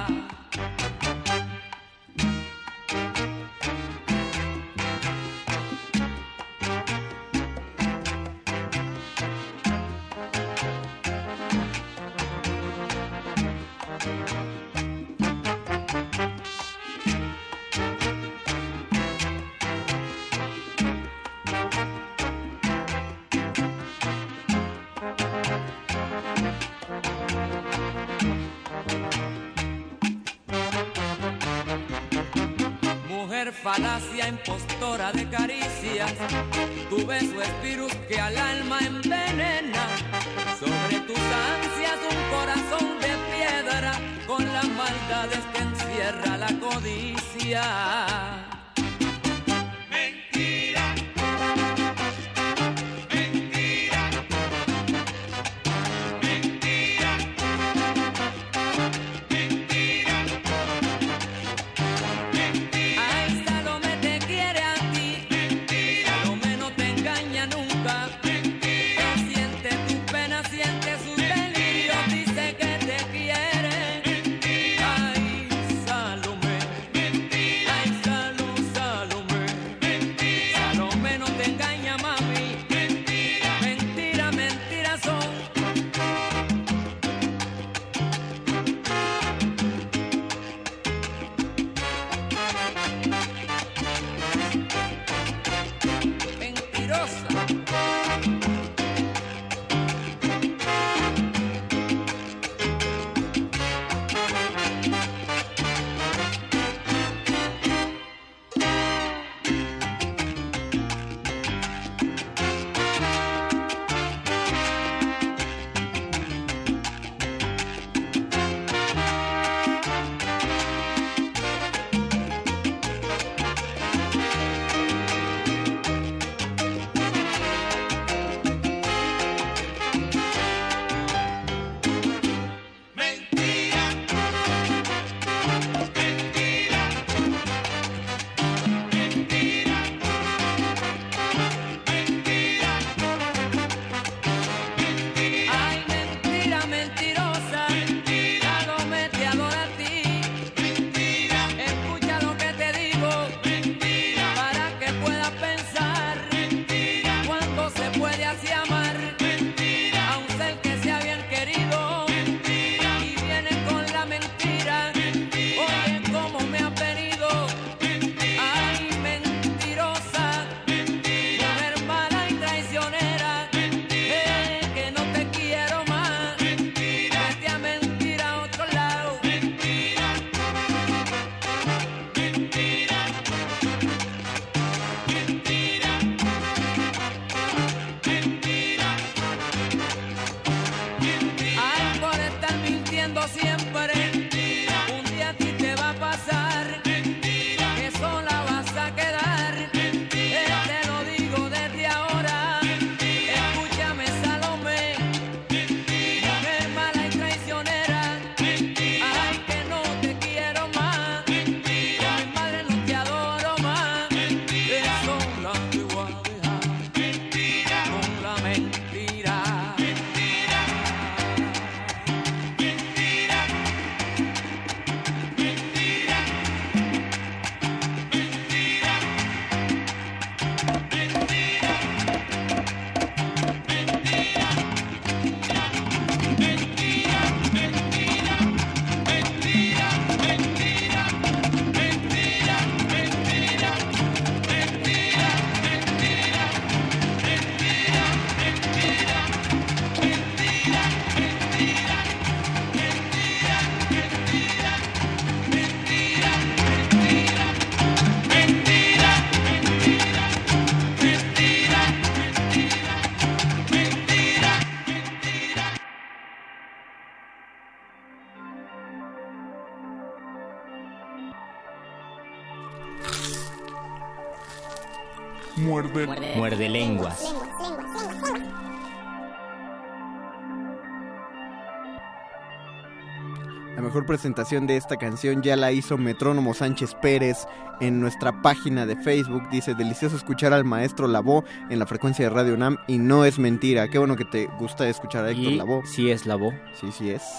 Falacia impostora de caricias, tu beso es virus que al alma envenena. Sobre tus ansias un corazón de piedra, con las maldades que encierra la codicia. Muerde lenguas. La mejor presentación de esta canción ya la hizo Metrónomo Sánchez Pérez en nuestra página de Facebook. Dice, delicioso escuchar al maestro Lavoe en la frecuencia de Radio UNAM y no es mentira. Qué bueno que te gusta escuchar a Héctor Lavoe. Sí es Lavoe. Sí es.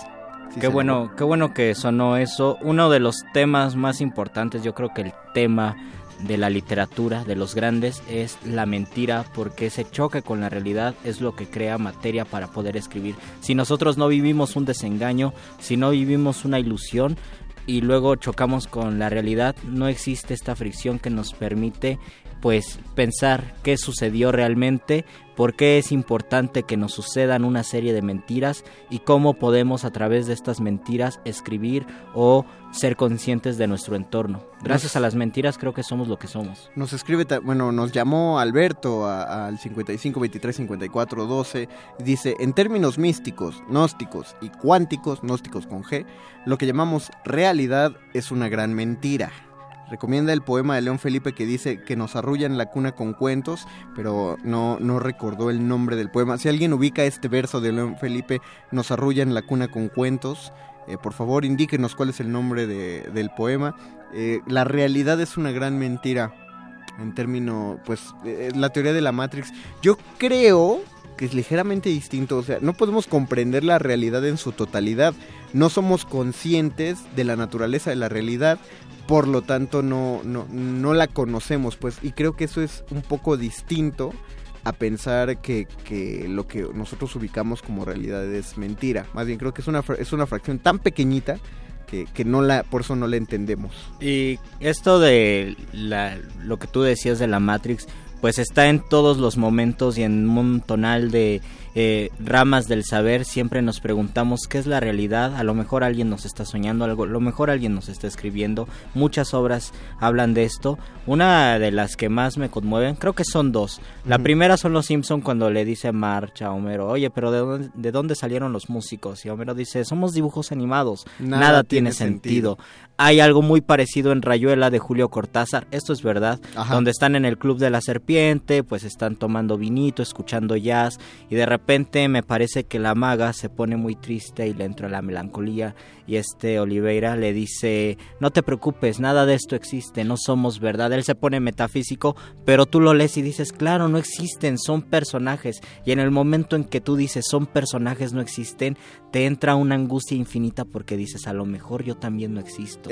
Sí, qué bueno que sonó eso. Uno de los temas más importantes, yo creo que el tema de la literatura, de los grandes, es la mentira, porque ese choque con la realidad es lo que crea materia para poder escribir. Si nosotros no vivimos un desengaño, si no vivimos una ilusión y luego chocamos con la realidad, no existe esta fricción que nos permite pues pensar qué sucedió realmente, por qué es importante que nos sucedan una serie de mentiras y cómo podemos a través de estas mentiras escribir o ser conscientes de nuestro entorno. Gracias a las mentiras creo que somos lo que somos. Nos escribe, nos llamó Alberto al 55 23 54 12, dice: en términos místicos, gnósticos y cuánticos, gnósticos con G, lo que llamamos realidad es una gran mentira. Recomienda el poema de León Felipe que dice que nos arrullan la cuna con cuentos, pero no recordó el nombre del poema. Si alguien ubica este verso de León Felipe, nos arrullan la cuna con cuentos, por favor indíquenos cuál es el nombre del poema. La realidad es una gran mentira. En términos, pues, la teoría de la Matrix, yo creo que es ligeramente distinto. O sea, no podemos comprender la realidad en su totalidad. No somos conscientes de la naturaleza de la realidad, por lo tanto no la conocemos, pues, y creo que eso es un poco distinto a pensar que lo que nosotros ubicamos como realidad es mentira. Más bien creo que es una fracción tan pequeñita que por eso no la entendemos. Y esto de lo que tú decías de la Matrix, pues está en todos los momentos y en un montonal de ramas del saber. Siempre nos preguntamos qué es la realidad. A lo mejor alguien nos está soñando algo, a lo mejor alguien nos está escribiendo. Muchas obras hablan de esto. Una de las que más me conmueven, creo que son dos. La primera son los Simpson, cuando le dice Marge a Homero: oye, pero ¿de dónde salieron los músicos? Y Homero dice: somos dibujos animados, nada tiene sentido. Hay algo muy parecido en Rayuela de Julio Cortázar, esto es verdad. Ajá. Donde están en el Club de la Serpiente, pues están tomando vinito, escuchando jazz, y de repente me parece que la maga se pone muy triste y le entra la melancolía, y Oliveira le dice: no te preocupes, nada de esto existe, no somos verdad. Él se pone metafísico, pero tú lo lees y dices: claro, no existen, son personajes. Y en el momento en que tú dices son personajes, no existen, te entra una angustia infinita, porque dices: a lo mejor yo también no existo.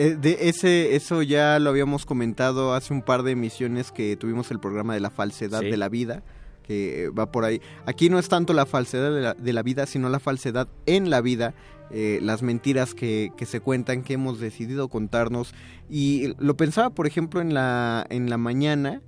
Eso ya lo habíamos comentado hace un par de emisiones que tuvimos el programa de la falsedad de la vida, que va por ahí. Aquí no es tanto la falsedad de la vida, sino la falsedad en la vida, las mentiras que se cuentan, que hemos decidido contarnos. Y lo pensaba, por ejemplo, en la mañana.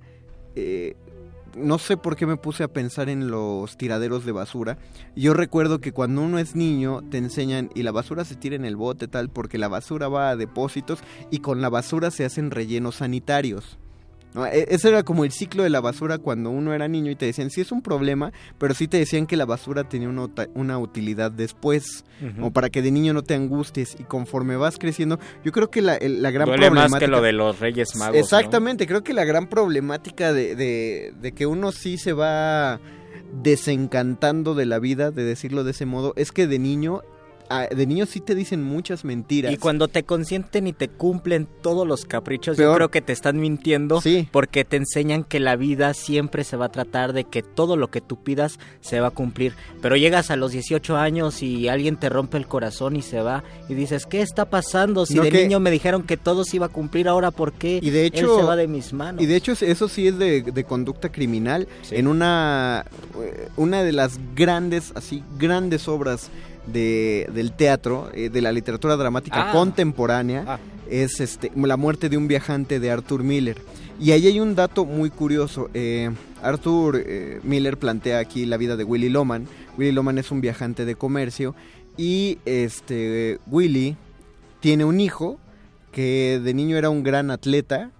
No sé por qué me puse a pensar en los tiraderos de basura. Yo recuerdo que cuando uno es niño te enseñan: y la basura se tira en el bote tal, porque la basura va a depósitos y con la basura se hacen rellenos sanitarios. ¿No? Ese era como el ciclo de la basura cuando uno era niño, y te decían: sí es un problema, pero sí te decían que la basura tenía una utilidad después, o para que de niño no te angusties. Y conforme vas creciendo, yo creo que la gran duele problemática... más que lo de los Reyes Magos. Exactamente, ¿no? Creo que la gran problemática de que uno sí se va desencantando de la vida, de decirlo de ese modo, es que de niño sí te dicen muchas mentiras. Y cuando te consienten y te cumplen todos los caprichos, yo creo que te están mintiendo, porque te enseñan que la vida siempre se va a tratar de que todo lo que tú pidas se va a cumplir. Pero llegas a los 18 años y alguien te rompe el corazón y se va, y dices: ¿qué está pasando? Si niño me dijeron que todo se iba a cumplir, ¿ahora por qué? Y de hecho, él se va de mis manos. Y de hecho eso sí es de conducta criminal. En una de las grandes obras del teatro, de la literatura dramática contemporánea, es La muerte de un viajante, de Arthur Miller. Y ahí hay un dato muy curioso. Arthur Miller plantea aquí la vida de Willy Loman. Willy Loman es un viajante de comercio, y Willy tiene un hijo que de niño era un gran atleta.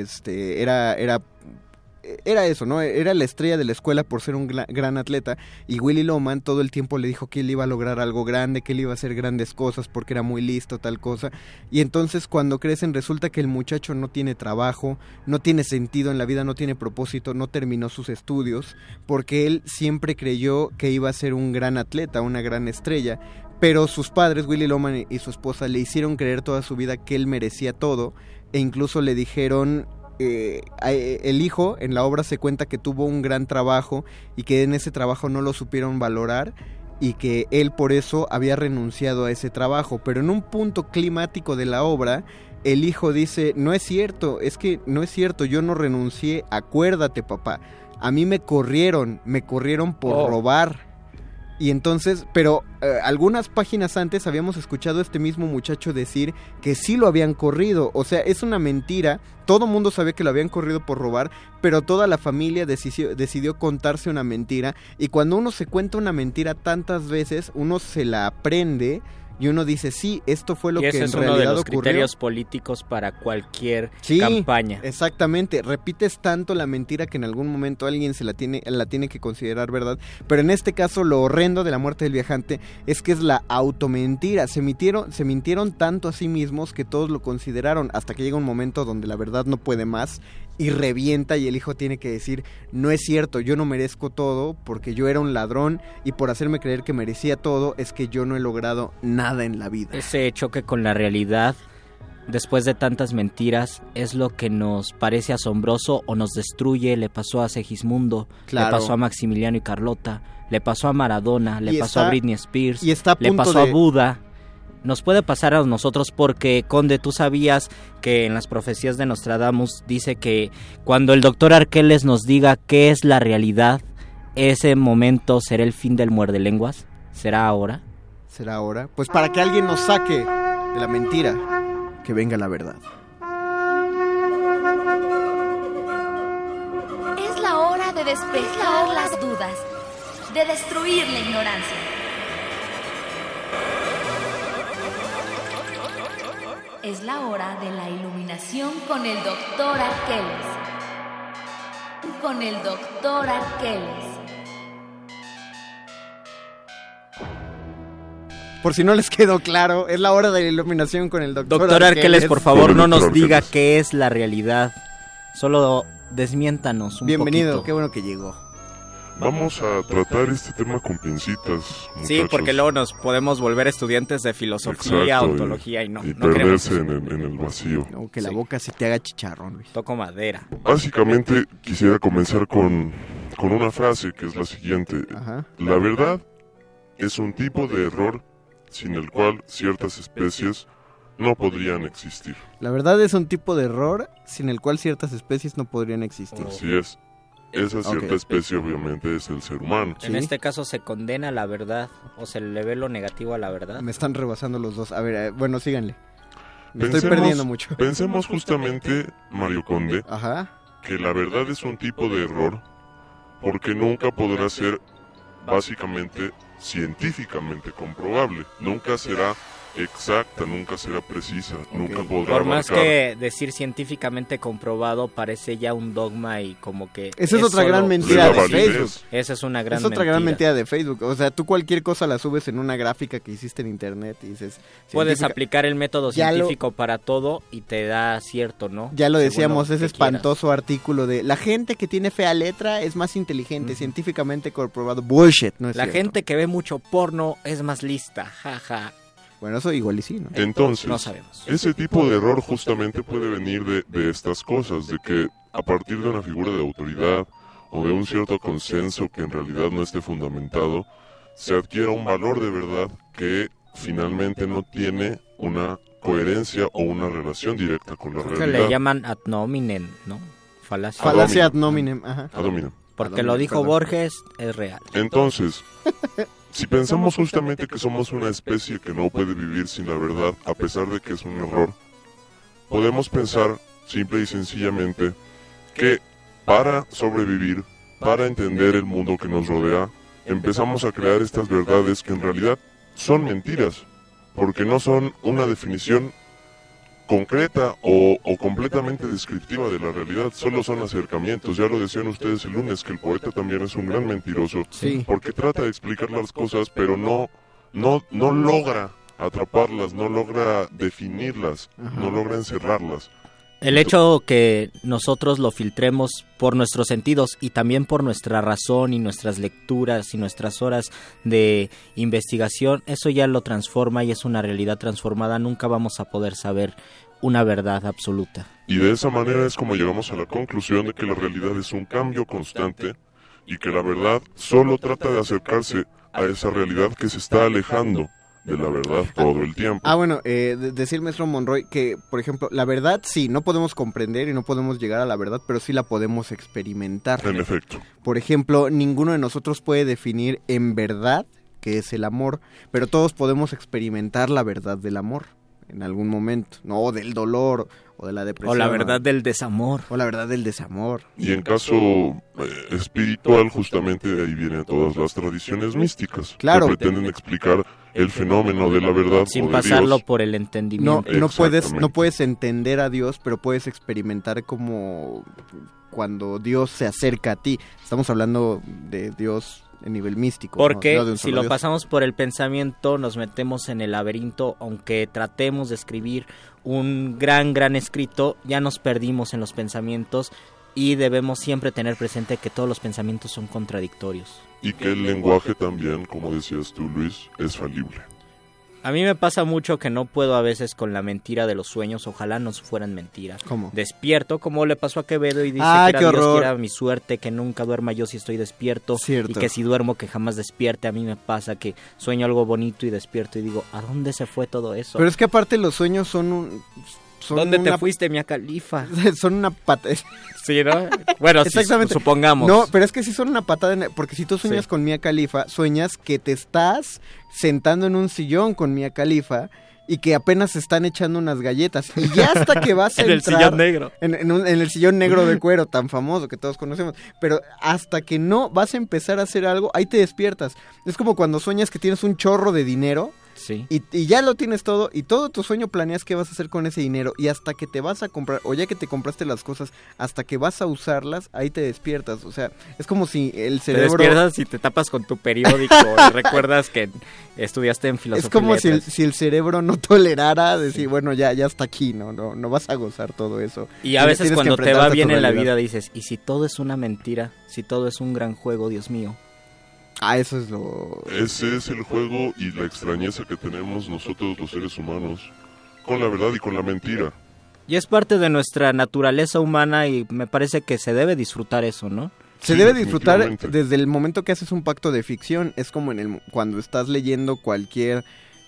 Era eso, ¿no? Era la estrella de la escuela por ser un gran atleta, y Willy Loman todo el tiempo le dijo que él iba a lograr algo grande, que él iba a hacer grandes cosas porque era muy listo, tal cosa. Y entonces cuando crecen resulta que el muchacho no tiene trabajo, no tiene sentido en la vida, no tiene propósito, no terminó sus estudios, porque él siempre creyó que iba a ser un gran atleta, una gran estrella. Pero sus padres, Willy Loman y su esposa, le hicieron creer toda su vida que él merecía todo, e incluso le dijeron... el hijo en la obra se cuenta que tuvo un gran trabajo y que en ese trabajo no lo supieron valorar, y que él por eso había renunciado a ese trabajo. Pero en un punto climático de la obra, el hijo dice, no es cierto, yo no renuncié, acuérdate papá, a mí me corrieron por robar. Y entonces, pero algunas páginas antes habíamos escuchado a este mismo muchacho decir que sí lo habían corrido. O sea, es una mentira. Todo mundo sabía que lo habían corrido por robar, pero toda la familia decidió contarse una mentira. Y cuando uno se cuenta una mentira tantas veces, uno se la aprende y uno dice, sí, esto fue lo que en realidad ocurrió. Y ese es uno de los criterios políticos para cualquier campaña. Exactamente, repites tanto la mentira que en algún momento alguien la tiene que considerar verdad, pero en este caso lo horrendo de la muerte del viajante es que es la automentira. Se mintieron tanto a sí mismos que todos lo consideraron, hasta que llega un momento donde la verdad no puede más y revienta, y el hijo tiene que decir, no es cierto, yo no merezco todo porque yo era un ladrón, y por hacerme creer que merecía todo es que yo no he logrado nada en la vida. Ese choque con la realidad, después de tantas mentiras, es lo que nos parece asombroso o nos destruye. Le pasó a Segismundo, le pasó a Maximiliano y Carlota, le pasó a Maradona, le pasó a Britney Spears, le pasó a Buda. Nos puede pasar a nosotros porque, Conde, tú sabías que en las profecías de Nostradamus dice que cuando el doctor Arqueles nos diga qué es la realidad, ese momento será el fin del muerde lenguas. ¿Será ahora? ¿Será ahora? Pues para que alguien nos saque de la mentira, que venga la verdad. Es la hora de despejar las dudas, de destruir la ignorancia. Es la hora de la iluminación con el doctor Arqueles. Con el doctor Arqueles. Por si no les quedó claro, es la hora de la iluminación con el doctor Arqueles. Doctor Arqueles, por favor, no nos diga qué es la realidad. Solo desmiéntanos un poquito. Bienvenido, qué bueno que llegó. Vamos a tratar este tema con pincitas, muchachos. Sí, porque luego nos podemos volver estudiantes de filosofía, ontología y no perderse en el vacío. No, que la boca se te haga chicharrón, Luis. Toco madera. Básicamente quisiera comenzar con una frase que es la siguiente. Ajá. La verdad es un tipo de error sin el cual ciertas especies no podrían existir. La verdad es un tipo de error sin el cual ciertas especies no podrían existir. Así es. Esa cierta especie obviamente es el ser humano. En este caso se condena la verdad o se le ve lo negativo a la verdad. Me están rebasando los dos. A ver, bueno, síganle. Estoy perdiendo mucho. Pensemos justamente, Mario Conde, Ajá. que la verdad es un tipo de error porque nunca podrá ser básicamente científicamente comprobable. Nunca será exacta, nunca será precisa, nunca podrá Por más abarcar. que decir científicamente comprobado parece ya un dogma y como que... Esa es otra gran mentira de Facebook. Esa es una gran mentira. Es otra gran mentira de Facebook. O sea, tú cualquier cosa la subes en una gráfica que hiciste en internet y dices... Puedes aplicar el método científico para todo y te da cierto, ¿no? Ya lo decíamos, ese espantoso artículo de la gente que tiene fea letra es más inteligente, científicamente comprobado. Bullshit, no es La cierto. gente que ve mucho porno es más lista, jaja. Bueno, eso igual y sí, ¿no? Entonces, no sabemos. Ese tipo de error justamente puede venir de estas cosas, de que a partir de una figura de autoridad o de un cierto consenso que en realidad no esté fundamentado, se adquiera un valor de verdad que finalmente no tiene una coherencia o una relación directa con la realidad. Que le llaman ad nominem, ¿no? Falacia ad nominem, ajá. Ad hominem. Porque lo dijo Borges, es real. Entonces, si pensamos justamente que somos una especie que no puede vivir sin la verdad, a pesar de que es un error, podemos pensar simple y sencillamente que para sobrevivir, para entender el mundo que nos rodea, empezamos a crear estas verdades que en realidad son mentiras, porque no son una definición concreta o completamente descriptiva de la realidad, solo son acercamientos. Ya lo decían ustedes el lunes, que el poeta también es un gran mentiroso, porque trata de explicar las cosas, pero no logra atraparlas, no logra definirlas, no logra encerrarlas. El hecho que nosotros lo filtremos por nuestros sentidos y también por nuestra razón y nuestras lecturas y nuestras horas de investigación, eso ya lo transforma y es una realidad transformada. Nunca vamos a poder saber una verdad absoluta. Y de esa manera es como llegamos a la conclusión de que la realidad es un cambio constante y que la verdad solo trata de acercarse a esa realidad que se está alejando de la verdad todo el tiempo. Bueno, decía el maestro Monroy que, por ejemplo, la verdad sí, no podemos comprender y no podemos llegar a la verdad, pero sí la podemos experimentar. En efecto. Por ejemplo, ninguno de nosotros puede definir en verdad qué es el amor, pero todos podemos experimentar la verdad del amor en algún momento, ¿no? O del dolor, o de la depresión. O la verdad del desamor. O la verdad del desamor. Y en caso espiritual, justamente de ahí vienen todas las tradiciones místicas. Claro. Que pretenden explicar el fenómeno de la verdad sin o de pasarlo Dios. por el entendimiento. No puedes entender a Dios, pero puedes experimentar como cuando Dios se acerca a ti. Estamos hablando de Dios en nivel místico. Porque no de un si solo lo Dios. pasamos por el pensamiento, nos metemos en el laberinto, aunque tratemos de escribir un gran escrito, ya nos perdimos en los pensamientos y debemos siempre tener presente que todos los pensamientos son contradictorios. Y que el lenguaje también, como decías tú, Luis, es falible. A mí me pasa mucho que no puedo a veces con la mentira de los sueños, ojalá no fueran mentiras. ¿Cómo? Despierto, como le pasó a Quevedo y dice que era Dios, que era mi suerte, que nunca duerma yo si estoy despierto. Cierto. Y que si duermo que jamás despierte. A mí me pasa que sueño algo bonito y despierto y digo, ¿a dónde se fue todo eso? Pero es que aparte los sueños son ¿Dónde te fuiste, Mia Khalifa? Son una patada. Sí, ¿no? Bueno, exactamente. Sí, supongamos. No, pero es que sí son una patada, porque si tú sueñas con Mia Khalifa, sueñas que te estás sentando en un sillón con Mia Khalifa y que apenas se están echando unas galletas. Y ya hasta que vas a en entrar... el sillón negro. En el sillón negro de cuero, tan famoso que todos conocemos. Pero hasta que no vas a empezar a hacer algo, ahí te despiertas. Es como cuando sueñas que tienes un chorro de dinero... Sí. Y ya lo tienes todo, y todo tu sueño planeas qué vas a hacer con ese dinero, y hasta que te vas a comprar, o ya que te compraste las cosas, hasta que vas a usarlas, ahí te despiertas. O sea, es como si el cerebro... Te despiertas y te tapas con tu periódico y recuerdas que estudiaste en filosofía. Es como si el cerebro no tolerara decir, bueno, ya hasta aquí, no vas a gozar todo eso. Y a veces cuando te va bien en la vida dices, ¿y si todo es una mentira? Si todo es un gran juego, Dios mío. Eso es lo... Ese es el juego y la extrañeza que tenemos nosotros los seres humanos con la verdad y con la mentira. Y es parte de nuestra naturaleza humana y me parece que se debe disfrutar eso, ¿no? Se debe disfrutar desde el momento que haces un pacto de ficción. Es como cuando estás leyendo cualquier...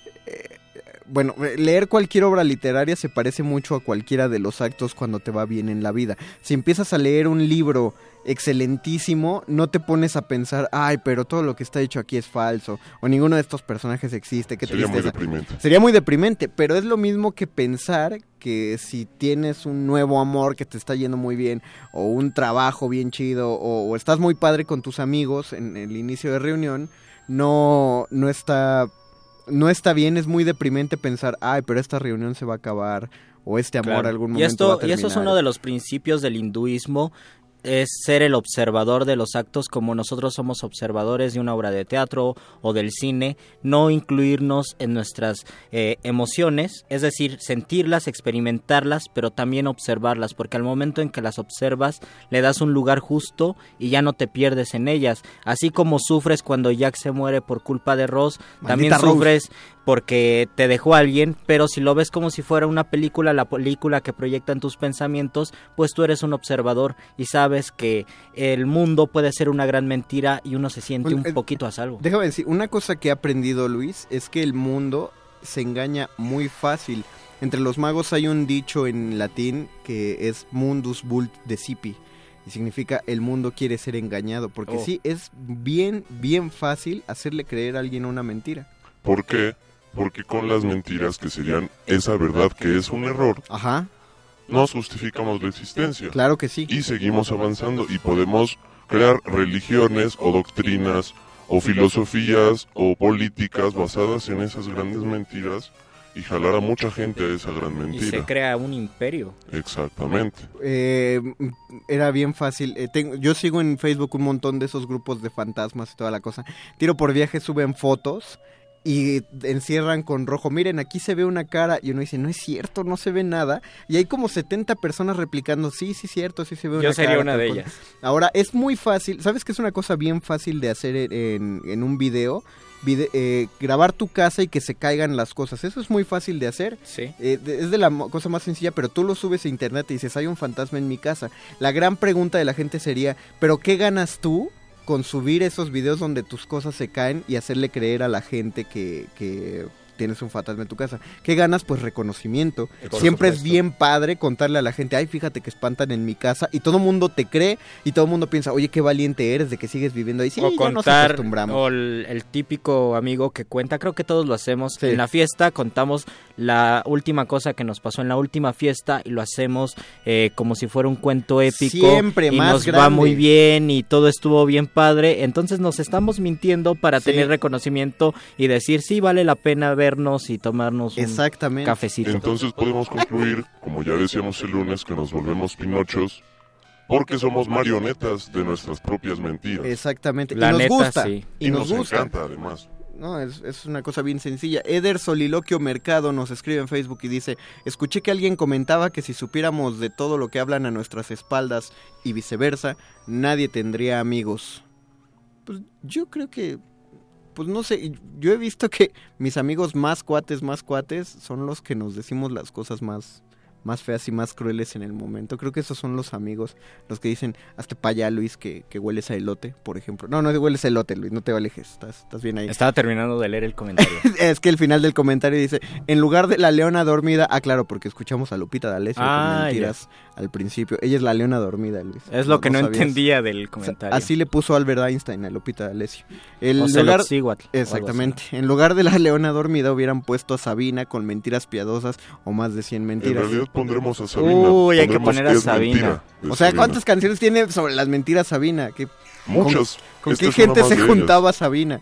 leer cualquier obra literaria se parece mucho a cualquiera de los actos cuando te va bien en la vida. Si empiezas a leer un libro excelentísimo, no te pones a pensar, ay, pero todo lo que está hecho aquí es falso, o ninguno de estos personajes existe, qué tristeza. Sería muy deprimente. Sería muy deprimente, pero es lo mismo que pensar que si tienes un nuevo amor que te está yendo muy bien, o un trabajo bien chido, o estás muy padre con tus amigos en el inicio de reunión, no está bien, es muy deprimente pensar, ay, pero esta reunión se va a acabar, o este amor algún momento va a terminar. Y eso es uno de los principios del hinduismo, es ser el observador de los actos como nosotros somos observadores de una obra de teatro o del cine, no incluirnos en nuestras emociones, es decir, sentirlas, experimentarlas, pero también observarlas, porque al momento en que las observas le das un lugar justo y ya no te pierdes en ellas, así como sufres cuando Jack se muere por culpa de Rose, también sufres porque te dejó alguien, pero si lo ves como si fuera una película, la película que proyectan tus pensamientos, pues tú eres un observador y sabes que el mundo puede ser una gran mentira y uno se siente un poquito a salvo. Déjame decir, una cosa que he aprendido, Luis, es que el mundo se engaña muy fácil. Entre los magos hay un dicho en latín que es mundus vult decipi, y significa el mundo quiere ser engañado, porque sí, es bien fácil hacerle creer a alguien una mentira. ¿Por qué? Porque con las mentiras, que serían esa verdad que es un error, nos justificamos la existencia. Claro que sí. Y seguimos avanzando y podemos crear religiones o doctrinas o filosofías o políticas basadas en esas grandes mentiras y jalar a mucha gente a esa gran mentira. Y se crea un imperio. Exactamente. Era bien fácil. Yo sigo en Facebook un montón de esos grupos de fantasmas y toda la cosa. Tiro por Viaje suben fotos y encierran con rojo, miren, aquí se ve una cara, y uno dice, no es cierto, no se ve nada, y hay como 70 personas replicando, sí, cierto, sí se ve una cara. Yo sería una de ellas. Ahora, es muy fácil, ¿sabes qué es una cosa bien fácil de hacer en un video? Grabar tu casa y que se caigan las cosas, eso es muy fácil de hacer. Sí. Es de la cosa más sencilla, pero tú lo subes a internet y dices, hay un fantasma en mi casa. La gran pregunta de la gente sería, ¿pero qué ganas tú con subir esos videos donde tus cosas se caen y hacerle creer a la gente que tienes un fantasma en tu casa. ¿Qué ganas? Pues reconocimiento. Siempre es bien padre contarle a la gente, ay, fíjate que espantan en mi casa, y todo el mundo te cree y todo el mundo piensa, oye, qué valiente eres de que sigues viviendo ahí. Sí, o ya contar, nos acostumbramos. o el típico amigo que cuenta, creo que todos lo hacemos, sí. En la fiesta contamos la última cosa que nos pasó en la última fiesta y lo hacemos como si fuera un cuento épico. Siempre y más nos grande. Va muy bien y todo estuvo bien padre, entonces nos estamos mintiendo para tener reconocimiento y decir, sí, vale la pena vernos y tomarnos un cafecito. Entonces podemos concluir, como ya decíamos el lunes, que nos volvemos pinochos porque somos marionetas de nuestras propias mentiras. Exactamente, la y nos neta, gusta, sí. y nos gusta. Encanta además. No, es una cosa bien sencilla. Eder Soliloquio Mercado nos escribe en Facebook y dice, escuché que alguien comentaba que si supiéramos de todo lo que hablan a nuestras espaldas y viceversa, nadie tendría amigos. Pues yo creo que, pues no sé, yo he visto que mis amigos más cuates son los que nos decimos las cosas más feas y más crueles en el momento. Creo que esos son los amigos, los que dicen, hazte pa' allá, Luis, que hueles a elote, por ejemplo. No hueles a elote, Luis, no te alejes, estás bien ahí. Estaba terminando de leer el comentario. Es que el final del comentario dice, en lugar de la leona dormida, claro, porque escuchamos a Lupita D'Alessio con mentiras al principio. Ella es la leona dormida, Luis. Es lo que no entendía del comentario. Así le puso Albert Einstein a Lupita D'Alessio. Exactamente. En lugar de la leona dormida hubieran puesto a Sabina con mentiras piadosas o más de 100 mentiras. En realidad pondremos a Sabina. Uy, hay que poner a Sabina. O sea, ¿cuántas canciones tiene sobre las mentiras Sabina? Muchas. ¿Con qué gente se juntaba Sabina?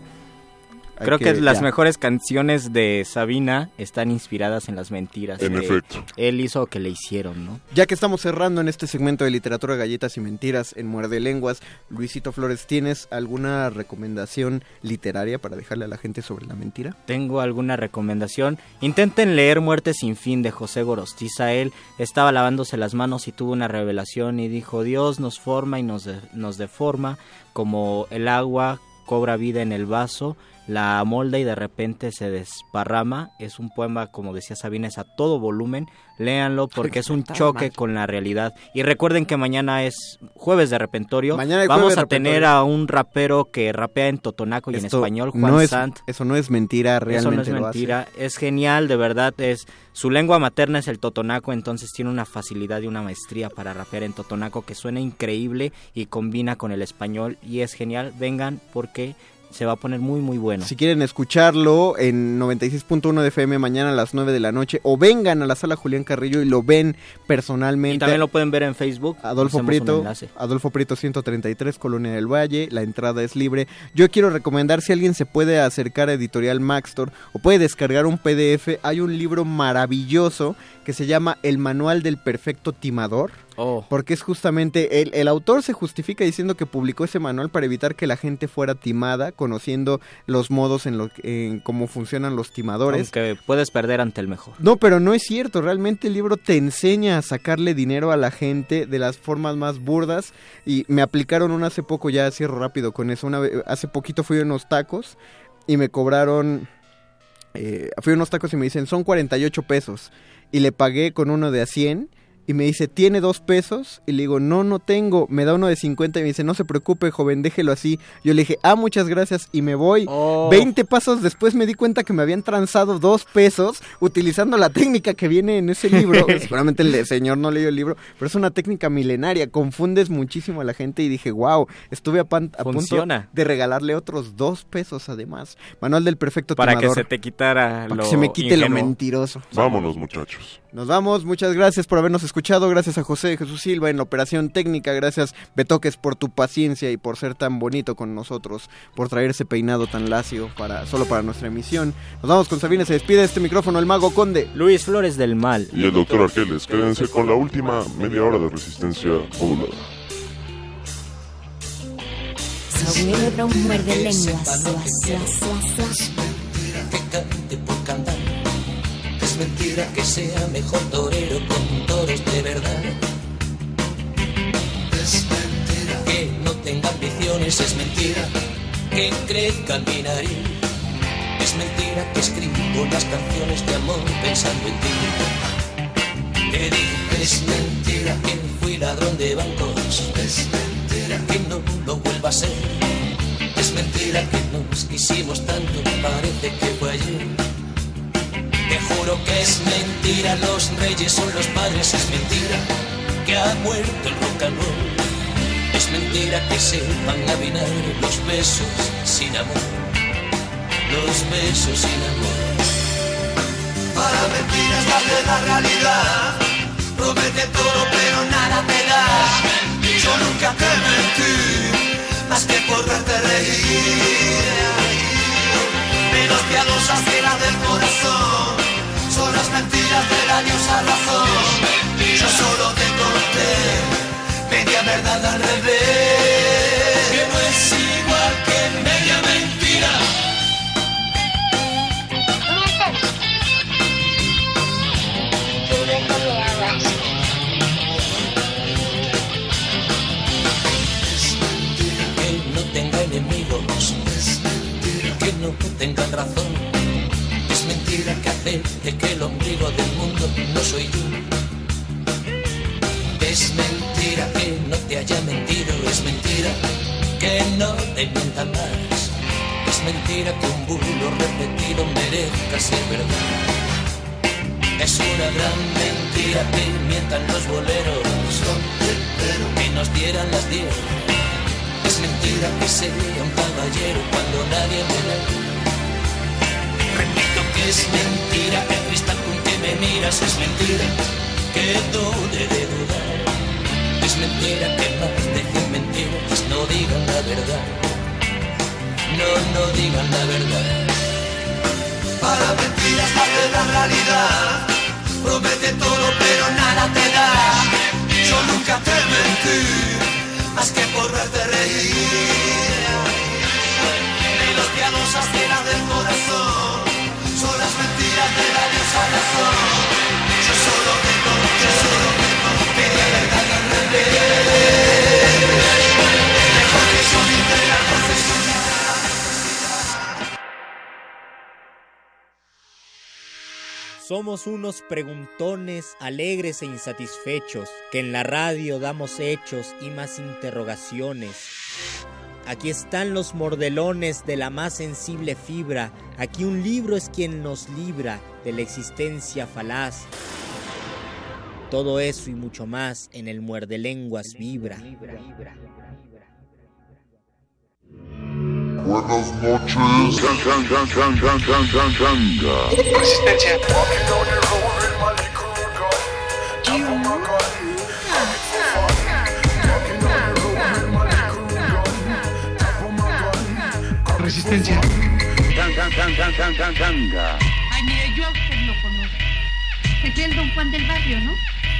Creo que las mejores canciones de Sabina están inspiradas en las mentiras. En efecto. Él hizo que le hicieron, ¿no? Ya que estamos cerrando en este segmento de literatura, galletas y mentiras en Muerde Lenguas, Luisito Flores, ¿tienes alguna recomendación literaria para dejarle a la gente sobre la mentira? Tengo alguna recomendación. Intenten leer Muerte sin fin de José Gorostiza. Él estaba lavándose las manos y tuvo una revelación y dijo, Dios nos forma y nos deforma, como el agua cobra vida en el vaso, la amolda y de repente se desparrama. Es un poema, como decía Sabina, es a todo volumen. Léanlo porque es un choque con la realidad. Y recuerden que mañana es jueves de repertorio. Vamos a tener a un rapero que rapea en totonaco y en español, Juan Sant. Eso no es mentira, realmente. Eso no es mentira, es genial, de verdad. Su lengua materna es el totonaco, entonces tiene una facilidad y una maestría para rapear en totonaco que suena increíble y combina con el español y es genial. Vengan porque se va a poner muy muy bueno. Si quieren escucharlo en 96.1 de FM mañana a las 9 de la noche o vengan a la sala Julián Carrillo y lo ven personalmente. Y también lo pueden ver en Facebook. Adolfo Prieto 133, Colonia del Valle, la entrada es libre. Yo quiero recomendar, si alguien se puede acercar a Editorial Maxtor o puede descargar un PDF, hay un libro maravilloso que se llama El Manual del Perfecto Timador. Porque es justamente, el autor se justifica diciendo que publicó ese manual para evitar que la gente fuera timada, conociendo los modos en cómo funcionan los timadores. Aunque puedes perder ante el mejor. No, pero no es cierto, realmente el libro te enseña a sacarle dinero a la gente de las formas más burdas, y me aplicaron hace poco, ya cierro rápido con eso, hace poquito fui a unos tacos y me cobraron, fui a unos tacos y me dicen, son 48 pesos, y le pagué con uno de a 100, y me dice, ¿tiene 2 pesos? Y le digo, no tengo. Me da uno de 50 y me dice, no se preocupe, joven, déjelo así. Yo le dije, muchas gracias, y me voy. 20 pasos después me di cuenta que me habían transado 2 pesos utilizando la técnica que viene en ese libro. Seguramente el señor no leyó el libro, pero es una técnica milenaria. Confundes muchísimo a la gente y dije, wow, estuve a punto de regalarle otros 2 pesos además. Manual del Perfecto Timador. Para que se te quitara que se me quite ingenuo. Lo mentiroso. Vámonos, muchachos. Nos vamos, muchas gracias por habernos escuchado, gracias a José Jesús Silva en la operación técnica, gracias Betoques por tu paciencia y por ser tan bonito con nosotros, por traer ese peinado tan lacio solo para nuestra emisión. Nos vamos con Sabina, se despide de este micrófono el Mago Conde, Luis Flores del Mal y el Dr. Arqueles. Quédense con la última media hora de resistencia modulada. Cerebro muerde lenguas. Que cante por cantar. Es mentira que sea mejor torero con toros de verdad. Es mentira que no tenga ambiciones. Es mentira que crezca en mi nariz. Es mentira que escribo las canciones de amor pensando en ti. Que digo que es mentira que fui ladrón de bancos. Es mentira que no lo vuelva a ser. Es mentira que nos quisimos tanto, parece que fue ayer. Te juro que es mentira, los reyes son los padres. Es mentira que ha muerto el rock and roll. Es mentira que sepan a vinagre los besos sin amor. Los besos sin amor. Para mentiras darle la realidad. Promete todo pero nada te da. Yo nunca te mentí, más que por verte reír. Menos piadosas que las del corazón, son las mentiras de la diosa razón. Yo solo te conté media verdad al revés, que no es igual que media mentira. Enemigos, que no tengan razón. Es mentira que acepte que el ombligo del mundo no soy yo. Es mentira que no te haya mentido. Es mentira que no te mienta más. Es mentira que un bulo repetido merezca ser verdad. Es una gran mentira que mientan los boleros, que nos dieran las 10. Es mentira que sea un caballero cuando nadie me ve. Repito que es mentira el cristal con que me miras. Es mentira que dude de dudar. Es mentira que más dejen mentiras, no digan la verdad. No digan la verdad. Para mentiras hace la realidad. Promete todo pero nada te da. Yo nunca te mentí, más que por verte reír. Menos piadosas que las del corazón, son las mentiras de la diosa razón. Yo solo te conté media verdad al revés. Mejor que son integral profesional. Somos unos preguntones alegres e insatisfechos, que en la radio damos hechos y más interrogaciones. Aquí están los mordelones de la más sensible fibra. Aquí un libro es quien nos libra de la existencia falaz. Todo eso y mucho más en el Muerdelenguas vibra. Buenas noches. Resistencia. Resistencia. Ay, mire, yo a usted lo conozco. Es el Don Juan del barrio, ¿no?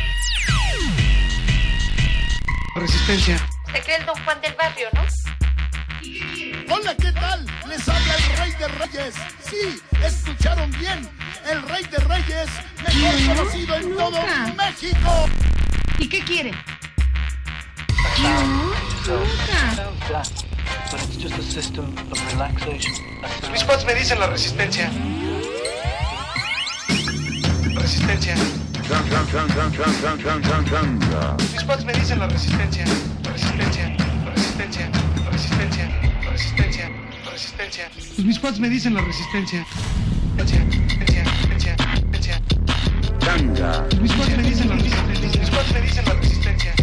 Resistencia. Se cree el Don Juan del barrio, ¿no? Hola, ¿qué tal? Les habla el Rey de Reyes. Sí, escucharon bien. El Rey de Reyes, mejor conocido en todo México. ¿Y qué quiere? Mis spots me dicen la resistencia. Resistencia. Mis spots me dicen la resistencia. Resistencia. Resistencia. Resistencia. Resistencia. Resistencia. Pues mis spots me dicen la resistencia. Mis spots me dicen la resistencia. Mis spots me dicen la resistencia.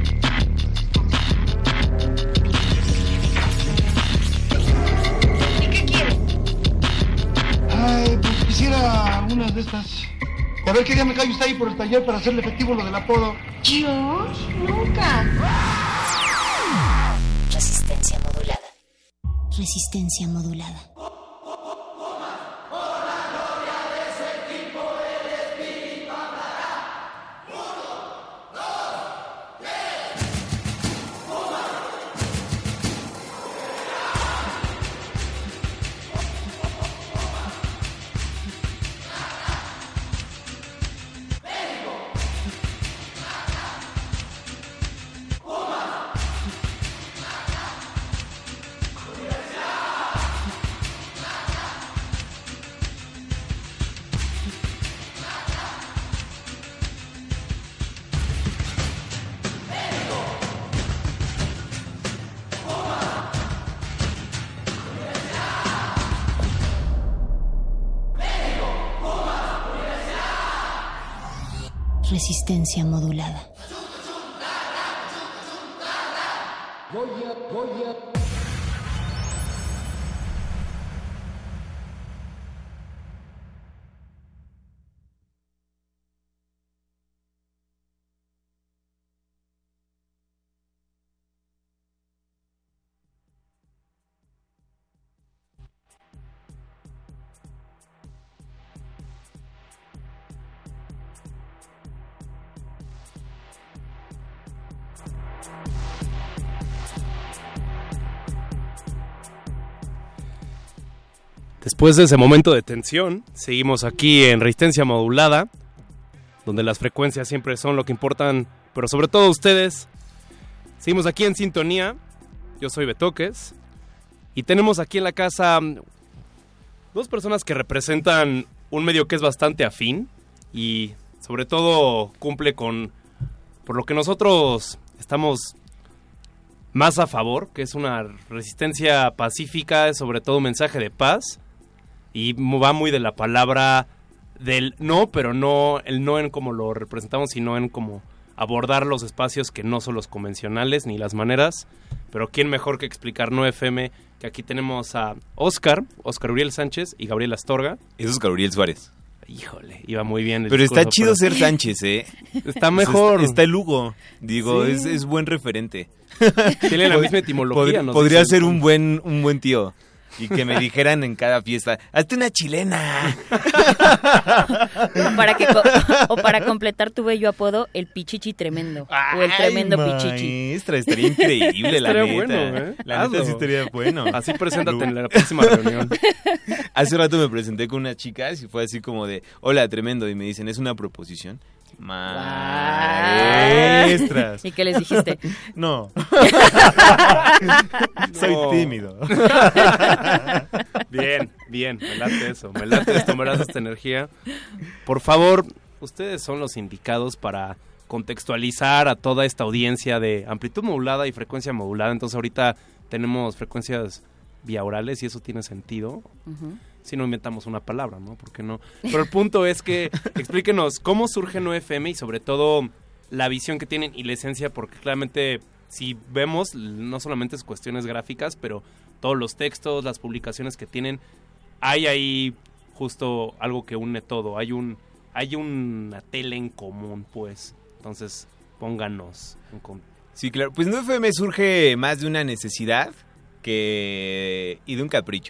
¿Y qué quiere? Ay, pues quisiera algunas de estas. A ver qué día me cae usted ahí por el taller para hacerle efectivo lo del apodo. Yo nunca. Resistencia modulada. Resistencia modulada. Resistencia modulada. Después de ese momento de tensión, seguimos aquí en Resistencia Modulada, donde las frecuencias siempre son lo que importan, pero sobre todo ustedes. Seguimos aquí en sintonía, yo soy Betoques, y tenemos aquí en la casa dos personas que representan un medio que es bastante afín, y sobre todo cumple con, por lo que nosotros estamos más a favor, que es una resistencia pacífica, sobre todo un mensaje de paz. Y va muy de la palabra del no, pero no el no en cómo lo representamos, sino en cómo abordar los espacios que no son los convencionales ni las maneras. Pero quién mejor que explicar No FM, que aquí tenemos a Óscar Uriel Sánchez y Gabriel Astorga. Es Óscar Uriel Suárez. Híjole, iba muy bien el Pero discurso, está chido ser Sánchez, ¿eh? Está mejor. Está el Hugo, digo, Sí. es buen referente. Tiene la misma etimología. Podría ser un buen tío. Y que me dijeran en cada fiesta, hazte una chilena. O para completar tu bello apodo, el pichichi tremendo. O el tremendo pichichi. Maestra, estaría increíble, la neta. Bueno, ¿eh? La neta sí estaría bueno. Así preséntate en la próxima reunión. Hace rato me presenté con unas chicas y fue así como de, hola, tremendo. Y me dicen, ¿es una proposición? Maestras. ¿Y qué les dijiste? No. Soy tímido. Bien, me late eso, me late esto, me late esta energía. Por favor, ustedes son los indicados para contextualizar a toda esta audiencia de amplitud modulada y frecuencia modulada. Entonces ahorita tenemos frecuencias biaurales y eso tiene sentido. Uh-huh. Si no inventamos una palabra, ¿no? ¿Por qué no? Pero el punto es que explíquenos cómo surge No FM y sobre todo la visión que tienen y la esencia, porque claramente si vemos, no solamente es cuestiones gráficas, pero todos los textos, las publicaciones que tienen, hay ahí justo algo que une todo, hay una tela en común, pues. Entonces, pónganos en Sí, claro. Pues No FM surge más de una necesidad y de un capricho.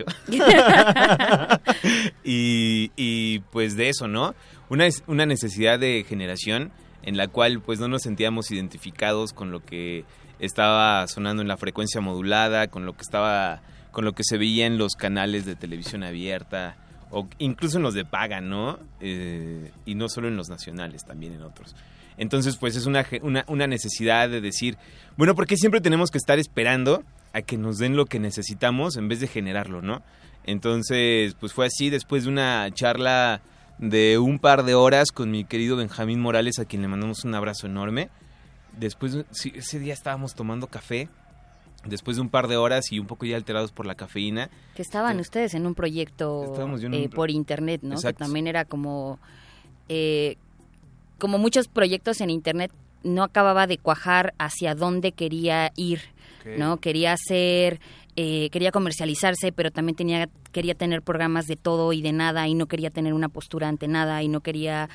y pues de eso, ¿no? Una necesidad de generación en la cual pues no nos sentíamos identificados con lo que estaba sonando en la frecuencia modulada, con lo que se veía en los canales de televisión abierta o incluso en los de paga, ¿no? Y no solo en los nacionales, también en otros. Entonces, pues es una necesidad de decir, bueno, ¿por qué siempre tenemos que estar esperando a que nos den lo que necesitamos en vez de generarlo, ¿no? Entonces, pues fue así después de una charla de un par de horas con mi querido Benjamín Morales, a quien le mandamos un abrazo enorme. Después, sí, ese día estábamos tomando café, después de un par de horas y un poco ya alterados por la cafeína. Que estaban ustedes en un proyecto por internet, ¿no? Exacto. Que también era como muchos proyectos en internet, no acababa de cuajar hacia dónde quería ir, okay, ¿no? Quería comercializarse, pero también quería tener programas de todo y de nada, y no quería tener una postura ante nada, y no quería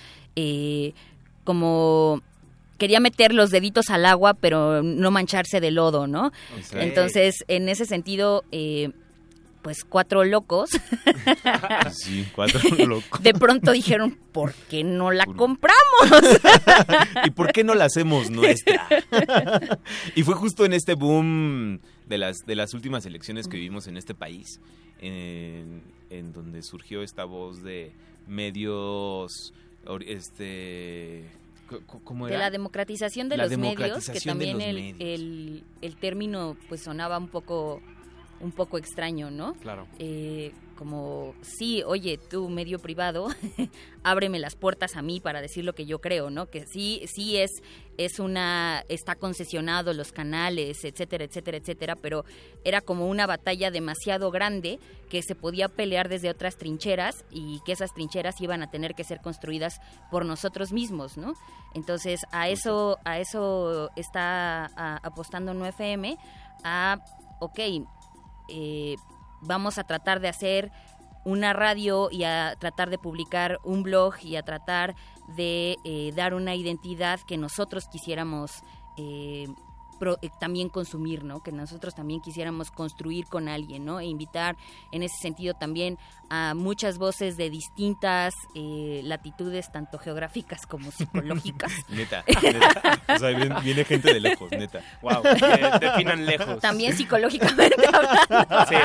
quería meter los deditos al agua, pero no mancharse de lodo, ¿no? Okay. Entonces, en ese sentido, pues 4 locos. Sí, 4 locos. De pronto dijeron, ¿por qué no la compramos? ¿Y por qué no la hacemos nuestra? Y fue justo en este boom de las últimas elecciones que vivimos en este país, en donde surgió esta voz de medios, ¿cómo era? De la democratización de los medios, que también el término pues sonaba un poco un poco extraño, ¿no? Claro. Como, sí, oye, tú medio privado, ábreme las puertas a mí para decir lo que yo creo, ¿no? Que sí está concesionado los canales, etcétera, etcétera, etcétera, pero era como una batalla demasiado grande que se podía pelear desde otras trincheras y que esas trincheras iban a tener que ser construidas por nosotros mismos, ¿no? Entonces, a eso está apostando 9FM, vamos a tratar de hacer una radio y a tratar de publicar un blog y a tratar de dar una identidad que nosotros quisiéramos también consumir, ¿no? Que nosotros también quisiéramos construir con alguien, ¿no? E invitar en ese sentido también a muchas voces de distintas latitudes, tanto geográficas como psicológicas. Neta. O sea, viene gente de lejos, neta. Wow, definan lejos. También psicológicamente hablando. Sí,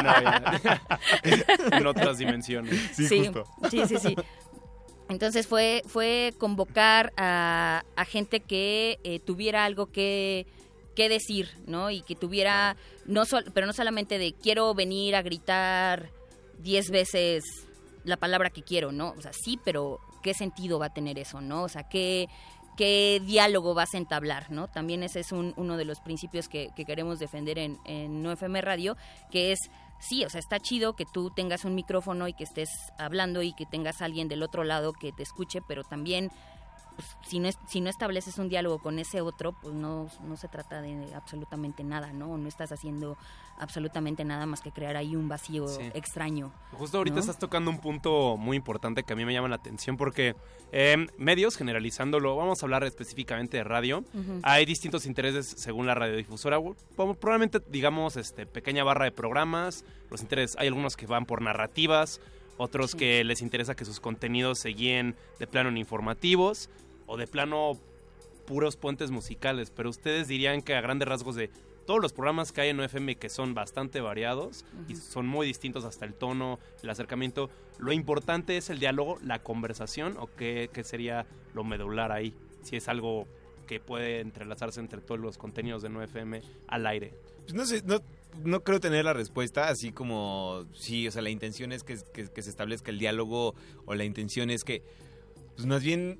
no, en otras dimensiones. Sí, justo. Sí. Entonces fue convocar a gente que tuviera algo que decir, ¿no? Y que tuviera, pero no solamente de quiero venir a gritar 10 veces la palabra que quiero, ¿no? O sea, sí, pero ¿qué sentido va a tener eso, no? O sea, ¿qué diálogo vas a entablar, ¿no? También ese es uno de los principios que queremos defender en 9FM Radio, que es, sí, o sea, está chido que tú tengas un micrófono y que estés hablando y que tengas a alguien del otro lado que te escuche, pero también pues, si no estableces un diálogo con ese otro, pues no se trata de absolutamente nada, ¿no? No estás haciendo absolutamente nada más que crear ahí un vacío extraño. Justo ahorita estás tocando un punto muy importante que a mí me llama la atención porque medios, generalizándolo, vamos a hablar específicamente de radio, hay distintos intereses según la radiodifusora, probablemente digamos pequeña barra de programas, los intereses, hay algunos que van por narrativas, otros que les interesa que sus contenidos se guíen de plano en informativos o de plano puros puentes musicales, pero ustedes dirían que a grandes rasgos de todos los programas que hay en 9FM, que son bastante variados y son muy distintos hasta el tono, el acercamiento, lo importante es el diálogo, la conversación, o qué sería lo medular ahí, si es algo que puede entrelazarse entre todos los contenidos de 9FM al aire. Pues no sé, no creo tener la respuesta, así como, sí, o sea, la intención es que se establezca el diálogo, o la intención es que, pues más bien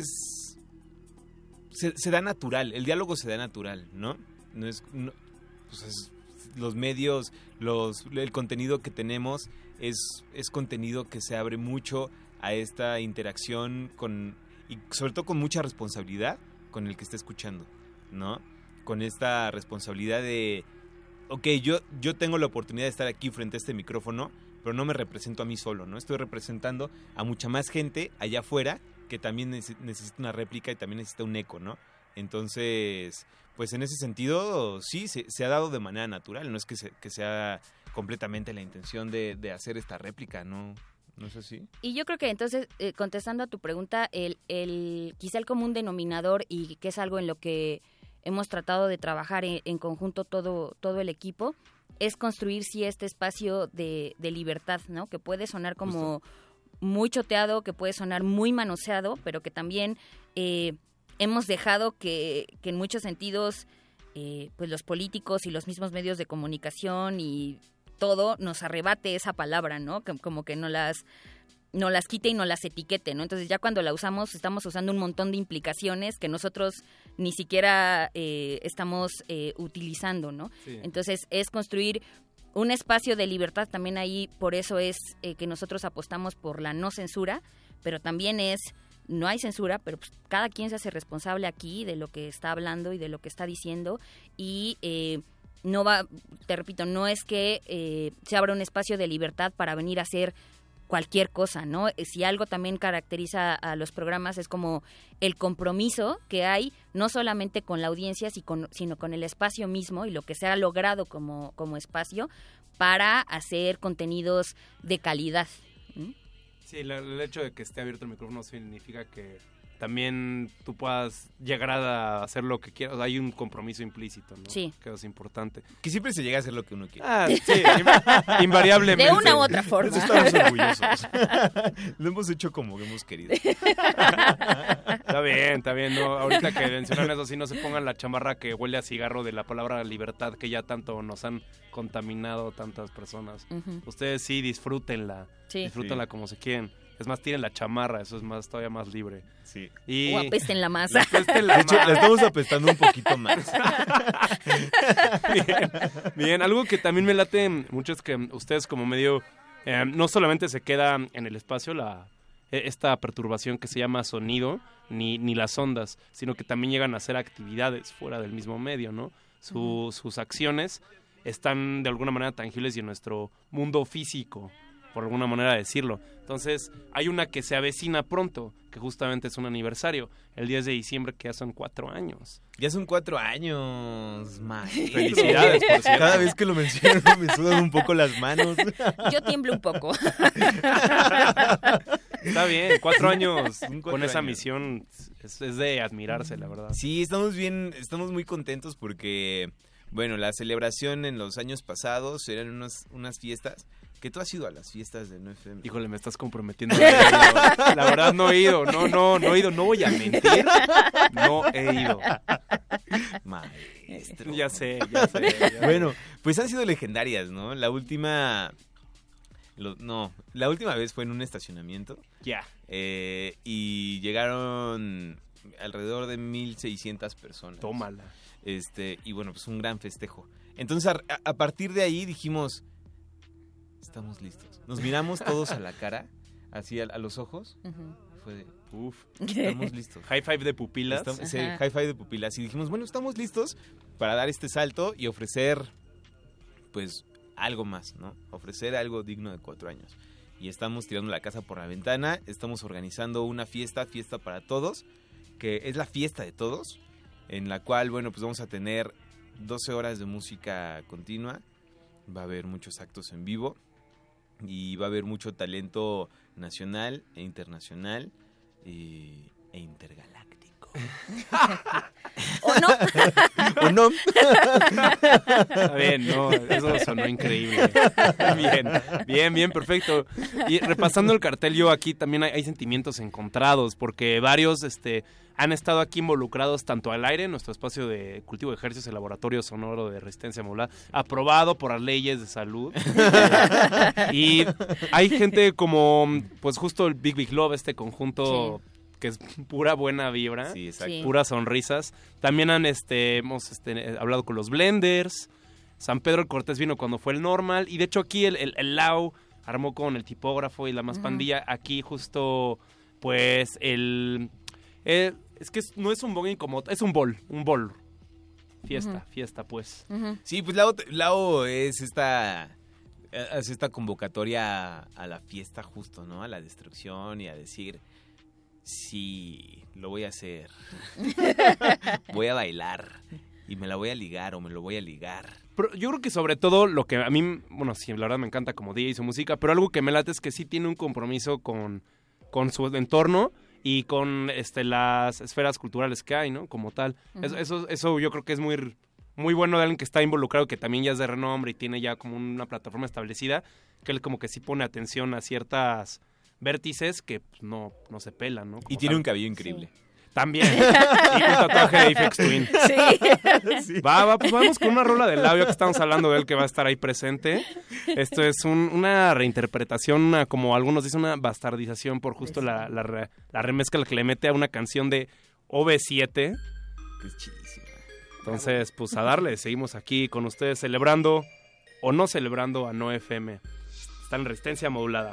se da natural, el diálogo se da natural, ¿no? Los medios, el contenido que tenemos es contenido que se abre mucho a esta interacción y sobre todo con mucha responsabilidad con el que está escuchando, ¿no? Con esta responsabilidad de, yo tengo la oportunidad de estar aquí frente a este micrófono, pero no me represento a mí solo, ¿no? Estoy representando a mucha más gente allá afuera que también necesita una réplica y también necesita un eco, ¿no? Entonces, pues en ese sentido, sí, se ha dado de manera natural, no es que sea completamente la intención de hacer esta réplica, ¿no? ¿No es así? Y yo creo que entonces, contestando a tu pregunta, quizá el común denominador, y que es algo en lo que hemos tratado de trabajar en conjunto todo el equipo, es construir sí este espacio de libertad, ¿no? Que puede sonar como muy choteado, que puede sonar muy manoseado, pero que también hemos dejado que en muchos sentidos pues los políticos y los mismos medios de comunicación y todo nos arrebate esa palabra, ¿no? Como que no las quite y no las etiquete, ¿no? Entonces ya cuando la usamos, estamos usando un montón de implicaciones que nosotros ni siquiera estamos utilizando, ¿no? Sí. Entonces es construir un espacio de libertad también ahí, por eso es que nosotros apostamos por la no censura, pero también no hay censura, pero pues cada quien se hace responsable aquí de lo que está hablando y de lo que está diciendo, y te repito, no es que se abra un espacio de libertad para venir a hacer cualquier cosa, ¿no? Si algo también caracteriza a los programas es como el compromiso que hay, no solamente con la audiencia, sino con el espacio mismo y lo que se ha logrado como espacio para hacer contenidos de calidad. Sí, el hecho de que esté abierto el micrófono significa que también tú puedas llegar a hacer lo que quieras. Hay un compromiso implícito, ¿no? Sí. Que es importante. Que siempre se llega a hacer lo que uno quiere. Sí, invariablemente. De una u otra forma. De eso estamos orgullosos. Lo hemos hecho como hemos querido. Está bien. No, ahorita que mencionan eso, sí, no se pongan la chamarra que huele a cigarro de la palabra libertad, que ya tanto nos han contaminado tantas personas. Ustedes sí, disfrútenla. Sí. Disfrútenla como se quieren. Es más, tiren la chamarra, eso es más todavía más libre. Sí. O apesten la masa. De hecho, la estamos apestando un poquito más. Bien, algo que también me late mucho es que ustedes como medio, no solamente se queda en el espacio esta perturbación que se llama sonido, ni las ondas, sino que también llegan a hacer actividades fuera del mismo medio, ¿no? Sus acciones están de alguna manera tangibles y en nuestro mundo físico, por alguna manera de decirlo. Entonces, hay una que se avecina pronto, que justamente es un aniversario, el 10 de diciembre, que ya son 4 años. Ya son 4 años, más. Felicidades, por cierto. Cada vez que lo menciono me sudan un poco las manos. Yo tiemblo un poco. Está bien, 4 años con esa misión es de admirarse, la verdad. Sí, estamos muy contentos porque, bueno, la celebración en los años pasados eran unas fiestas. Que tú has ido a las fiestas de 9FM. Híjole, me estás comprometiendo. La verdad no he ido, no he ido, no voy a mentir. No he ido. Maestro. Ya sé. Bueno, pues han sido legendarias, ¿no? La última vez fue en un estacionamiento. Ya. Y llegaron alrededor de 1,600 personas. Tómala. Y bueno, pues un gran festejo. Entonces, a partir de ahí dijimos... Estamos listos. Nos miramos todos a la cara, así a los ojos. Fue de, estamos listos. High five de pupilas. Sí, high five de pupilas. Y dijimos, bueno, estamos listos para dar este salto y ofrecer, pues, algo más, ¿no? Ofrecer algo digno de 4 años. Y estamos tirando la casa por la ventana, estamos organizando una fiesta para todos, que es la fiesta de todos, en la cual, bueno, pues vamos a tener 12 horas de música continua, va a haber muchos actos en vivo, y va a haber mucho talento nacional e internacional e intergaláctico. ¿O no? ¿O no? Está bien, no, eso sonó increíble. Bien, perfecto. Y repasando el cartel, yo aquí también hay sentimientos encontrados, porque varios han estado aquí involucrados tanto al aire, en nuestro espacio de cultivo de ejercicios, el laboratorio sonoro de resistencia modulada, aprobado por las leyes de salud. Y hay gente como, pues justo el Big Love, este conjunto... Sí. Que es pura buena vibra, sí, exacto. Puras sonrisas. También hemos hablado con los Blenders. San Pedro el Cortés vino cuando fue el Normal. Y de hecho aquí el Lau armó con el tipógrafo y la más pandilla. Aquí justo, pues, es que no es un voguing como... Es un bol. Fiesta, pues. Sí, pues Lau es esta convocatoria a la fiesta justo, ¿no? A la destrucción y a decir... Sí, lo voy a hacer. Voy a bailar y me la voy a ligar o me lo voy a ligar. Pero yo creo que sobre todo lo que a mí, bueno, sí, la verdad me encanta como DJ y su música, pero algo que me late es que sí tiene un compromiso con su entorno y con las esferas culturales que hay, ¿no? Como tal. Eso yo creo que es muy, muy bueno de alguien que está involucrado, que también ya es de renombre y tiene ya como una plataforma establecida, que él como que sí pone atención a ciertas... vértices que pues, no se pelan, ¿no? Como y tiene un cabello increíble. Sí. También. Y un tatuaje de Aphex Twin. Sí. Pues vamos con una rola del labio que estamos hablando de él, que va a estar ahí presente. Esto es una reinterpretación, como algunos dicen, una bastardización por justo la remezcla que le mete a una canción de OV7. Que es chidísima. Entonces, pues a darle. Seguimos aquí con ustedes celebrando o no celebrando a 9FM. Está en Resistencia Modulada.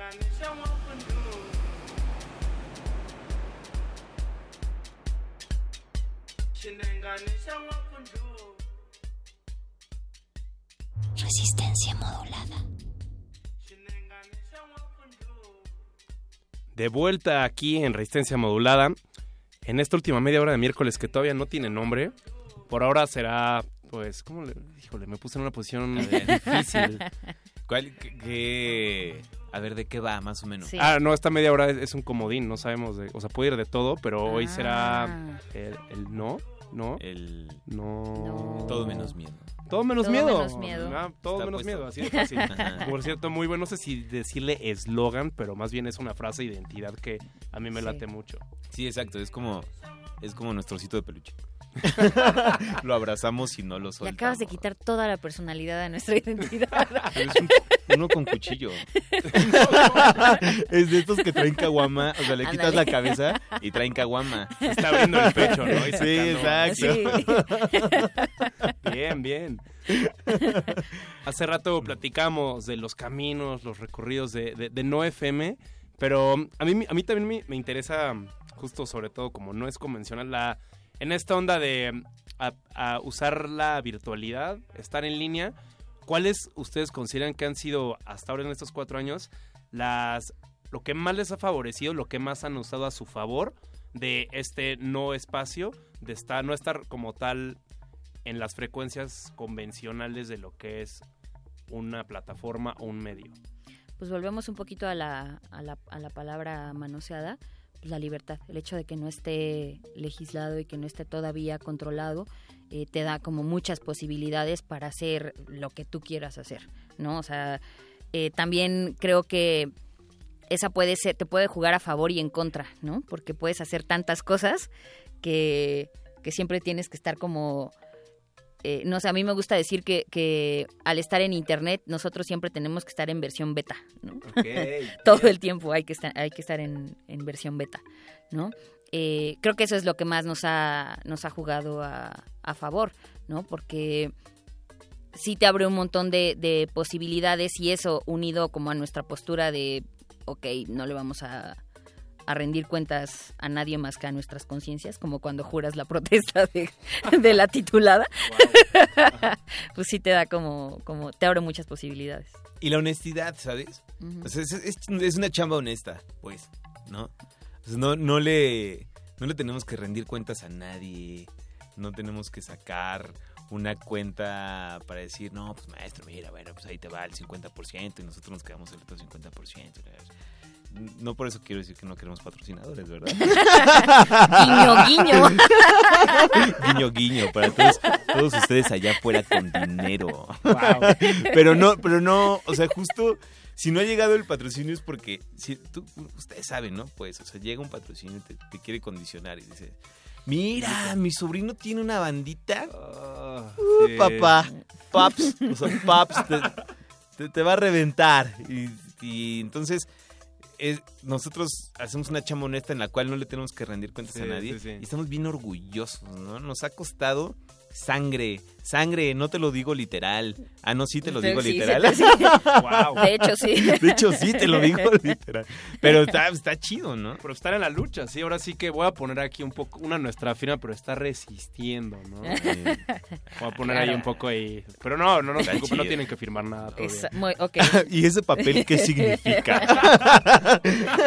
Resistencia modulada. De vuelta aquí en Resistencia Modulada, en esta última media hora de miércoles que todavía no tiene nombre. Por ahora será, pues, ¿cómo le...? Híjole, me puse en una posición difícil. A ver, ¿de qué va, más o menos? Sí. No, esta media hora es un comodín, no sabemos o sea, puede ir de todo, pero hoy será el no, no. Todo menos miedo. Todo menos Todo miedo. menos miedo. Todo menos miedo, así de fácil. Por cierto, muy bueno, no sé si decirle eslogan, pero más bien es una frase de identidad que a mí me late mucho. Sí, exacto, es como nuestro osito de peluche. Lo abrazamos y no lo soltamos. Le acabas de quitar toda la personalidad de nuestra identidad. Es uno con cuchillo. Es de estos que traen caguama, o sea, le quitas la cabeza y traen caguama. Se está abriendo el pecho, ¿no? Sí, exacto. Sí. Bien. Hace rato platicamos de los caminos, los recorridos de No FM, pero a mí también me interesa, justo sobre todo como no es convencional, en esta onda de a usar la virtualidad, estar en línea, ¿cuáles ustedes consideran que han sido hasta ahora en estos 4 años lo que más les ha favorecido, lo que más han usado a su favor de este no espacio, de no estar como tal en las frecuencias convencionales de lo que es una plataforma o un medio? Pues volvemos un poquito a la palabra manoseada. La libertad, el hecho de que no esté legislado y que no esté todavía controlado, te da como muchas posibilidades para hacer lo que tú quieras hacer, ¿no? O sea, también creo que esa te puede jugar a favor y en contra, ¿no? Porque puedes hacer tantas cosas que siempre tienes que estar como... no sé, a mí me gusta decir que al estar en internet nosotros siempre tenemos que estar en versión beta, ¿no? Okay. Todo el tiempo hay que estar en versión beta, ¿no? Creo que eso es lo que más nos ha jugado a favor, ¿no? Porque sí te abre un montón de posibilidades y eso unido como a nuestra postura de, no le vamos a rendir cuentas a nadie más que a nuestras conciencias, como cuando juras la protesta de la titulada. Wow. Pues sí te da como te abre muchas posibilidades. Y la honestidad, ¿sabes? Uh-huh. O sea, es una chamba honesta, pues, ¿no? O sea, no le tenemos que rendir cuentas a nadie, no tenemos que sacar una cuenta para decir, no, pues maestro, mira, bueno, pues ahí te va el 50% y nosotros nos quedamos el otro 50%. No por eso quiero decir que no queremos patrocinadores, ¿verdad? Guiño, guiño. Guiño, guiño, para todos ustedes allá afuera con dinero. Wow. Pero no, o sea, justo si no ha llegado el patrocinio es porque, ustedes saben, ¿no? Pues, o sea, llega un patrocinio y te quiere condicionar y dice, mira, mi sobrino tiene una bandita. Sí. Papá, paps, o sea, paps, te va a reventar. Y entonces... nosotros hacemos una chamba honesta en la cual no le tenemos que rendir cuentas a nadie. Sí. Y estamos bien orgullosos, ¿no? Nos ha costado sangre, no te lo digo literal. No, sí te lo digo literal. Sí. Wow. De hecho sí te lo digo literal. Pero está chido, ¿no? Pero estar en la lucha, sí. Ahora sí que voy a poner aquí un poco una nuestra firma, pero está resistiendo, ¿no? Voy a poner ahí un poco ahí. Pero no se preocupen, no tienen que firmar nada todavía. Okay. ¿Y ese papel qué significa?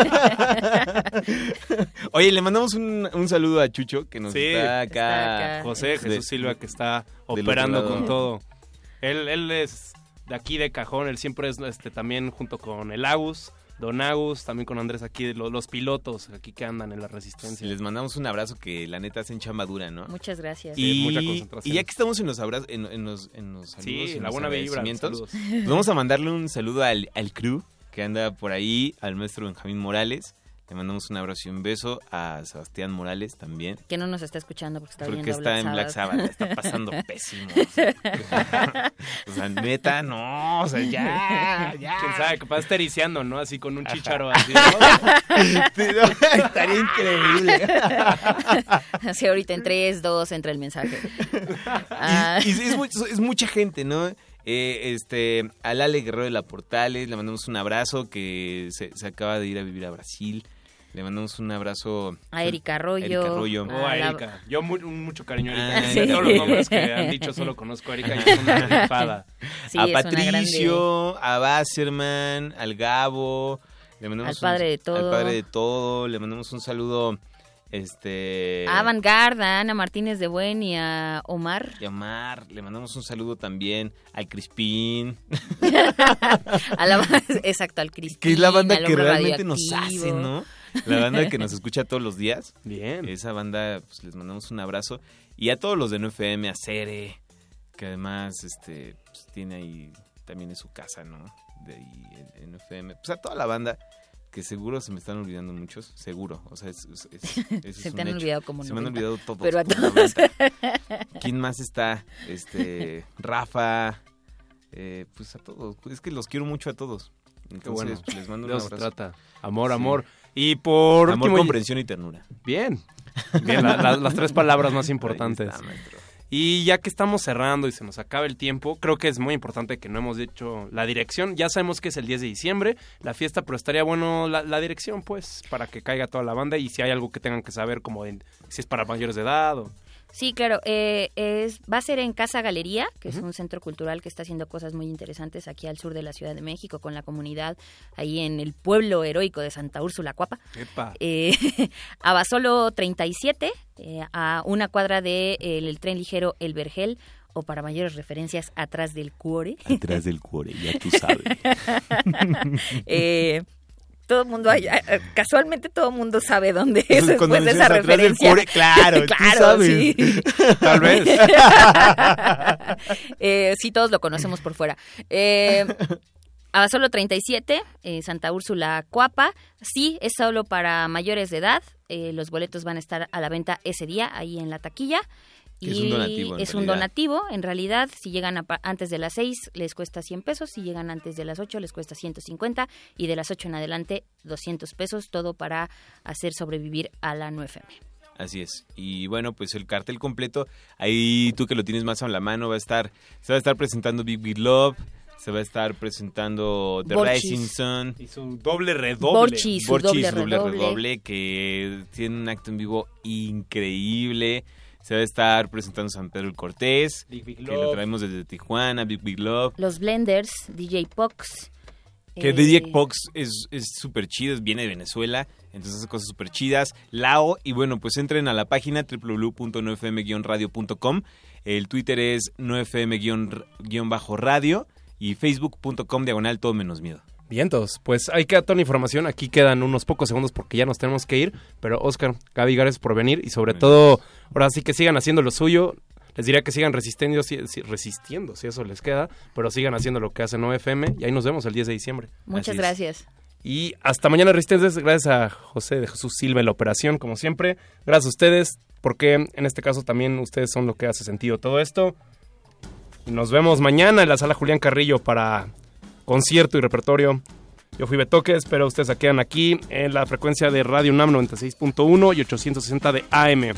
Oye, le mandamos un saludo a Chucho que nos está acá. José Jesús Silva, que está operando con todo. Él es de aquí de cajón, él siempre es también junto con el Agus, Don Agus, también con Andrés aquí, los pilotos aquí que andan en la Resistencia. Les mandamos un abrazo que la neta hacen chamba dura, ¿no? Muchas gracias. Y mucha concentración. Y ya que estamos en los abrazos, en los saludos, en la buena vibra, pues vamos a mandarle un saludo al crew que anda por ahí, al maestro Benjamín Morales. Le mandamos un abrazo y un beso a Sebastián Morales también. Que no nos está escuchando porque está en Black Sabbath. Está pasando pésimo. O sea, neta, no. O sea, ya. ¿Quién sabe? Capaz está ericiando, ¿no? Así con un chícharo así, ¿no? Estaría increíble. Así ahorita en 3, 2 entra el mensaje. Y es mucha gente, ¿no? Al Ale Guerrero de la Portales, le mandamos un abrazo, que se acaba de ir a vivir a Brasil. Le mandamos un abrazo a Erika Arroyo. A Erika. Yo mucho cariño a Erika. Sí. Todos los nombres que han dicho solo conozco a Erika y es una rifada. Sí, a Patricio, a Basserman, al Gabo, le mandamos al padre de todo. Le mandamos un saludo a Vanguard, a Ana Martínez de Buen y a Omar. Le mandamos un saludo también al Crispín. Exacto, al Crispín. Que es la banda que realmente nos hace, ¿no? La banda que nos escucha todos los días. Bien. Esa banda, pues les mandamos un abrazo. Y a todos los de NFM, a Cere, que además pues, tiene ahí, también es su casa, ¿no? De ahí en NFM. Pues a toda la banda, que seguro se me están olvidando muchos, seguro. O sea, se te han olvidado como se me han olvidado todos. Pero a todos. ¿Quién más está? Rafa, pues a todos. Es que los quiero mucho a todos. Entonces, bueno, les mando un abrazo. Trata. Amor. Y por amor, último, comprensión y ternura. Bien, las 3 palabras más importantes. Y ya que estamos cerrando y se nos acaba el tiempo, creo que es muy importante que no hemos dicho la dirección. Ya sabemos que es el 10 de diciembre, la fiesta, pero estaría bueno la dirección, pues, para que caiga toda la banda y si hay algo que tengan que saber, como si es para mayores de edad o... Sí, claro, va a ser en Casa Galería, que es un centro cultural que está haciendo cosas muy interesantes aquí al sur de la Ciudad de México, con la comunidad ahí en el pueblo heroico de Santa Úrsula, Cuapa. A Basolo 37, a una cuadra del tren ligero El Vergel, o para mayores referencias, atrás del Cuore. Atrás del Cuore, ya tú sabes. Todo el mundo, casualmente todo el mundo sabe dónde es después de esa referencia. Cuore, claro, claro, sí. Tal vez. Sí, todos lo conocemos por fuera. A solo 37, Santa Úrsula, Cuapa. Sí, es solo para mayores de edad. Los boletos van a estar a la venta ese día, ahí en la taquilla. Y es un donativo, es un donativo, en realidad. Si llegan antes de las 6 les cuesta 100 pesos, si llegan antes de las 8 les cuesta 150 y de las 8 en adelante 200 pesos, todo para hacer sobrevivir a la 9FM. Así es. Y bueno, pues el cartel completo, ahí tú que lo tienes más a la mano, se va a estar presentando Big Big Love, se va a estar presentando The Rising Sun. Y su doble redoble. Borchi, su doble redoble, que tiene un acto en vivo increíble. Se va a estar presentando San Pedro el Cortés, Big que lo traemos desde Tijuana, Big Big Love. Los Blenders, DJ Pox. Que DJ Pox es súper chido, viene de Venezuela, entonces hace cosas súper chidas. Lao, y bueno, pues entren a la página www.9fm-radio.com. El Twitter es 9fm-radio y facebook.com/ todo menos miedo. Vientos, pues ahí queda toda la información, aquí quedan unos pocos segundos porque ya nos tenemos que ir, pero Oscar, Gaby, gracias por venir y sobre todo, ahora sí que sigan haciendo lo suyo, les diría que sigan resistiendo si eso les queda, pero sigan haciendo lo que hace 9FM y ahí nos vemos el 10 de diciembre. Muchas gracias. Y hasta mañana, Resistencias, gracias a José de Jesús Silva en la operación, como siempre, gracias a ustedes, porque en este caso también ustedes son lo que hace sentido todo esto, y nos vemos mañana en la sala Julián Carrillo para... concierto y repertorio. Yo fui Betoques, espero ustedes se quedan aquí en la frecuencia de Radio UNAM 96.1 y 860 de AM.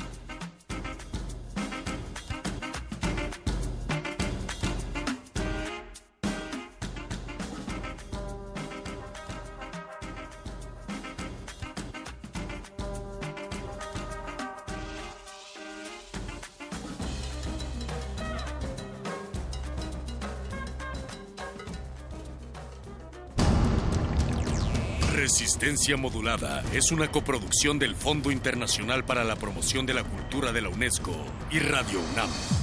Resistencia Modulada es una coproducción del Fondo Internacional para la Promoción de la Cultura de la UNESCO y Radio UNAM.